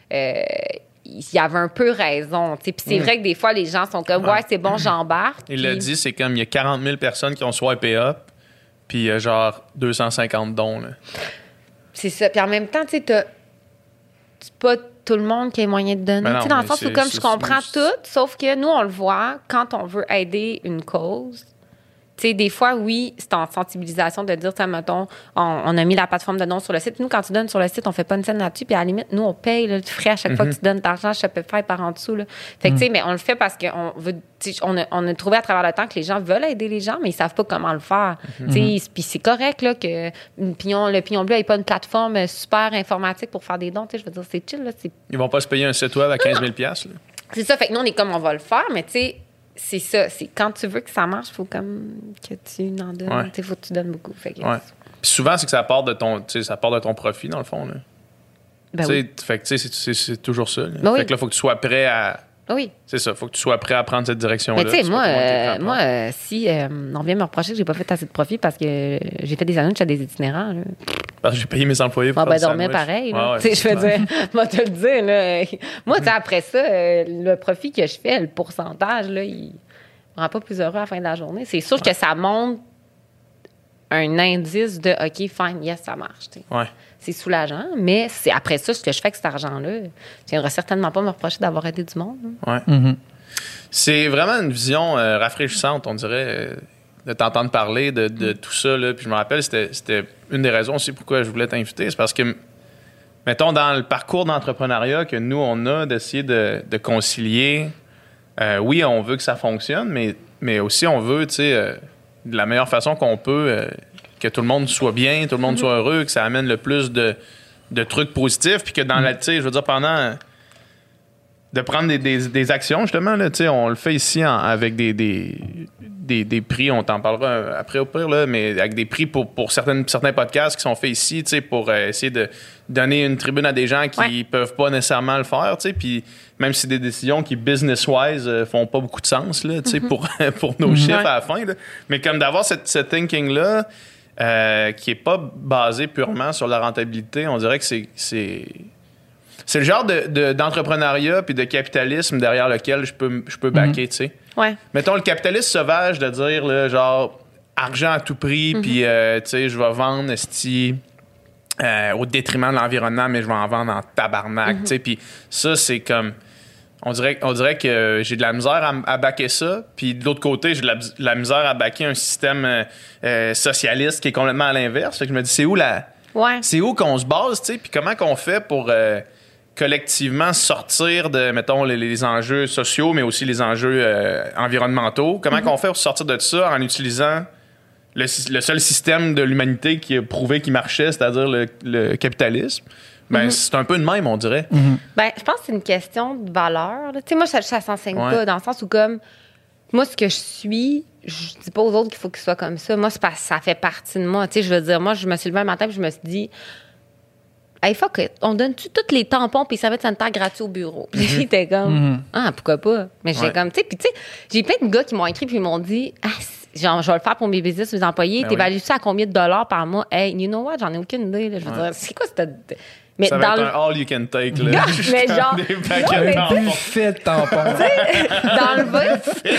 Speaker 4: il y avait un peu raison. Puis c'est vrai que des fois, les gens sont comme, ouais, c'est bon, j'embarque.
Speaker 2: Il l'a dit, c'est comme il y a 40 000 personnes qui ont swipé up, puis il y a genre 250 dons. Là.
Speaker 4: C'est ça. Puis en même temps, tu sais, c'est pas tout le monde qui a moyen de donner.
Speaker 2: Non,
Speaker 4: dans le sens où, comme je comprends tout, sauf que nous, on le voit, quand on veut aider une cause, tu sais, des fois, oui, c'est en sensibilisation de dire, mettons, on a mis la plateforme de dons sur le site. Nous, quand tu donnes sur le site, on fait pas une scène là-dessus. Puis à la limite, nous, on paye le frais à chaque fois que tu donnes d'argent, je peux faire par en dessous. Là. Fait que, tu sais, mais on le fait parce qu'on veut. On a trouvé à travers le temps que les gens veulent aider les gens, mais ils savent pas comment le faire. Tu sais, puis c'est correct là, que le Pignon Bleu n'ait pas une plateforme super informatique pour faire des dons. Tu sais, je veux dire, c'est chill. Là,
Speaker 2: Ils vont pas se payer un site web à 15 000 $.
Speaker 4: C'est ça. Fait que nous, on est comme, on va le faire, mais tu sais, c'est ça. C'est quand tu veux que ça marche, il faut comme que tu en donnes.
Speaker 2: Ouais.
Speaker 4: Il faut que tu donnes beaucoup. Fait que,
Speaker 2: Ouais. Puis souvent, c'est que ça part de ton profit, dans le fond. Là.
Speaker 4: Ben oui.
Speaker 2: Fait que c'est toujours ça. Là.
Speaker 4: Ben oui.
Speaker 2: Fait que là, il faut que tu sois prêt à...
Speaker 4: Oui.
Speaker 2: C'est ça, il faut que tu sois prêt à prendre cette direction-là.
Speaker 4: Mais tu sais, moi, si on vient me reprocher que j'ai pas fait assez de profit parce que j'ai fait des sandwichs à des itinérants, là.
Speaker 2: Parce que j'ai payé mes employés pour
Speaker 4: On va
Speaker 2: faire
Speaker 4: dormir
Speaker 2: sandwich.
Speaker 4: pareil. Là.
Speaker 2: Ouais,
Speaker 4: Tu sais, je veux dire, moi, te le dire, là. Moi, tu sais, après ça, le profit que je fais, le pourcentage, là, il me rend pas plus heureux à la fin de la journée. C'est sûr que ça montre un indice de OK, fine, yes, ça marche. Tu sais.
Speaker 2: Ouais.
Speaker 4: C'est soulageant, mais c'est après ça, ce que je fais avec cet argent-là. Tu viendras certainement pas me reprocher d'avoir aidé du monde. Hein.
Speaker 2: Ouais. C'est vraiment une vision rafraîchissante, on dirait, de t'entendre parler de tout ça. Là. Puis je me rappelle, c'était une des raisons aussi pourquoi je voulais t'inviter. C'est parce que, mettons, dans le parcours d'entrepreneuriat que nous, on a, d'essayer de concilier, oui, on veut que ça fonctionne, mais aussi on veut, tu sais, de la meilleure façon qu'on peut, que tout le monde soit bien, tout le monde soit heureux, que ça amène le plus de trucs positifs, puis que dans la, tu sais, je veux dire, pendant... de prendre des actions, justement, là, tu sais, on le fait ici avec des prix, on t'en parlera après au pire, là, mais avec des prix pour certains podcasts qui sont faits ici, tu sais, pour essayer de donner une tribune à des gens qui peuvent pas nécessairement le faire, tu sais, puis même si c'est des décisions qui, business-wise, font pas beaucoup de sens, là, tu sais, pour nos chiffres à la fin, là. Mais comme d'avoir ce thinking-là, qui est pas basé purement sur la rentabilité, on dirait que c'est le genre d'entrepreneuriat puis de capitalisme derrière lequel je peux backer, tu sais.
Speaker 4: Ouais.
Speaker 2: Mettons le capitalisme sauvage de dire, là, genre, argent à tout prix, puis, tu sais, je vais vendre, au détriment de l'environnement, mais je vais en vendre en tabarnak, tu sais. Puis ça, c'est comme... On dirait que j'ai de la misère à backer ça, puis de l'autre côté, j'ai de la misère à backer un système socialiste qui est complètement à l'inverse. Fait que je me dis, c'est où qu'on se base, tu sais, puis comment qu'on fait pour... collectivement sortir de, mettons, les enjeux sociaux, mais aussi les enjeux environnementaux. Comment qu'on fait pour sortir de ça en utilisant le seul système de l'humanité qui a prouvé qu'il marchait, c'est-à-dire le capitalisme? Ben, c'est un peu de même, on dirait.
Speaker 4: Ben, je pense que c'est une question de valeur. Tu sais, moi, ça s'enseigne pas, dans le sens où, comme, moi, ce que je suis, je dis pas aux autres qu'il faut qu'ils soient comme ça. Moi, c'est parce que ça fait partie de moi. Tu sais, je veux dire, moi, je me suis levée un matin et je me suis dit... Hey, fuck it, on donne-tu tous les tampons puis ça va être sanitaire gratuit au bureau? Puis j'étais comme, pourquoi pas? Mais j'étais comme, tu sais, puis tu sais, j'ai plein de gars qui m'ont écrit puis ils m'ont dit, genre, je vais le faire pour mes business, mes employés, t'évalues ça à combien de dollars par mois? Hey, you know what? J'en ai aucune idée, là. Je veux dire, c'est quoi cette. Mais
Speaker 2: ça va être un all you can take, là.
Speaker 4: Mais genre,
Speaker 2: des paquets de tampons.
Speaker 3: Buffet de tampons.
Speaker 4: dans le bas, tu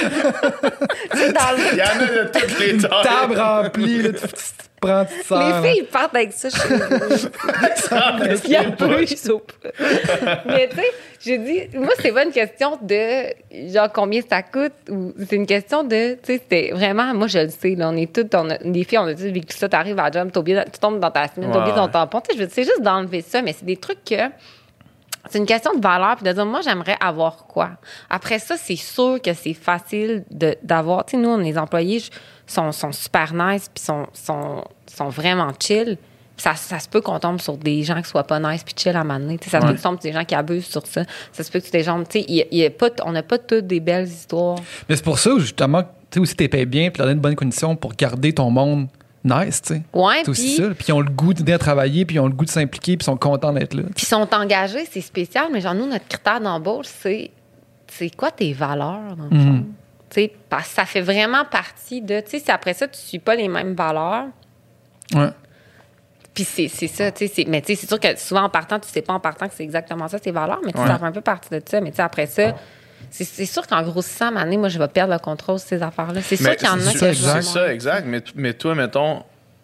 Speaker 4: sais, dans le
Speaker 2: Il y en a de toutes les tailles.
Speaker 3: Table remplie, là, tu prends, tu sors.
Speaker 4: Les filles, ils partent avec ça chez eux. Il y a plus ou pas. Mais tu sais, j'ai dit, moi, c'est pas une question de, genre, combien ça coûte, ou c'est une question de, tu sais, c'était vraiment, moi, je le sais, là, on est toutes, les filles, on a dit, vécu ça, t'arrives à la job, tu tombes dans ta semaine, t'oublies ton tampon. Tu sais, c'est juste d'enlever ça, mais c'est des trucs que, c'est une question de valeur, puis de dire, moi, j'aimerais avoir quoi? Après ça, c'est sûr que c'est facile d'avoir, tu sais, nous, les employés sont super nice, puis sont vraiment chill. Ça se peut qu'on tombe sur des gens qui soient pas nice puis chill à un moment donné. Ça se peut que tombe sur des gens qui abusent sur ça. Ça se peut que tu des gens... Tu sais, on n'a pas toutes des belles histoires.
Speaker 3: Mais c'est pour ça, justement, tu sais, aussi, t'es payé bien puis leur donner de bonnes conditions pour garder ton monde nice, tu sais.
Speaker 4: Ouais,
Speaker 3: c'est aussi ça. Puis ils ont le goût de travailler, puis ils ont le goût de s'impliquer, puis ils sont contents d'être là.
Speaker 4: Puis ils sont engagés, c'est spécial, mais genre, nous, notre critère d'embauche, c'est quoi tes valeurs, dans le fond? Tu sais, parce que ça fait vraiment partie de... Tu sais, si après ça, tu suis pas les mêmes valeurs...
Speaker 3: Ouais.
Speaker 4: Puis c'est ça, tu sais. Mais tu sais, c'est sûr que souvent en partant, tu sais pas en partant que c'est exactement ça, tes valeurs, mais tu sais, ça fait un peu partie de ça. Mais tu sais, après ça, c'est sûr qu'en grossissant, à un moment donné, moi, je vais perdre le contrôle de ces affaires-là. C'est sûr qu'il y en a que
Speaker 2: c'est ça, exact. Mais toi, mettons,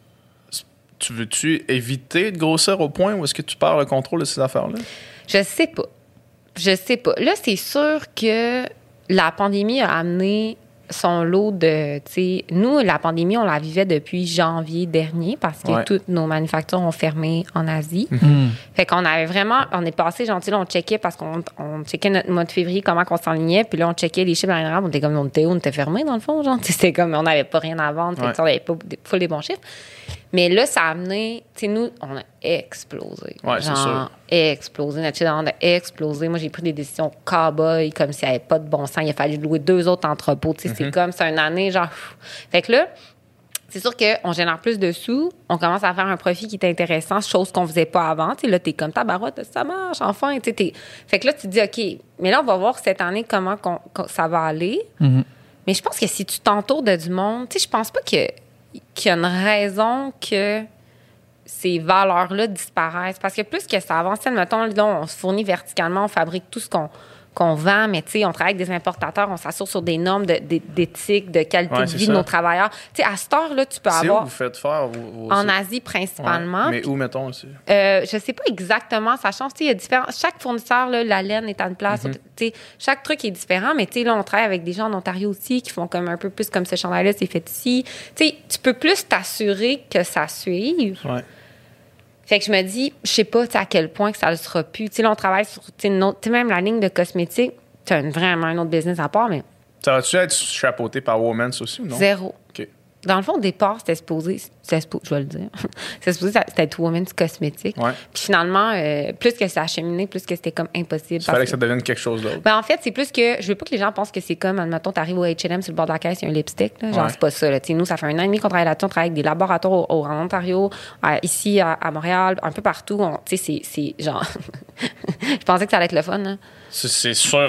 Speaker 2: tu veux-tu éviter de grossir au point où est-ce que tu perds le contrôle de ces affaires-là?
Speaker 4: Je sais pas. Là, c'est sûr que la pandémie a amené son lot de, tu sais, nous, la pandémie, on la vivait depuis janvier dernier parce que toutes nos manufactures ont fermé en Asie. Fait qu'on avait vraiment, on est passé, genre, tu sais, on checkait parce qu'on checkait notre mois de février, comment qu'on s'enlignait, puis là, on checkait les chiffres dans les rames, on était fermé dans le fond, genre, c'était comme, on n'avait pas rien à vendre, fait que, on n'avait pas full des bons chiffres. Mais là, ça a amené, tu sais, nous, on a explosé.
Speaker 2: Ouais, c'est sûr.
Speaker 4: Explosé. Notre chiffre d'affaires a explosé. Moi, j'ai pris des décisions cow-boy comme s'il n'y avait pas de bon sens. Il a fallu louer 2 autres entrepôts. Tu sais, c'est une année, genre. Fait que là, c'est sûr qu'on génère plus de sous. On commence à faire un profit qui est intéressant, chose qu'on faisait pas avant. Tu sais, là, t'es comme tabarouette, ça marche, enfin. Tu sais, fait que là, tu te dis, OK, mais là, on va voir cette année comment ça va aller. Mais je pense que si tu t'entoures de du monde, tu sais, je pense pas qu'il y a une raison que ces valeurs-là disparaissent. Parce que plus que ça avance, mettons, là, on se fournit verticalement, on fabrique tout ce qu'on vend, mais tu sais, on travaille avec des importateurs, on s'assure sur des normes d'éthique, de qualité de vie de nos travailleurs. Tu sais, à cette heure-là, tu peux avoir...
Speaker 2: C'est où vous faites faire
Speaker 4: en Asie, principalement.
Speaker 2: Mais où, mettons, aussi?
Speaker 4: Je sais pas exactement, ça change. Tu sais, il y a différents... Chaque fournisseur, là, la laine est à une place. Tu sais, chaque truc est différent, mais tu sais, là, on travaille avec des gens en Ontario aussi qui font comme un peu plus comme ce chandail-là, c'est fait ici. Tu sais, tu peux plus t'assurer que ça suive. Ouais. Fait que je me dis, je sais pas à quel point que ça le sera plus. Tu sais, là, on travaille sur, tu sais, même la ligne de cosmétiques, tu as vraiment un autre business à part, mais...
Speaker 2: Ça va-tu être chapeauté par Women's aussi ou non?
Speaker 4: Zéro.
Speaker 2: OK.
Speaker 4: Dans le fond, au départ, je vais le dire, c'était être Women's Cosmétique. Ouais. Puis finalement, plus que ça a cheminé, plus que c'était comme impossible.
Speaker 2: Il fallait que ça devienne quelque chose d'autre.
Speaker 4: Ben, en fait, c'est plus que, je veux pas que les gens pensent que c'est comme, admettons, t'arrives au H&M sur le bord de la caisse, il y a un lipstick, là, genre, c'est pas ça. Là. Nous, ça fait 1 an et demi qu'on travaille là-dessus, on travaille avec des laboratoires en Ontario, ici à Montréal, un peu partout. Tu sais, c'est genre... Je pensais que ça allait être le fun, là.
Speaker 2: C'est sûr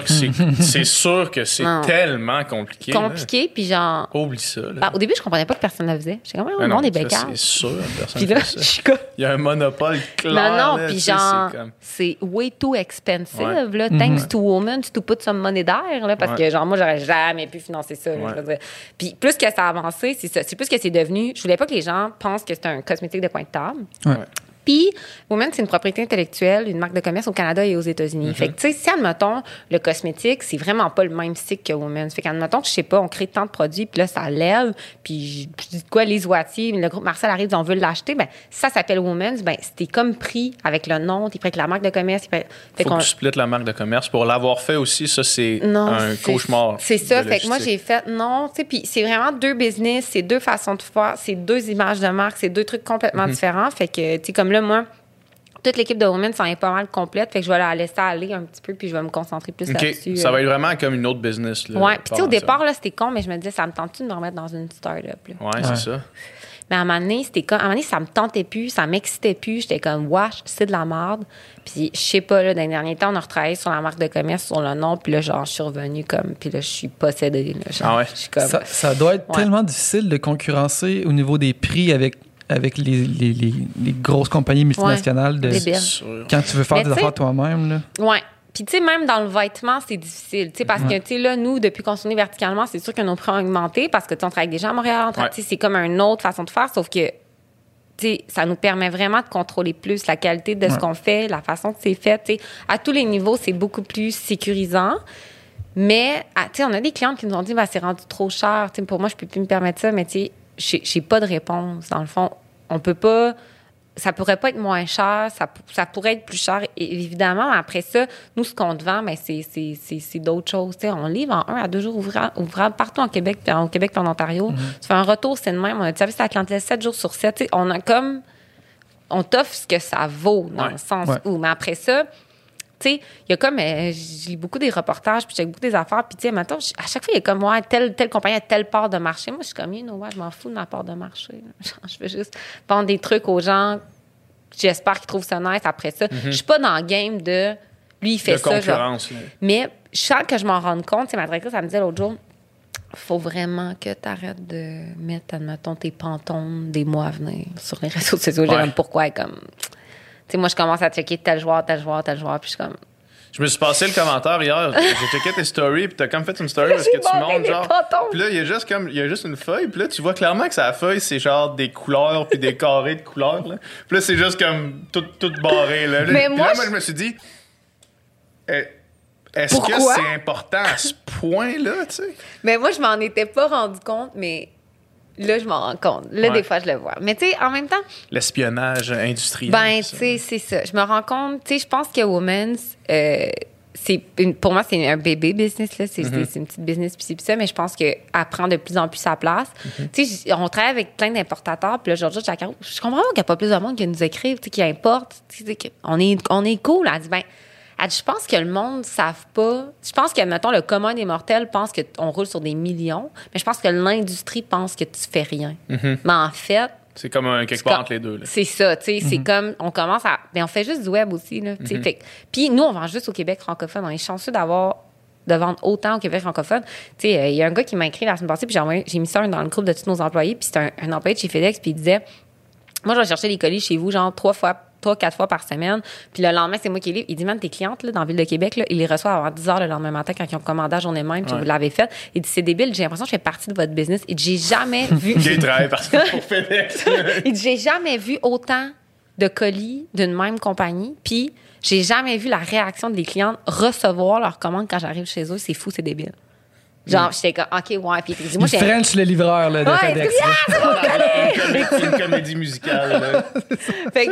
Speaker 2: que c'est tellement compliqué.
Speaker 4: Compliqué, puis genre...
Speaker 2: Oublie ça. Là.
Speaker 4: Au début, je comprenais pas que personne ne le faisait. J'étais comme, le monde est bécard.
Speaker 2: C'est sûr, personne
Speaker 4: ne fait ça. Je suis comme...
Speaker 2: Il y a un monopole clair.
Speaker 4: Non, puis genre, c'est way too expensive, là. Thanks to women, to put some money there, là, parce que genre, moi, j'aurais jamais pu financer ça. Là, je veux dire. Puis plus que ça a avancé, c'est ça. C'est plus que c'est devenu... Je voulais pas que les gens pensent que c'est un cosmétique de coin de table. Puis, Women, c'est une propriété intellectuelle, une marque de commerce au Canada et aux États-Unis. Fait que, tu sais, si, admettons, le cosmétique, c'est vraiment pas le même cycle que Women. Fait qu'admettons, je sais pas, on crée tant de produits, puis là, ça lève, puis je dis quoi, les Oitiers, le groupe Marcel arrive, on veut l'acheter, ben ça s'appelle Women's, ben c'était comme pris avec le nom, t'es pris avec la marque de commerce. Faut
Speaker 2: que tu splittes la marque de commerce. Pour l'avoir fait aussi, ça, c'est un cauchemar.
Speaker 4: C'est ça. Fait que moi, j'ai fait non, tu sais, puis c'est vraiment 2 business, c'est 2 façons de faire, c'est 2 images de marque, c'est 2 trucs complètement différents. Fait que, tu sais, comme là, moi, toute l'équipe de Women s'en est pas mal complète. Fait que je vais la laisser aller un petit peu, puis je vais me concentrer plus là-dessus.
Speaker 2: Ça va être vraiment comme une autre business. Là,
Speaker 4: ouais. Puis tu sais, au départ, là, c'était con, mais je me disais, ça me tente-tu de me remettre dans une start-up? Là?
Speaker 2: Ouais, c'est ça.
Speaker 4: Mais à un moment donné, ça me tentait plus, ça m'excitait plus. J'étais comme, wesh, c'est de la merde. Puis je sais pas, là, dans les derniers temps, on a retravaillé sur la marque de commerce, sur le nom, puis là, genre, je suis revenue comme, puis là, je suis possédée. Là, genre, je suis comme,
Speaker 3: ça doit être tellement difficile de concurrencer au niveau des prix avec les grosses compagnies multinationales quand tu veux faire des affaires toi-même. Là.
Speaker 4: Ouais. Puis, tu sais, même dans le vêtement, c'est difficile. Tu sais, parce que, tu sais, là, nous, depuis qu'on s'est verticalement, c'est sûr que nos prix ont augmenté parce que, tu sais, on travaille avec des gens à Montréal. Tu sais, c'est comme une autre façon de faire, sauf que, tu sais, ça nous permet vraiment de contrôler plus la qualité de ce qu'on fait, la façon que c'est fait. Tu sais, à tous les niveaux, c'est beaucoup plus sécurisant. Mais, tu sais, on a des clientes qui nous ont dit, c'est rendu trop cher. Tu sais, pour moi, je peux plus me permettre ça, mais, tu sais, j'ai pas de réponse. Dans le fond, on peut pas... Ça pourrait pas être moins cher, ça pourrait être plus cher, évidemment. Mais après ça, nous, ce qu'on te vend, c'est d'autres choses. T'sais, on livre en 1 à 2 jours ouvrables partout au Québec et en Ontario. Tu fais un retour, c'est le même. On a du service à la clientèle 7 jours sur 7. T'sais, on t'offre ce que ça vaut, dans le sens où... Mais après ça, tu sais, il y a comme... je lis beaucoup des reportages, puis je check beaucoup des affaires, puis tu sais, maintenant, à chaque fois, il y a comme, telle compagnie a telle part de marché. Moi, je suis comme, je m'en fous de ma part de marché. Je veux juste vendre des trucs aux gens. J'espère qu'ils trouvent ça nice après ça. Je suis pas dans le game de... Lui, il fait ça.
Speaker 2: Concurrence.
Speaker 4: Mais je sens que je m'en rende compte. Ma directrice, elle me disait l'autre jour, faut vraiment que tu arrêtes de mettre, admettons, tes pantones des mois à venir sur les réseaux sociaux. J'ai comme pourquoi, comme. Tu sais, moi, je commence à checker tel joueur, puis je suis comme.
Speaker 2: Je me suis passé le commentaire hier. J'ai checké tes stories, puis t'as comme fait une story parce que tu montes, genre. Puis là, il y a juste une feuille, puis là, tu vois clairement que sa feuille, c'est genre des couleurs, puis des carrés de couleurs, là. Puis là, c'est juste comme tout barré, là.
Speaker 4: Mais
Speaker 2: puis
Speaker 4: moi,
Speaker 2: là, je me suis dit, est-ce que c'est important à ce point-là, tu sais?
Speaker 4: Mais moi, je m'en étais pas rendu compte, mais là, je m'en rends compte. Là, des fois, je le vois. Mais tu sais, en même temps...
Speaker 2: L'espionnage industriel.
Speaker 4: Ben, tu sais, c'est ça. Je me rends compte, tu sais, je pense que Women's, pour moi, c'est un bébé business, là. C'est une petite business, puis ça, mais je pense qu'elle prend de plus en plus sa place. Tu sais, on travaille avec plein d'importateurs, puis là, Georgia Chacaro, je comprends pas qu'il n'y a pas plus de monde qui nous écrivent, tu sais, qui importe, tu sais, on est cool. Elle dit, ben, je pense que le monde ne savent pas. Je pense que, mettons, le commun des mortels pense qu'on roule sur des millions, mais je pense que l'industrie pense que tu fais rien. Mais en fait...
Speaker 2: C'est comme quelque part entre les deux. Là.
Speaker 4: C'est ça, tu sais. C'est comme... On commence à... Mais on fait juste du web aussi, là. Puis nous, on vend juste au Québec francophone. On est chanceux de vendre autant au Québec francophone. Tu sais, il y a un gj'ai écrit la semaine passée, puis j'ai mis ça dans le groupe de tous nos employés, puis c'est un employé de chez FedEx, puis il disait... Moi, je vais chercher les colis chez vous, genre 3-4 fois par semaine. Puis le lendemain, c'est moi qui les livre. Il dit, man, tes clientes, là, dans la ville de Québec, là, ils les reçoivent avant 10 h le lendemain matin quand ils ont commandé la journée même, puis vous l'avez fait. Il dit, c'est débile, j'ai l'impression que je fais partie de votre business. Il dit, j'ai jamais vu.
Speaker 2: J'ai travaillé pour FedEx.
Speaker 4: Il dit, j'ai jamais vu autant de colis d'une même compagnie. Puis j'ai jamais vu la réaction des clientes recevoir leurs commandes quand j'arrive chez eux. C'est fou, c'est débile. Genre, j'étais comme, OK, ouais. Puis il dit, moi,
Speaker 3: j'ai. French le livreur, là, de FedEx.
Speaker 2: C'est une comédie musicale, là.
Speaker 4: Fait que,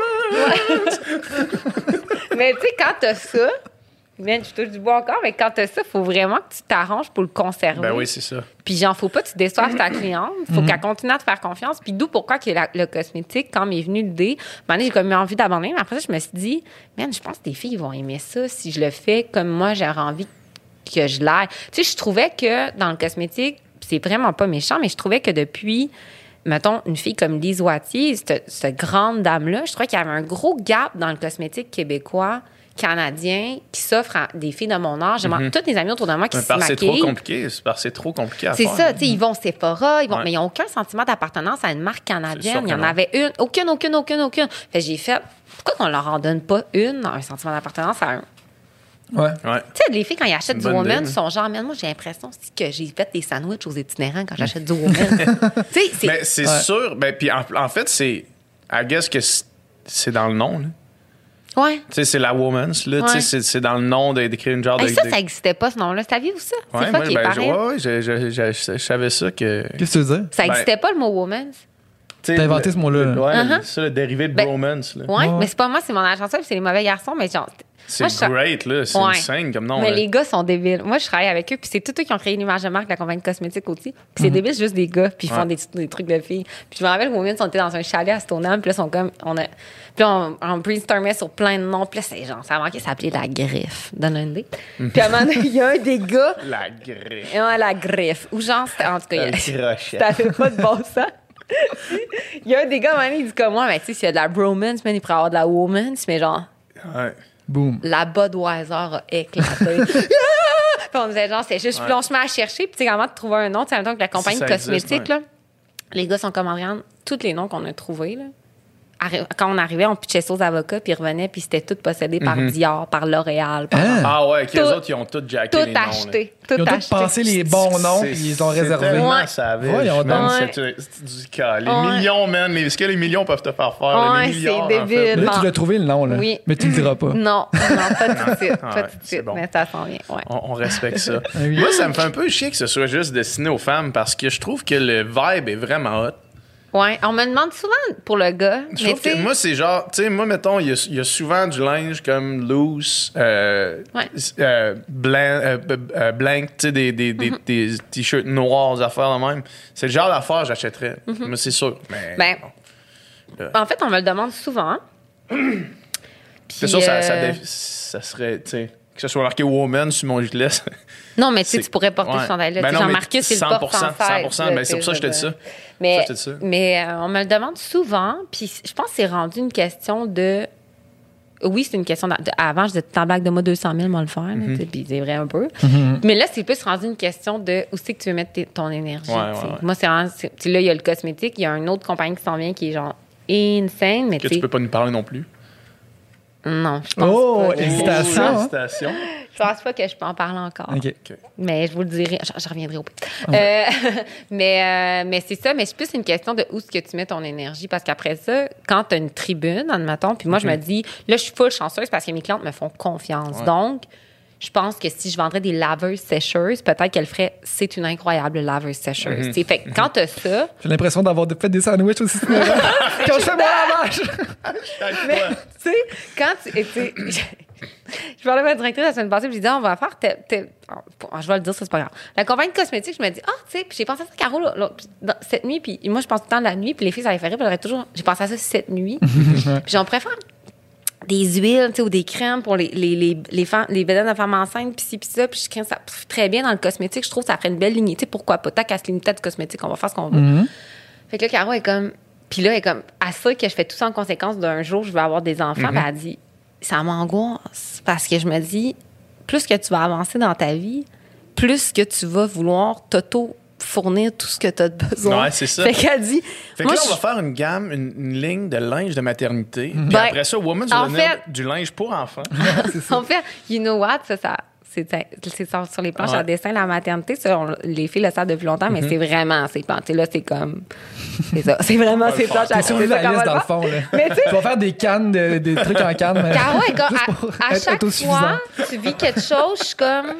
Speaker 4: tu sais. Mais, tu sais, quand t'as ça, man, je touche du bois encore, mais quand t'as ça, faut vraiment que tu t'arranges pour le conserver.
Speaker 2: Ben oui, c'est ça.
Speaker 4: Puis, genre, faut pas que tu déçoives ta cliente. Faut qu'elle continue à te faire confiance. Puis, d'où pourquoi que le cosmétique, quand m'est venue l'idée, j'ai comme eu envie d'abandonner. Mais après ça, je me suis dit, man, je pense que tes filles vont aimer ça si je le fais comme moi, j'aurais envie que je l'aille. Tu sais, je trouvais que dans le cosmétique, c'est vraiment pas méchant, mais je trouvais que depuis, mettons, une fille comme Lise Wattier, cette grande dame-là, je trouvais qu'il y avait un gros gap dans le cosmétique québécois, canadien, qui s'offre à des filles de mon âge. Toutes les amies autour de moi qui se maquillent.
Speaker 2: C'est trop compliqué. C'est trop compliqué à faire.
Speaker 4: C'est ça, tu sais, ils vont au Sephora, mais ils n'ont aucun sentiment d'appartenance à une marque canadienne. Il y en avait une. Aucune. Fait j'ai fait, pourquoi qu'on leur en donne pas un sentiment d'appartenance à un?
Speaker 3: Ouais.
Speaker 4: Tu sais, les filles, quand ils achètent du Woman, sont genre, moi, j'ai l'impression aussi que j'ai fait des sandwichs aux itinérants quand j'achète du Woman.
Speaker 2: Mais c'est sûr. Ben, puis en fait, c'est. I guess que c'est dans le nom, là.
Speaker 4: Ouais.
Speaker 2: Tu sais, c'est la Woman's, là. Tu sais, c'est dans le nom d'écrire une genre de.
Speaker 4: Ça n'existait pas, ce nom-là. Saviez-vous ça?
Speaker 2: Ouais,
Speaker 4: c'est pas qui est pareil.
Speaker 2: Ouais, je savais ça que.
Speaker 3: Qu'est-ce que tu veux dire?
Speaker 4: Ça n'existait pas, le mot Woman's.
Speaker 3: T'as inventé ce mot-là.
Speaker 2: Ouais, c'est le dérivé de bromance, là.
Speaker 4: Ouais, mais c'est pas moi, c'est mon agence web, c'est les mauvais garçons, mais genre.
Speaker 2: C'est great, là. C'est insane comme nom.
Speaker 4: Mais
Speaker 2: là.
Speaker 4: les gars sont débiles. Moi, je travaille avec eux, puis c'est tous eux qui ont créé l'image de marque, la compagnie de cosmétiques aussi. Puis c'est débile, c'est juste des gars, puis ils font des trucs de filles. Puis je me rappelle, au moment où on était dans un chalet à Stoneham, puis là, ils sont comme. Puis on brainstormait sur plein de noms. Puis là, c'est genre, ça a manqué, ça s'appelait La Griffe. Donne une idée. Puis à un moment donné, il y a un des gars.
Speaker 2: La Griffe.
Speaker 4: Ouais, La Griffe. Ou genre, en tout cas,
Speaker 2: ça
Speaker 4: fait pas de bon sens. Il y a un des gars, à un moment donné, il dit comme moi, mais tu sais, s'il y a de la bromance, il pourrait avoir de la woman's, mais genre.
Speaker 2: Ouais.
Speaker 3: Boom.
Speaker 4: La Budweiser a éclaté. Puis on disait genre, c'est juste, puis on se met à chercher, puis tu sais, comment de trouver un nom, tu sais, en même temps que la compagnie de cosmétiques, là, les gars sont comme, regarde, tous les noms qu'on a trouvés, là. Quand on arrivait, on pitchait ça aux avocats, puis ils revenaient, puis c'était tout possédé par Dior, par L'Oréal.
Speaker 2: Ah ouais, les autres, ils ont tout jacké les noms.
Speaker 4: Acheté.
Speaker 3: Ils ont tous passé les bons noms, puis ils ont réservé.
Speaker 2: C'est tellement savage,
Speaker 3: Ouais.
Speaker 2: c'est du cas. Les millions, man. Ce que les millions peuvent te faire faire? Les milliards,
Speaker 4: c'est débile.
Speaker 3: Là, tu l'as trouvé, le nom, là.
Speaker 4: Oui.
Speaker 3: Mais tu le diras pas.
Speaker 4: Non, pas tout de suite. Pas tout de suite,
Speaker 2: bon.
Speaker 4: mais ça s'en vient. Ouais.
Speaker 2: On respecte ça. Moi, ça me fait un peu chier que ce soit juste destiné aux femmes parce que je trouve que le vibe est vraiment hot.
Speaker 4: Ouais, on me demande souvent pour le gars.
Speaker 2: Je trouve que moi, c'est genre, tu sais, moi, mettons, il y a souvent du linge comme loose, blank, tu sais, des t-shirts noirs, des affaires de même. C'est le genre d'affaires que j'achèterais. Mais c'est sûr. Mais,
Speaker 4: en fait, on me le demande souvent.
Speaker 2: C'est sûr, ça serait, tu sais, que ce soit marqué Woman sur mon gilet.
Speaker 4: Non, mais tu sais, tu pourrais porter ce chandail-là. Jean-Marcus, il le porte sans cesse.
Speaker 2: 100%, mais c'est pour ça que je te dis ça.
Speaker 4: Mais on me le demande souvent, puis je pense que c'est rendu une question de oui, c'est une question. Avant, je disais ta blague de moi 200 000, moi le faire. Puis c'est vrai un peu. Mais là, c'est plus rendu une question de où c'est que tu veux mettre ton énergie. Moi, c'est vraiment. Là, il y a le cosmétique. Il y a une autre compagnie qui s'en vient qui est genre insane. Mais
Speaker 2: que tu peux pas nous parler non plus.
Speaker 4: Non, je pense pas.
Speaker 3: Hésitation.
Speaker 2: Hésitation.
Speaker 4: Je pense pas que je peux en parler encore.
Speaker 3: OK.
Speaker 4: Mais je vous le dirai. Je reviendrai au pire. Mais c'est ça. Mais c'est plus une question de où est-ce que tu mets ton énergie. Parce qu'après ça, quand tu as une tribune, admettons, puis moi, je me dis, là, je suis full chanceuse parce que mes clientes me font confiance.
Speaker 2: Ouais.
Speaker 4: Donc, je pense que si je vendrais des laveuses sécheuses, peut-être qu'elle ferait « c'est une incroyable laveuse sécheuse ». Fait que quand tu as ça...
Speaker 3: J'ai l'impression d'avoir fait des sandwichs aussi. Quand je fais mon lavage!
Speaker 4: Mais, tu sais, quand tu... Je parlais avec ma directrice la semaine passée, puis j'ai dit, on va faire. Je vais le dire, ça, c'est pas grave. La compagnie de cosmétiques, je me dis, tu sais, puis j'ai pensé à ça, Caro, cette nuit, puis moi, je pense tout le temps de la nuit, puis les filles, ça les fait rire, puis toujours. J'ai pensé à ça cette nuit. Puis j'en préfère des huiles, tu sais, ou des crèmes pour les bedaines de femmes enceintes, puis ci, puis ça, puis je crée ça très bien dans le cosmétique. Je trouve que ça ferait une belle lignée. Tu sais, pourquoi pas? Tant qu'à se limiter à du cosmétique, on va faire ce qu'on veut. Fait que là, Caro est comme. Puis là, elle est comme, à ça que je fais tout ça en conséquence d'un jour, je vais avoir des enfants, puis elle dit, ça m'angoisse parce que je me dis, plus que tu vas avancer dans ta vie, plus que tu vas vouloir t'auto-fournir tout ce que tu as besoin.
Speaker 2: Ouais, c'est ça.
Speaker 4: Fait qu'elle dit...
Speaker 2: Fait que là, on va faire une gamme, une ligne de linge de maternité. Puis après ça, Woman's va devenir du linge pour enfants.
Speaker 4: En fait, you know what? C'est sur les planches à dessin, la maternité. Ça, les filles le savent depuis longtemps, mais c'est vraiment ces planches. Là, c'est comme... C'est ça. C'est vraiment ces planches à
Speaker 3: T'es sur la liste, dans le fond. Là.
Speaker 4: Mais
Speaker 3: tu vas faire des cannes, des trucs en canne.
Speaker 4: Caro, à chaque fois, tu vis quelque chose, je suis comme...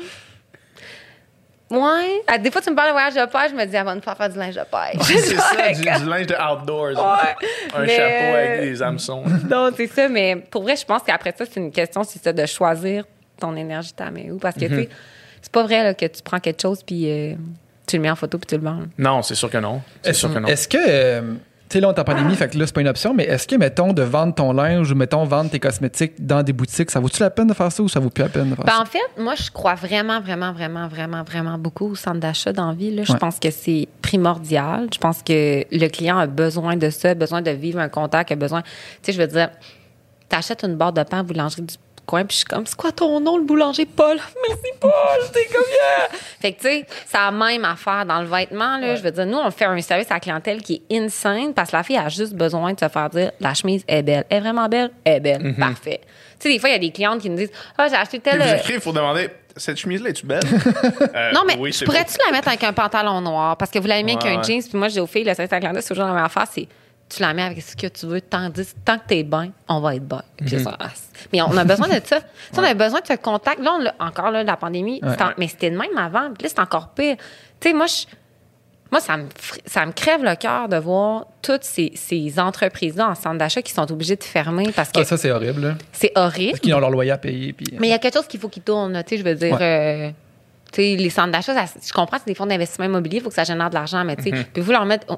Speaker 4: Ouais. Des fois, tu me parles de voyage de pêche, je me dis, avant de faire du linge de pêche.
Speaker 2: C'est ça, du linge de outdoors. Un chapeau avec des hameçons.
Speaker 4: Non, c'est ça, mais pour vrai, je pense qu'après ça, c'est une question, c'est ça, de choisir ton énergie, ta mets où. Parce que, tu sais, c'est pas vrai là, que tu prends quelque chose puis tu le mets en photo puis tu le vends.
Speaker 2: Non, c'est sûr que non.
Speaker 3: Est-ce que, tu sais, là, on est en pandémie, fait que là, c'est pas une option, mais est-ce que, mettons, de vendre ton linge ou, mettons, vendre tes cosmétiques dans des boutiques, ça vaut-tu la peine de faire ça ou ça vaut plus la peine de faire ça?
Speaker 4: En fait, moi, je crois vraiment beaucoup au centre d'achat dans la vie. Là. Je pense que c'est primordial. Je pense que le client a besoin de ça, besoin de vivre un contact, a besoin... Tu sais, je veux dire, t'achètes une barre de pain à la boulangerie du coin, puis je suis comme, c'est quoi ton nom, le boulanger? Paul. Merci, Paul. T'es comme, yeah! Fait que, tu sais, c'est la même affaire dans le vêtement, là. Je veux dire, nous, on fait un service à la clientèle qui est insane parce que la fille a juste besoin de se faire dire, la chemise est belle. Elle est vraiment belle? Elle est belle. Parfait. Tu sais, des fois, il y a des clientes qui nous disent, j'ai acheté tel.
Speaker 2: Il faut demander, cette chemise-là, es-tu belle?
Speaker 4: Non, mais
Speaker 2: oui,
Speaker 4: pourrais-tu la mettre avec un pantalon noir? Parce que vous l'avez mis avec un jeans, puis moi, je dis aux filles, le service à la clientèle, c'est toujours la même affaire, c'est tu la mets avec ce que tu veux, tant que t'es bien, on va être bien. Puis ça, mais on a besoin de ça. On a besoin de ce contact. Là, encore là, la pandémie, mais c'était de même avant. Puis là, c'est encore pire. Tu sais, moi, ça me crève le cœur de voir toutes ces entreprises-là en centre d'achat qui sont obligées de fermer parce que...
Speaker 3: ça, c'est horrible. Là.
Speaker 4: C'est horrible.
Speaker 3: Parce qu'ils ont leur loyer à payer. Puis...
Speaker 4: Mais il y a quelque chose qu'il faut qu'ils tournent. Tu sais, je veux dire... tu sais, les centres d'achat, je comprends que c'est des fonds d'investissement immobilier, il faut que ça génère de l'argent, mais tu sais, puis leur mettre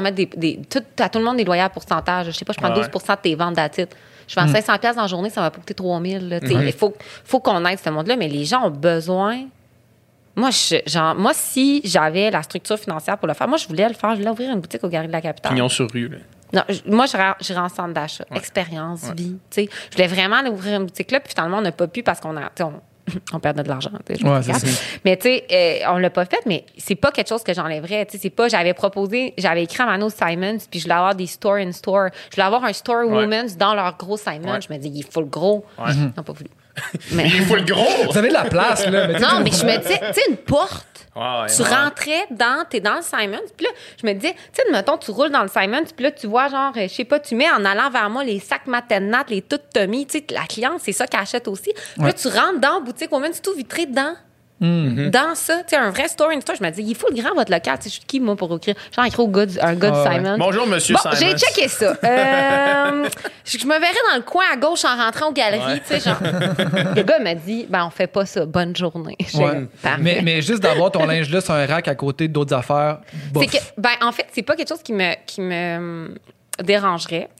Speaker 4: à tout le monde des loyers à pourcentage. Je sais pas, je prends 12 de tes ventes d'attitude. Je vends 500$ dans la journée, ça va coûter 3000$. Il faut qu'on aide ce monde-là, mais les gens ont besoin. Moi, si j'avais la structure financière pour le faire, moi, je voulais le faire. Je voulais ouvrir une boutique au Galeries de la Capitale.
Speaker 2: Pignon sur rue, là.
Speaker 4: Non, moi, j'irais en centre d'achat. Expérience, vie. Tu sais, je voulais vraiment aller ouvrir une boutique là, puis finalement, on n'a pas pu parce qu'on perdait de l'argent. Mais tu sais, on l'a pas fait, mais c'est pas quelque chose que j'enlèverais. Tu sais, c'est pas, j'avais écrit à Mano Simons, puis je voulais avoir des store in store. Je voulais avoir un store women's dans leur gros Simons. Je me dis, il faut le gros. Ils n'ont pas voulu.
Speaker 2: Mais il faut le gros!
Speaker 3: Vous avez de la place, là.
Speaker 4: Non, mais je me disais, tu sais, une porte. Tu rentrais t'es dans le Simons, puis là, je me disais, tu sais, mettons, tu roules dans le Simons, puis là, tu vois, genre, je sais pas, tu mets en allant vers moi les sacs Maternat, les toutes Tommy, tu sais, la cliente, c'est ça qu'elle achète aussi. Puis là, tu rentres dans la boutique, au moins, c'est tout vitré dedans. Dans ça, tu sais, un vrai store in store, je me dis, il faut le grand, votre local. Tu sais, je suis qui, moi, pour écrire? Genre, écrire un gars de Simon.
Speaker 2: Bonjour, monsieur Simon.
Speaker 4: J'ai checké ça. Je me verrais dans le coin à gauche en rentrant aux galeries, tu sais, genre. Le gars m'a dit, on fait pas ça. Bonne journée.
Speaker 3: Mais juste d'avoir ton linge là sur un rack à côté d'autres affaires.
Speaker 4: C'est que, en fait, c'est pas quelque chose qui me dérangerait.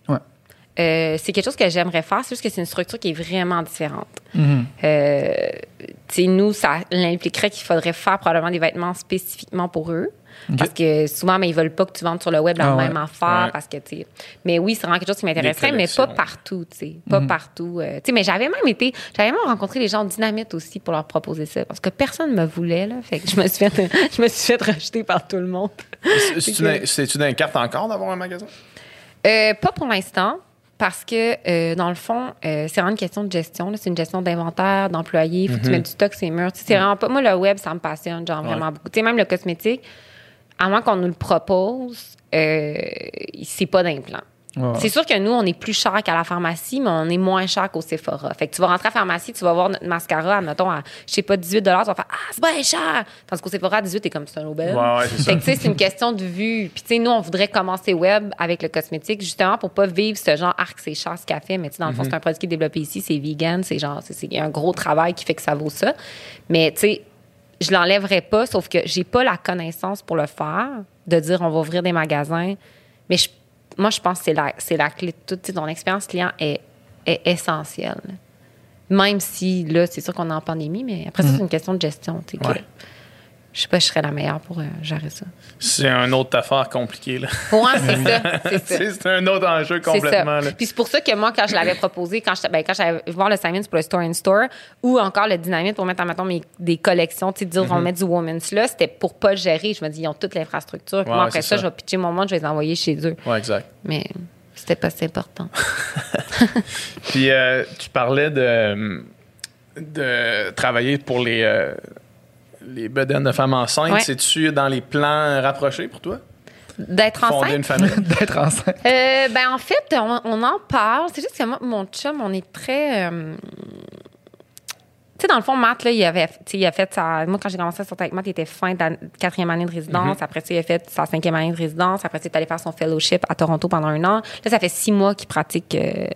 Speaker 4: C'est quelque chose que j'aimerais faire, c'est juste que c'est une structure qui est vraiment différente. Tu tu sais, nous, ça impliquerait qu'il faudrait faire probablement des vêtements spécifiquement pour eux. Parce que souvent, mais ils veulent pas que tu vendes sur le web la même affaire. Parce que, tu sais. Mais oui, c'est vraiment quelque chose qui m'intéresserait, mais pas partout, tu sais. Pas partout. Tu sais, mais j'avais même rencontré les gens de Dynamite aussi pour leur proposer ça. Parce que personne ne me voulait, là. Fait que je me suis fait rejeter par tout le monde.
Speaker 2: C'est-tu dans les cartes encore d'avoir un magasin?
Speaker 4: Pas pour l'instant. Parce que, dans le fond, c'est vraiment une question de gestion. Là. C'est une gestion d'inventaire, d'employés. Il faut que tu mettes du stock sur les murs. Tu sais, c'est vraiment pas... Moi, le web, ça me passionne, genre vraiment beaucoup. Tu sais, même le cosmétique, à moins qu'on nous le propose, c'est pas d'implant. Ouais. C'est sûr que nous, on est plus cher qu'à la pharmacie, mais on est moins cher qu'au Sephora. Fait que tu vas rentrer à la pharmacie, tu vas voir notre mascara, admettons, à, je sais pas, 18 $, tu vas faire « Ah, c'est pas cher! » Tandis qu'au Sephora, à 18, t'es comme ça, Nobel.
Speaker 2: Ouais, c'est
Speaker 4: fait que, tu sais, c'est une question de vue. Puis, tu sais, nous, on voudrait commencer web avec le cosmétique, justement, pour pas vivre ce genre « Arc, c'est cher ce qu'elle fait. » Mais, tu sais, dans le fond, c'est un produit qui est développé ici, c'est vegan, c'est genre, c'est un gros travail qui fait que ça vaut ça. Mais, tu sais, je l'enlèverais pas, sauf que j'ai pas la connaissance pour le faire, de dire on va ouvrir des magasins. Mais moi, je pense que c'est la clé de tout. Tu sais, ton expérience client est essentielle. Même si, là, c'est sûr qu'on est en pandémie, mais après ça, c'est une question de gestion. Tu sais, que, je sais pas, je serais la meilleure pour gérer ça.
Speaker 2: C'est une autre affaire compliquée, là.
Speaker 4: Ouais, c'est ça.
Speaker 2: C'est un autre enjeu complètement. Là.
Speaker 4: Puis c'est pour ça que moi, quand je l'avais proposé, quand j'allais voir le Simons pour le Store-in-Store ou encore le Dynamite pour mettre, mettons, des collections, tu sais, dire on va mettre du Women's là, c'était pour pas le gérer. Je me dis, ils ont toute l'infrastructure. Puis moi, après ça, je vais pitcher mon monde, je vais les envoyer chez eux.
Speaker 2: Ouais, exact.
Speaker 4: Mais c'était pas si important.
Speaker 2: Puis tu parlais de travailler pour les bedaines de femmes enceintes.
Speaker 4: Ouais.
Speaker 2: C'est-tu dans les plans rapprochés pour toi?
Speaker 4: D'être enceinte?
Speaker 2: Fonder une famille?
Speaker 3: D'être enceinte.
Speaker 4: Ben, en fait, on en parle. C'est juste que moi, mon chum, on est très... Tu sais, dans le fond, Matt, là, il a fait sa... Moi, quand j'ai commencé à sortir avec Matt, il était fin de la 4e année de résidence. Après ça, il a fait sa 5e année de résidence. Après ça, il est allé faire son fellowship à Toronto pendant 1 an. Là, ça fait 6 mois qu'il pratique...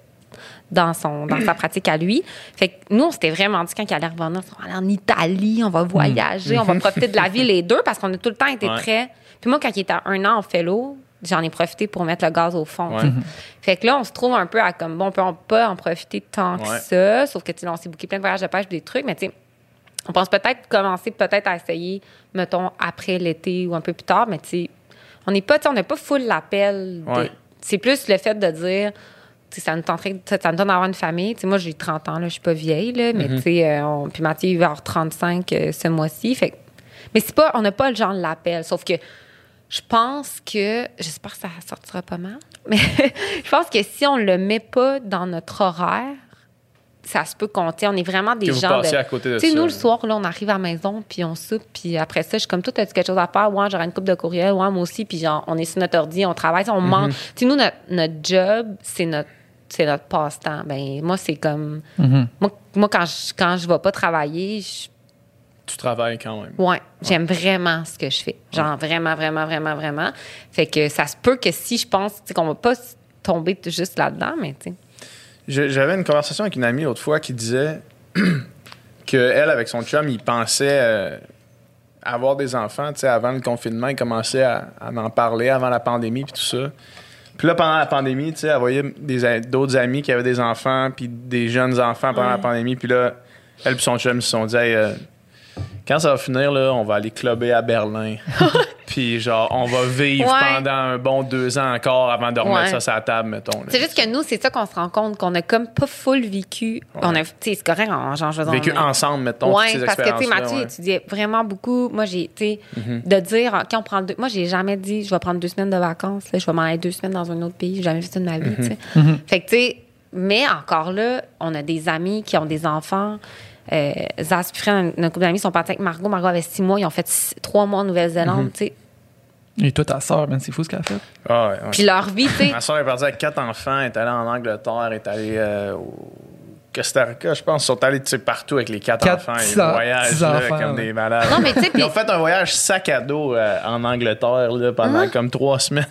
Speaker 4: dans sa pratique à lui. Fait que nous, on s'était vraiment dit quand il allait revenir, on va aller en Italie, on va voyager, on va profiter de la vie les deux parce qu'on a tout le temps été très... Puis moi, quand il était 1 an en fellow, j'en ai profité pour mettre le gaz au fond. Fait que là, on se trouve un peu à comme, bon, on peut pas en profiter tant que ça, sauf que, tu sais, on s'est booké plein de voyages de pêche des trucs, mais tu sais, on pense peut-être commencer à essayer, mettons, après l'été ou un peu plus tard, mais tu sais, on n'a pas full l'appel. C'est plus le fait de dire... Ça nous tente d'avoir une famille. T'sais, moi, j'ai 30 ans, là, je suis pas vieille, là, mais puis Mathieu, il va avoir 35 ce mois-ci. Fait, mais c'est pas, on n'a pas le genre de l'appel. Sauf que je pense que, j'espère que ça sortira pas mal, mais je pense que si on le met pas dans notre horaire, ça se peut compter. On est vraiment des gens
Speaker 2: de... à côté de
Speaker 4: ça.
Speaker 2: Nous,
Speaker 4: le soir, là, on arrive à la maison, puis on soupe, puis après ça, je suis comme, toi, as-tu quelque chose à faire? Ouais, j'aurais une couple de courriels. Ouais, moi aussi. Puis genre, on est sur notre ordi, on travaille, on mange. Tu sais, nous, notre job, c'est notre passe-temps. Ben moi, c'est comme... Moi, quand je vais pas travailler...
Speaker 2: Tu travailles quand même.
Speaker 4: Ouais. J'aime vraiment ce que je fais. Genre vraiment, vraiment, vraiment, vraiment. Fait que ça se peut que si je pense qu'on va pas tomber juste là-dedans, mais tu sais...
Speaker 2: J'avais une conversation avec une amie l'autre fois qui disait qu'elle, avec son chum, il pensait avoir des enfants. Tu sais, avant le confinement, il commençait à en parler avant la pandémie puis tout ça. Puis là, pendant la pandémie, tu sais, elle voyait d'autres amis qui avaient des enfants, puis des jeunes enfants pendant la pandémie. Puis là, elle et son chum se sont dit, hey, quand ça va finir, là, on va aller clubber à Berlin. Puis genre, on va vivre pendant un bon 2 ans encore avant de remettre ça sur la table, mettons. Là.
Speaker 4: C'est juste que nous, c'est ça qu'on se rend compte, qu'on a comme pas full vécu. On a, tu sais, c'est correct,
Speaker 2: vécu ensemble, mettons, toutes ces
Speaker 4: parce que, tu sais, Mathieu
Speaker 2: ouais.
Speaker 4: étudiait vraiment beaucoup. Moi, j'ai, tu sais, de dire, quand on prend moi, j'ai jamais dit, je vais prendre 2 semaines de vacances, là, je vais m'en aller 2 semaines dans un autre pays. J'ai jamais fait ça de ma vie, tu sais. Fait que, tu sais, mais encore là, on a des amis qui ont des enfants. Zaz puis Fred, notre couple d'amis, sont partis avec Margot. Margot avait 6 mois. Ils ont fait 3 mois en Nouvelle-Zélande, tu sais.
Speaker 3: Et toi, ta sœur, c'est fou ce qu'elle a fait.
Speaker 2: Ah, ouais.
Speaker 4: Puis leur vie, tu sais.
Speaker 2: Ma soeur est partie avec 4 enfants, elle est allée en Angleterre, elle est allée au Costa Rica, je pense. Ils sont allés partout avec les 4 enfants. Ils voyagent là, comme des malades.
Speaker 4: Non, mais,
Speaker 2: ils ont fait un voyage sac à dos en Angleterre là, pendant comme 3 semaines.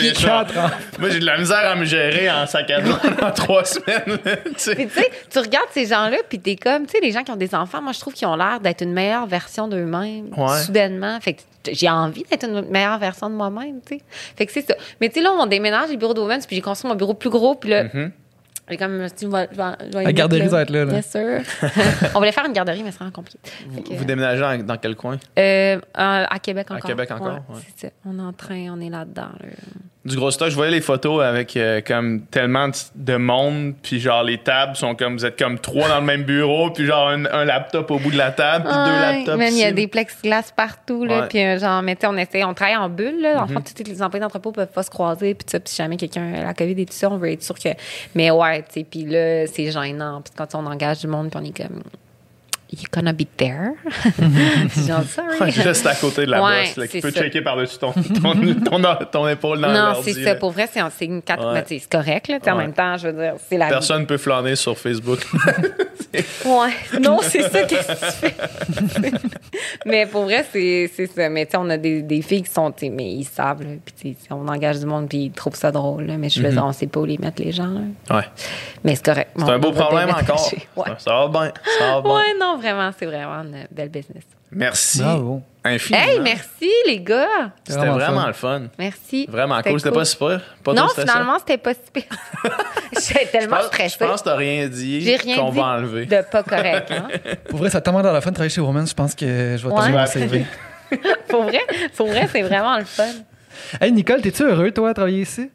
Speaker 2: Moi, j'ai de la misère à me gérer en sac à dos pendant 3 semaines.
Speaker 4: Puis tu sais, tu regardes ces gens-là, puis t'es comme, tu sais, les gens qui ont des enfants, moi, je trouve qu'ils ont l'air d'être une meilleure version d'eux-mêmes, soudainement. Fait que j'ai envie d'être une meilleure version de moi-même, tu sais. Fait que c'est ça. Mais tu sais, là, on déménage les bureaux d'Owens, puis j'ai construit mon bureau plus gros, puis là... Et comme je me suis dit, je vais
Speaker 3: La garderie, ça va être là.
Speaker 4: Bien sûr. On voulait faire une garderie, mais c'est vraiment compliqué.
Speaker 2: Vous déménagez dans quel coin?
Speaker 4: À Québec encore.
Speaker 2: À Québec encore? Ouais.
Speaker 4: C'est ça. On est en train, on est là-dedans. Là.
Speaker 2: Du gros stock, je voyais les photos avec comme tellement de monde, puis genre les tables sont comme, vous êtes comme 3 dans le même bureau, puis genre un laptop au bout de la table, puis 2 laptops.
Speaker 4: Même il y a
Speaker 2: ici.
Speaker 4: des plexiglas partout, là, puis genre, mais tu sais, on travaille en bulle, là. En fait, tous les employés d'entrepôt peuvent pas se croiser, puis ça, puis si jamais quelqu'un a la COVID et tout ça, on veut être sûr que. Mais ouais, tu sais, puis là, c'est gênant, puis quand on engage du monde, puis on est comme. You're gonna be there. Genre, sorry.
Speaker 2: Ouais, juste à côté de la bosse, là, qui peut
Speaker 4: ça.
Speaker 2: checker par-dessus ton épaule dans
Speaker 4: Non,
Speaker 2: l'ordi,
Speaker 4: c'est ça.
Speaker 2: là.
Speaker 4: Pour vrai, c'est une 4.
Speaker 2: Ouais.
Speaker 4: Mais c'est correct, là. En même temps, je veux dire, c'est la
Speaker 2: Personne ne peut flâner sur Facebook.
Speaker 4: vie. Ouais. Non, c'est ça, qu'est-ce que tu fais? Mais pour vrai, c'est ça. Mais tu sais, on a des filles qui sont, tu sais, mais ils savent, là. Puis tu sais, on engage du monde, puis ils trouvent ça drôle, là. Mais je veux dire, on sait pas où les mettre, les gens, là.
Speaker 2: Ouais.
Speaker 4: Mais c'est correct.
Speaker 2: C'est un beau problème encore.
Speaker 4: Ouais.
Speaker 2: Ça va bien. Ça va bien.
Speaker 4: Ouais, non, vraiment, c'est vraiment une belle business.
Speaker 2: Merci.
Speaker 3: Bravo.
Speaker 2: Infiniment.
Speaker 4: Hey, merci, les gars.
Speaker 2: C'était
Speaker 3: Vraiment
Speaker 2: vraiment
Speaker 3: fun.
Speaker 2: le fun.
Speaker 4: Merci.
Speaker 2: Vraiment cool. C'était pas super. Pas
Speaker 4: Non,
Speaker 2: trop stressant.
Speaker 4: finalement, c'était pas super. J'étais tellement stressée.
Speaker 2: Je pense que t'as rien dit
Speaker 4: J'ai rien
Speaker 2: qu'on
Speaker 4: dit
Speaker 2: va enlever.
Speaker 4: de pas correct. Hein?
Speaker 3: Pour vrai, ça a tellement dans la fun de travailler chez Woman. Je pense que je vais
Speaker 4: Ouais.
Speaker 3: t'envoyer mon CV.
Speaker 4: Pour vrai, c'est vraiment le fun.
Speaker 3: Hey, Nicole, t'es-tu heureux, toi, à travailler ici?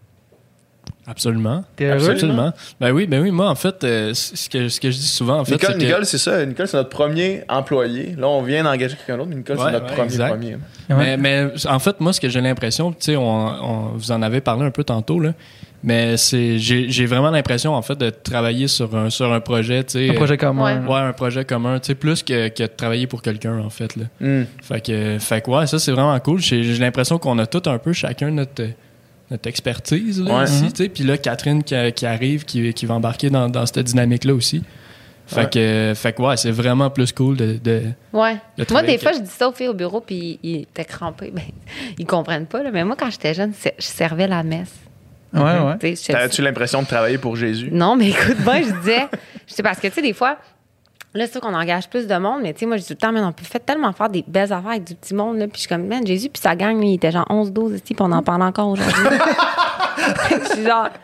Speaker 5: Absolument.
Speaker 3: T'es heureux?
Speaker 5: Absolument. Ben oui. Moi, en fait, ce que je dis souvent, en fait, c'est que...
Speaker 2: Nicole, c'est ça. Nicole, c'est notre premier employé. Là, on vient d'engager quelqu'un d'autre, mais Nicole, c'est
Speaker 5: Ouais,
Speaker 2: notre
Speaker 5: ouais, exact.
Speaker 2: premier.
Speaker 3: Ouais.
Speaker 5: Mais en fait, moi, ce que j'ai l'impression, tu sais, vous en avez parlé un peu tantôt, là, mais j'ai vraiment l'impression, en fait, de travailler sur un projet, tu sais.
Speaker 3: Un projet commun.
Speaker 4: Ouais.
Speaker 5: Ouais, un projet commun, tu sais, plus que de travailler pour quelqu'un, en fait, là.
Speaker 2: Mm.
Speaker 5: Fait que ouais, ça, c'est vraiment cool. J'ai l'impression qu'on a tout un peu chacun notre expertise, là,
Speaker 2: Ouais.
Speaker 5: ici, tu sais. Puis là, Catherine qui arrive, qui va embarquer dans cette dynamique-là aussi. Fait que ouais, c'est vraiment plus cool de
Speaker 4: Ouais.
Speaker 5: Le
Speaker 4: Moi,
Speaker 5: travail
Speaker 4: des
Speaker 5: que-
Speaker 4: fois, je dis ça aux filles au bureau, puis ils étaient crampés. Ben, ils comprennent pas, là. Mais moi, quand j'étais jeune, je servais la messe.
Speaker 3: Ouais, ouais.
Speaker 4: Tu sais,
Speaker 2: T'avais-tu l'impression de travailler pour Jésus?
Speaker 4: Non, mais écoute, moi, je disais, je sais parce que, tu sais, des fois, là, c'est sûr qu'on engage plus de monde, mais tu sais, moi, je dis tout le temps, man, on peut faire tellement faire des belles affaires avec du petit monde, là. Puis je suis comme, man, Jésus, puis sa gang, là, il était genre 11-12 ici, puis on en parle encore aujourd'hui. Je suis genre,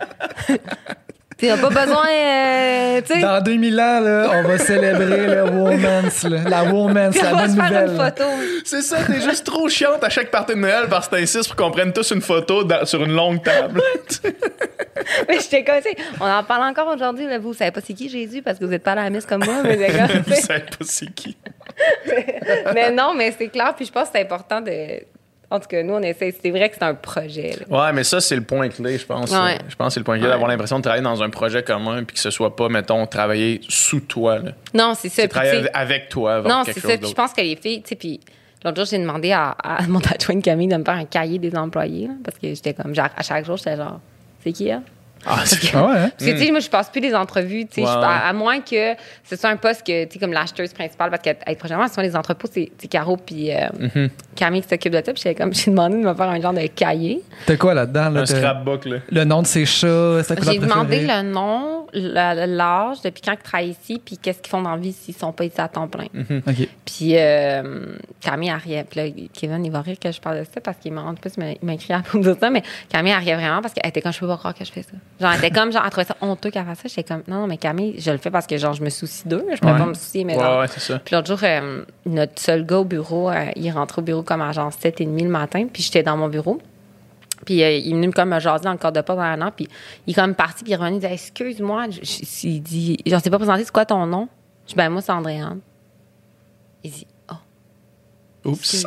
Speaker 4: tu n'as pas besoin, tu sais.
Speaker 3: Dans 2000 ans, là, on va célébrer le Woman's, là. La Woman's,
Speaker 4: Puis
Speaker 3: la
Speaker 4: on va
Speaker 3: bonne
Speaker 4: se faire
Speaker 3: nouvelle.
Speaker 4: une photo.
Speaker 2: C'est ça, t'es juste trop chiante à chaque partie de Noël parce que t'insistes pour qu'on prenne tous une photo sur une longue table.
Speaker 4: Mais j'étais comme, tu sais, on en parle encore aujourd'hui, là. Vous savez pas c'est qui Jésus parce que vous êtes pas à la messe comme moi, mais c'est comme, tu
Speaker 2: Vous
Speaker 4: sais.
Speaker 2: savez pas c'est qui.
Speaker 4: Mais non, mais c'est clair, puis je pense que c'est important de. En tout cas, nous, on essaie. C'est vrai que c'est un projet, là.
Speaker 2: Ouais, mais ça, c'est le point clé, je pense.
Speaker 4: Ouais.
Speaker 2: Je pense que c'est le point clé d'avoir l'impression de travailler dans un projet commun puis que ce soit pas, mettons, travailler sous toi. Là.
Speaker 4: Non, c'est ça.
Speaker 2: C'est
Speaker 4: puis
Speaker 2: travailler
Speaker 4: tu sais,
Speaker 2: avec toi. vers
Speaker 4: non,
Speaker 2: quelque
Speaker 4: c'est
Speaker 2: chose
Speaker 4: ça. Puis je
Speaker 2: d'autre.
Speaker 4: pense que les filles, tu sais, puis l'autre jour, j'ai demandé à mon adjointe Camille de me faire un cahier des employés, là, parce que j'étais comme, genre, à chaque jour, j'étais genre, c'est qui, elle?
Speaker 2: Ah, c'est-
Speaker 3: Ah ouais, hein?
Speaker 4: Parce que, tu sais, moi, je passe plus des entrevues, tu sais,
Speaker 2: Ouais, ouais.
Speaker 4: à moins que ce soit un poste que, tu sais, comme l'acheteuse principale, parce qu'être prochainement, souvent, les entrepôts, c'est Caro puis Camille qui s'occupe de ça. Puis j'ai demandé de me faire un genre de cahier.
Speaker 3: T'as quoi là-dedans? Là?
Speaker 2: un scrapbook, là.
Speaker 3: Le nom de ses chats, sa couleur
Speaker 4: J'ai demandé
Speaker 3: préférée?
Speaker 4: le nom, l'âge, depuis quand ils travaillent ici, puis qu'est-ce qu'ils font dans la vie s'ils sont pas ici à temps plein.
Speaker 3: OK.
Speaker 4: Puis Camille arrivait. Puis là, Kevin, il va rire que je parle de ça parce qu'il m'a rendu plus, il m'a écrit à pour me dire ça, mais Camille arrivait vraiment parce qu'elle était comme, je peux pas croire que je fais ça. Genre, elle était comme, genre, elle trouvait ça honteux qu'elle fasse ça. J'étais comme, non, mais Camille, je le fais parce que, genre, je me soucie d'eux. Je pourrais
Speaker 3: Ouais.
Speaker 4: pas me soucier, mais genre.
Speaker 2: Ouais, c'est ça.
Speaker 4: Puis l'autre jour, notre seul gars au bureau, il rentrait au bureau comme à genre 7h30 le matin, puis j'étais dans mon bureau. Puis il est venu comme me jaser dans le corps de pas dans un an, puis il est comme parti, puis il est revenu, il dit « Excuse-moi. » Il dit « Genre, c'est pas présenté, c'est quoi ton nom? » Je dis « Ben, moi, c'est Andréane. » Il dit « Oh. »
Speaker 2: Oups.
Speaker 4: Excuse.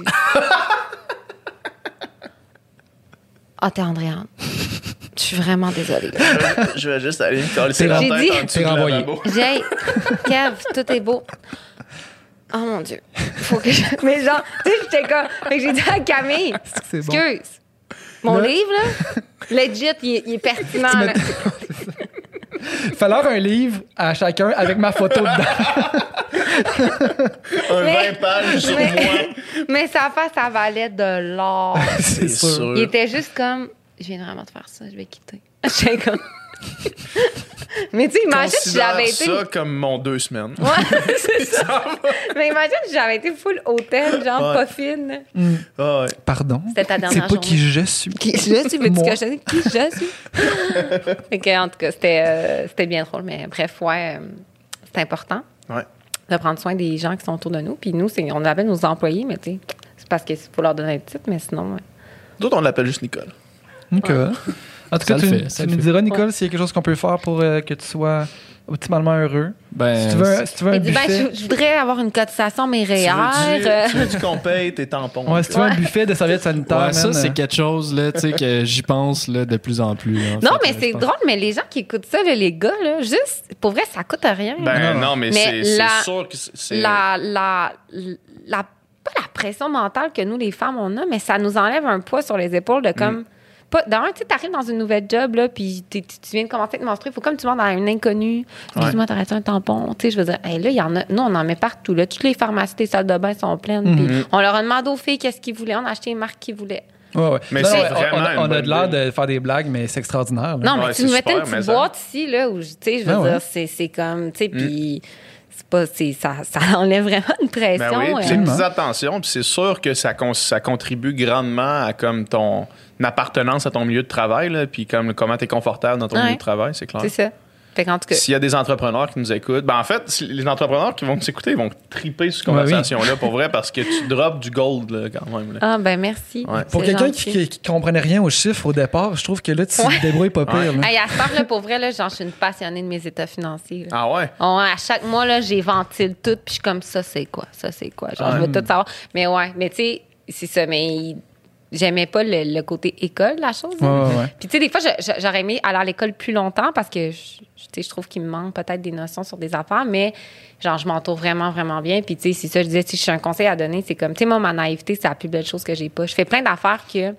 Speaker 4: Ah, t'es Andréane. Je suis vraiment désolée.
Speaker 2: Je vais juste aller me coller
Speaker 3: T'es
Speaker 2: la
Speaker 4: J'ai
Speaker 2: tête
Speaker 4: dit-
Speaker 2: en dessous
Speaker 3: t'es
Speaker 2: du
Speaker 3: renvoyé.
Speaker 2: lavabo.
Speaker 4: J'ai hey, Kev, tout est beau. Oh mon Dieu. Faut que je. Mais genre, tu sais, j'étais comme. Fait que j'ai dit à Camille,
Speaker 3: C'est bon.
Speaker 4: excuse. Mon
Speaker 3: Là-
Speaker 4: livre, là, legit, il est pertinent.
Speaker 3: Tu
Speaker 4: là.
Speaker 3: Fallait un livre à chacun avec ma photo dedans.
Speaker 2: Un
Speaker 4: Mais-
Speaker 2: 20 pages sur
Speaker 4: mais-
Speaker 2: moi.
Speaker 4: Mais sa face, ça valait de l'or.
Speaker 3: C'est sûr.
Speaker 4: Il était juste comme, je viens vraiment de faire ça, je vais quitter. J'étais comme, Mais tu sais, imagine si j'avais été...
Speaker 2: ça comme mon 2 semaines.
Speaker 4: Ouais, c'est ça. Mais imagine si j'avais été full hôtel, genre
Speaker 2: Ouais.
Speaker 4: pas fine.
Speaker 2: Ah ouais.
Speaker 3: Pardon.
Speaker 4: C'était ta dernière
Speaker 3: C'est pas
Speaker 4: journée.
Speaker 3: qui je suis.
Speaker 4: Qui je suis, veux-tu
Speaker 3: Moi.
Speaker 4: que je te dise qui je suis? Fait que, en tout cas, c'était bien drôle. Mais bref, ouais, c'est important
Speaker 2: Ouais.
Speaker 4: de prendre soin des gens qui sont autour de nous. Puis nous, on appelle nos employés, mais tu sais, c'est parce qu'il faut leur donner un titre, mais sinon...
Speaker 2: D'autres, on l'appelle juste Nicole.
Speaker 3: Nicole. En tout
Speaker 5: Ça
Speaker 3: cas,
Speaker 5: le
Speaker 3: tu,
Speaker 5: fait, ça
Speaker 3: tu
Speaker 5: le
Speaker 3: nous
Speaker 5: fait.
Speaker 3: diras, Nicole, s'il y a quelque chose qu'on peut faire pour que tu sois optimalement heureux.
Speaker 5: Ben,
Speaker 3: Si tu veux un
Speaker 4: Il dit,
Speaker 3: buffet...
Speaker 4: je voudrais avoir une cotisation, mes REER.
Speaker 2: Tu veux-tu qu'on paye tes tampons?
Speaker 3: Ouais, si tu veux un buffet de serviettes sanitaires,
Speaker 5: ouais, ça,
Speaker 3: man,
Speaker 5: c'est quelque chose là, tu sais, que j'y pense là, de plus en plus. là.
Speaker 4: Non,
Speaker 5: Fait
Speaker 4: mais
Speaker 5: que
Speaker 4: c'est
Speaker 5: je pense-
Speaker 4: drôle, mais les gens qui écoutent ça, là, les gars, là, juste, pour vrai, ça coûte rien.
Speaker 2: Ben non, mais c'est
Speaker 4: la-
Speaker 2: sûr que c'est...
Speaker 4: la pas la pression mentale que nous, les femmes, on a, mais ça nous enlève un poids sur les épaules de comme... D'abord, tu sais, t'arrives dans une nouvelle job, là, puis tu viens de commencer à te menstruer. Il faut comme tu demandes à un inconnu. Excuse-moi, t'aurais-tu un tampon? Tu sais, je veux dire, hey, là, il y en a. Nous, on en met partout, là. Toutes les pharmacies, les salles de bain sont pleines. Puis on leur a demandé aux filles qu'est-ce qu'ils voulaient. On a acheté les marques qu'ils voulaient.
Speaker 3: Ouais.
Speaker 2: Mais
Speaker 3: Non,
Speaker 2: c'est
Speaker 3: ouais,
Speaker 2: vraiment
Speaker 3: on
Speaker 2: une
Speaker 3: a
Speaker 2: bonne
Speaker 3: de l'air
Speaker 2: idée.
Speaker 3: de faire des blagues, mais c'est extraordinaire. là.
Speaker 4: Non, mais
Speaker 2: Ouais,
Speaker 4: tu nous
Speaker 2: c'est
Speaker 4: mettais une
Speaker 2: super,
Speaker 4: petite
Speaker 2: mais
Speaker 4: boîte ici, là, où, tu sais, je veux
Speaker 3: Ah ouais.
Speaker 4: dire, c'est comme, tu sais, puis c'est pas, ça enlève vraiment une pression.
Speaker 2: Ben oui, puis c'est
Speaker 3: euh.
Speaker 2: une petite attention, puis c'est sûr que ça contribue grandement à comme ton appartenance à ton milieu de travail, là, puis comme comment tu es confortable dans ton
Speaker 4: Ouais.
Speaker 2: milieu de travail, c'est clair.
Speaker 4: C'est ça. Fait qu'en tout cas,
Speaker 2: S'il y a des entrepreneurs qui nous écoutent, ben en fait, les entrepreneurs qui vont nous écouter, ils vont triper sur cette
Speaker 3: Ouais, oui.
Speaker 2: conversation-là, pour vrai, parce que tu drops du gold, là, quand même. Là.
Speaker 4: ah, ben merci.
Speaker 2: Ouais.
Speaker 3: Pour
Speaker 4: C'est
Speaker 3: quelqu'un
Speaker 4: gentil.
Speaker 3: qui comprenait rien aux chiffres au départ, je trouve que là, tu te débrouilles pas pire. là.
Speaker 4: Hey, à ce temps, là, pour vrai, là, genre, je suis une passionnée de mes états financiers. Là.
Speaker 2: Ah ouais?
Speaker 4: À chaque mois, là, j'ai ventile tout, puis je suis comme ça, c'est quoi? Ça, c'est quoi? Genre, je veux tout savoir. Mais ouais, mais tu sais, c'est ça, mais j'aimais pas le côté école de la chose. là.
Speaker 3: Ouais.
Speaker 4: Puis tu sais, des fois, j'aurais aimé aller à l'école plus longtemps parce que, tu sais, je trouve qu'il me manque peut-être des notions sur des affaires, mais genre, je m'entoure vraiment, vraiment bien. Puis tu sais, c'est ça, je disais, si je suis un conseil à donner, c'est comme, tu sais, moi, ma naïveté, c'est la plus belle chose que j'ai pas. Je fais plein d'affaires que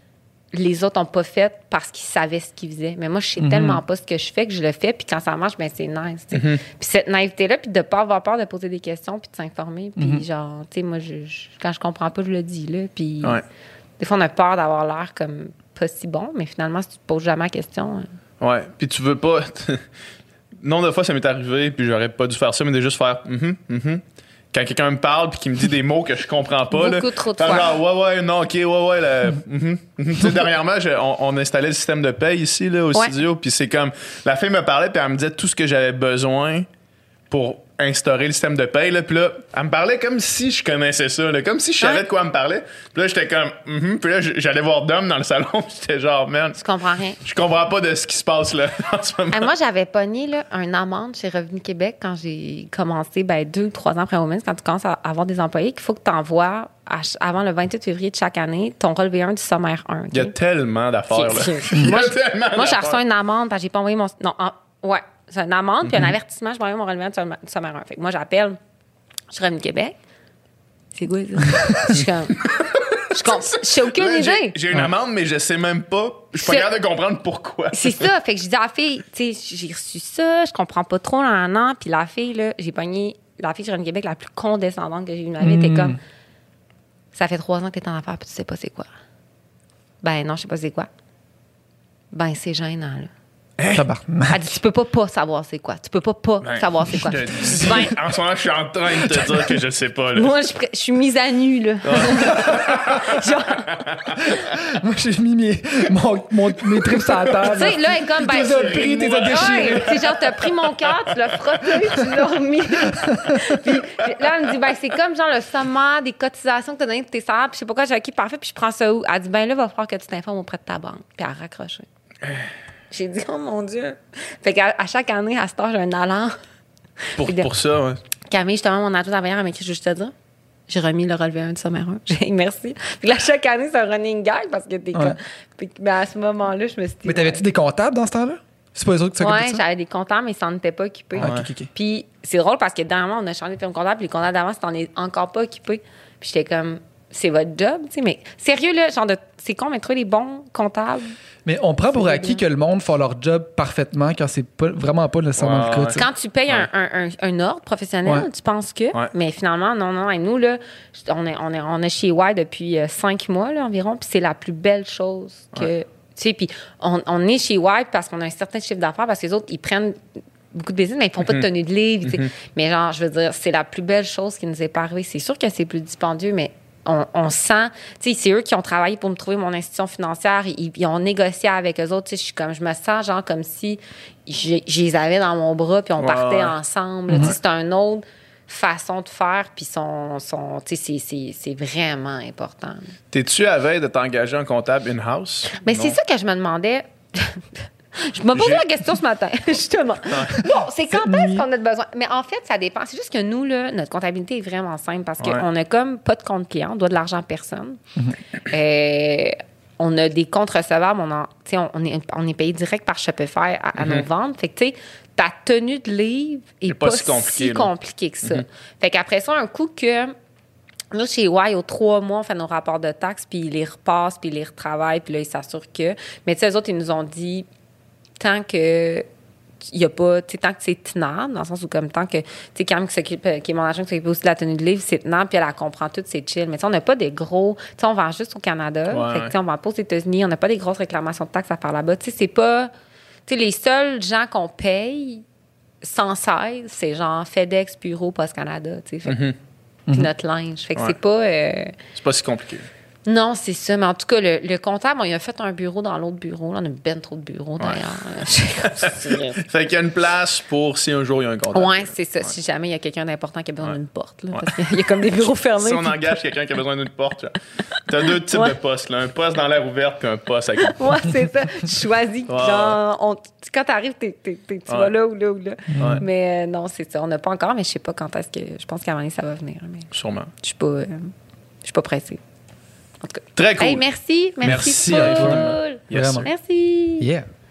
Speaker 4: les autres n'ont pas faites parce qu'ils savaient ce qu'ils faisaient. Mais moi, je sais tellement pas ce que je fais que je le fais, puis quand ça marche, ben c'est nice. tu sais. Puis cette naïveté-là, puis de pas avoir peur de poser des questions, puis de s'informer. Puis genre, tu sais, moi, quand je comprends pas, je le dis, là. Puis
Speaker 2: Ouais.
Speaker 4: des fois, on a peur d'avoir l'air comme pas si bon, mais finalement, si tu te poses jamais la question...
Speaker 2: Ouais. Puis tu veux pas. Nombre de fois, ça m'est arrivé, puis j'aurais pas dû faire ça, mais de juste faire. Quand quelqu'un me parle, puis qu'il me dit des mots que je comprends pas.
Speaker 4: Beaucoup
Speaker 2: là,
Speaker 4: trop de
Speaker 2: faire
Speaker 4: fois.
Speaker 2: genre, ouais, non, ok, ouais, là, Tu sais, dernièrement, on installait le système de paye ici, là, au
Speaker 4: Ouais.
Speaker 2: studio, puis c'est comme. La fille me parlait, puis elle me disait tout ce que j'avais besoin pour instaurer le système de paye, là. Puis là, elle me parlait comme si je connaissais ça, là, comme si je savais
Speaker 4: Ouais.
Speaker 2: de quoi elle me parlait. Puis là, j'étais comme, Puis là, j'allais voir Dom dans le salon, puis j'étais genre, man,
Speaker 4: Je comprends rien.
Speaker 2: je comprends pas de ce qui se passe là en ce moment.
Speaker 4: Moi, j'avais pogné là, un amende chez Revenu Québec quand j'ai commencé 2 ou 3 ans après Women's, quand tu commences à avoir des employés, qu'il faut que tu envoies avant le 28 février de chaque année ton relevé 1 du sommaire 1.
Speaker 2: Il y a tellement d'affaires là.
Speaker 4: Moi,
Speaker 2: tellement
Speaker 4: moi, j'ai
Speaker 2: d'affaires.
Speaker 4: reçu une amende parce que j'ai pas envoyé mon. Non, ouais, c'est une amende puis un avertissement, je vais envoyer mon relevé 1 du sommaire 1. Fait que moi, j'appelle chez Revenu Québec. C'est quoi ça? Je suis comme. J'ai aucune
Speaker 2: Là,
Speaker 4: idée.
Speaker 2: J'ai une amende, mais je sais même pas. Je suis pas
Speaker 4: C'est-
Speaker 2: capable de comprendre pourquoi.
Speaker 4: C'est ça. Fait que j'ai dit à la fille, tu sais, j'ai reçu ça, je comprends pas trop an. Puis la fille, là, j'ai pogné la fille de Revenu Québec la plus condescendante que j'ai vue de ma vie. Était comme, ça fait 3 ans que t'es en affaires puis tu sais pas c'est quoi. Ben non, je sais pas c'est quoi. Ben c'est gênant, là.
Speaker 3: Tabarnak.
Speaker 4: Elle dit, tu peux pas savoir c'est quoi. Tu peux pas
Speaker 2: Ben,
Speaker 4: savoir c'est quoi.
Speaker 2: Je te dis,
Speaker 4: Ben,
Speaker 2: en ce moment, je suis en train de te dire que je sais pas. Là.
Speaker 4: moi, je suis mise à nu, là. Genre,
Speaker 3: Moi, j'ai mis mes tripes sur la table.
Speaker 4: tu sais, là, elle est comme, ben,
Speaker 3: T'es pris, t'es déchiré.
Speaker 4: ouais, c'est genre, t'as pris mon cœur, tu l'as frotté, tu l'as remis. Puis là, elle me dit, ben, c'est comme genre le sommaire des cotisations que t'as donné de tes salaires. Puis je sais pas quoi, j'ai OK, parfait, puis je prends ça où? Elle dit, ben là, il va falloir que tu t'informes auprès de ta banque. Puis elle a raccroché. J'ai dit, oh mon Dieu. Fait qu'à chaque année, à cette heure, j'ai un allant.
Speaker 2: Pour ça, ouais.
Speaker 4: Camille, justement, mon adjointe à elle m'écrit juste te dire. J'ai remis le relevé 1 du sommaire 1. J'ai dit merci. Puis là, chaque année, c'est un running gag parce que t'es comme. Puis, ben, à ce moment-là, je me suis dit.
Speaker 3: Mais t'avais-tu des comptables dans ce temps-là? C'est pas les autres qui s'occupent
Speaker 4: Ouais,
Speaker 3: de ça?
Speaker 4: j'avais des comptables, mais ils s'en étaient pas occupés.
Speaker 3: Ah, ok.
Speaker 4: Puis c'est drôle parce que dernièrement, on a changé de firme comptable, puis les comptables d'avant, s'en est encore pas occupés. Puis j'étais comme, c'est votre job, tu sais. Mais sérieux, là, genre, c'est con, mais trouver les bons comptables.
Speaker 3: Mais on prend pour
Speaker 4: C'est
Speaker 3: acquis
Speaker 4: bien.
Speaker 3: que le monde fait leur job parfaitement quand c'est vraiment pas nécessairement le cas.
Speaker 2: Ouais.
Speaker 3: tu sais.
Speaker 4: Quand tu payes un ordre professionnel,
Speaker 3: Ouais.
Speaker 4: tu penses que.
Speaker 2: Ouais.
Speaker 4: Mais finalement, non. Et nous, là, on est chez Y depuis 5 mois là, environ, puis c'est la plus belle chose que sais, puis on est chez Wipe parce qu'on a un certain chiffre d'affaires, parce que les autres, ils prennent beaucoup de business, mais ils font pas de tenue de livre. Tu sais. Mais genre, je veux dire, c'est la plus belle chose qui nous est pas arrivée. C'est sûr que c'est plus dispendieux, mais on sent, tu sais, c'est eux qui ont travaillé pour me trouver mon institution financière. Ils ont négocié avec eux autres. Tu sais, je me sens genre comme si je les avais dans mon bras, puis on partait ensemble. Tu sais, c'est une autre façon de faire, puis tu sais, c'est vraiment important.
Speaker 2: T'es-tu à veille de t'engager un comptable in-house?
Speaker 4: Mais c'est ça que je me demandais. Je me posais la question ce matin, justement. Bon, c'est quand est-ce qu'on a besoin? Mais en fait, ça dépend. C'est juste que nous, là, notre comptabilité est vraiment simple parce qu'on a comme pas de compte client, on doit de l'argent à personne. On a des comptes recevables, on est payé direct par Shopify à nos ventes. Fait que, tu sais, ta tenue de livre est pas si compliqué que ça. Fait qu'après ça, un coup que... Nous, chez Y, aux 3 mois, on fait nos rapports de taxes, puis ils les repassent, puis ils les retravaillent, puis là, ils s'assurent que... Mais tu sais, eux autres, ils nous ont dit... tant que il y a pas, tu sais, tant que c'est tenable, dans le sens où comme tant que, tu sais, Cam qui est mon agent qui s'occupe aussi de la tenue de livre, c'est tenable, puis elle comprend tout, c'est chill. Mais tu sais, on n'a pas des gros, tu sais, on vend juste au Canada, fait que tu sais, on vend pas aux États-Unis, on n'a pas des grosses réclamations de taxes à faire là-bas. Tu sais, c'est pas, tu sais, les seuls gens qu'on paye sans cesse, c'est genre FedEx, Bureau, Post Canada, tu sais, puis notre linge. Fait que c'est pas...
Speaker 2: c'est pas si compliqué.
Speaker 4: Non, c'est ça. Mais en tout cas, le comptable, il a fait un bureau dans l'autre bureau. Là, on a ben trop de bureaux, d'ailleurs.
Speaker 2: Fait qu'il y a une place pour si un jour il y a un comptable.
Speaker 4: Oui, c'est ça. Si jamais il y a quelqu'un d'important qui a besoin d'une porte. Là, parce qu'il y a comme des bureaux fermés.
Speaker 2: Si on engage quelqu'un qui a besoin d'une porte, tu as 2 types de postes. Là. Un poste dans l'air ouvert puis un poste avec une porte.
Speaker 4: Oui, c'est ça. Tu choisis. Genre, quand tu arrives, tu vas là ou là ou là. Mais non, c'est ça. On n'a pas encore, mais je sais pas quand est-ce que... Je pense qu'à un moment donné, ça va venir. Mais
Speaker 2: sûrement.
Speaker 4: Je suis pas pressée. En tout cas.
Speaker 2: Très cool.
Speaker 4: Hey, merci.
Speaker 3: Merci,
Speaker 4: cool.
Speaker 2: Yes,
Speaker 3: Vraiment.
Speaker 4: Merci.
Speaker 3: Yeah.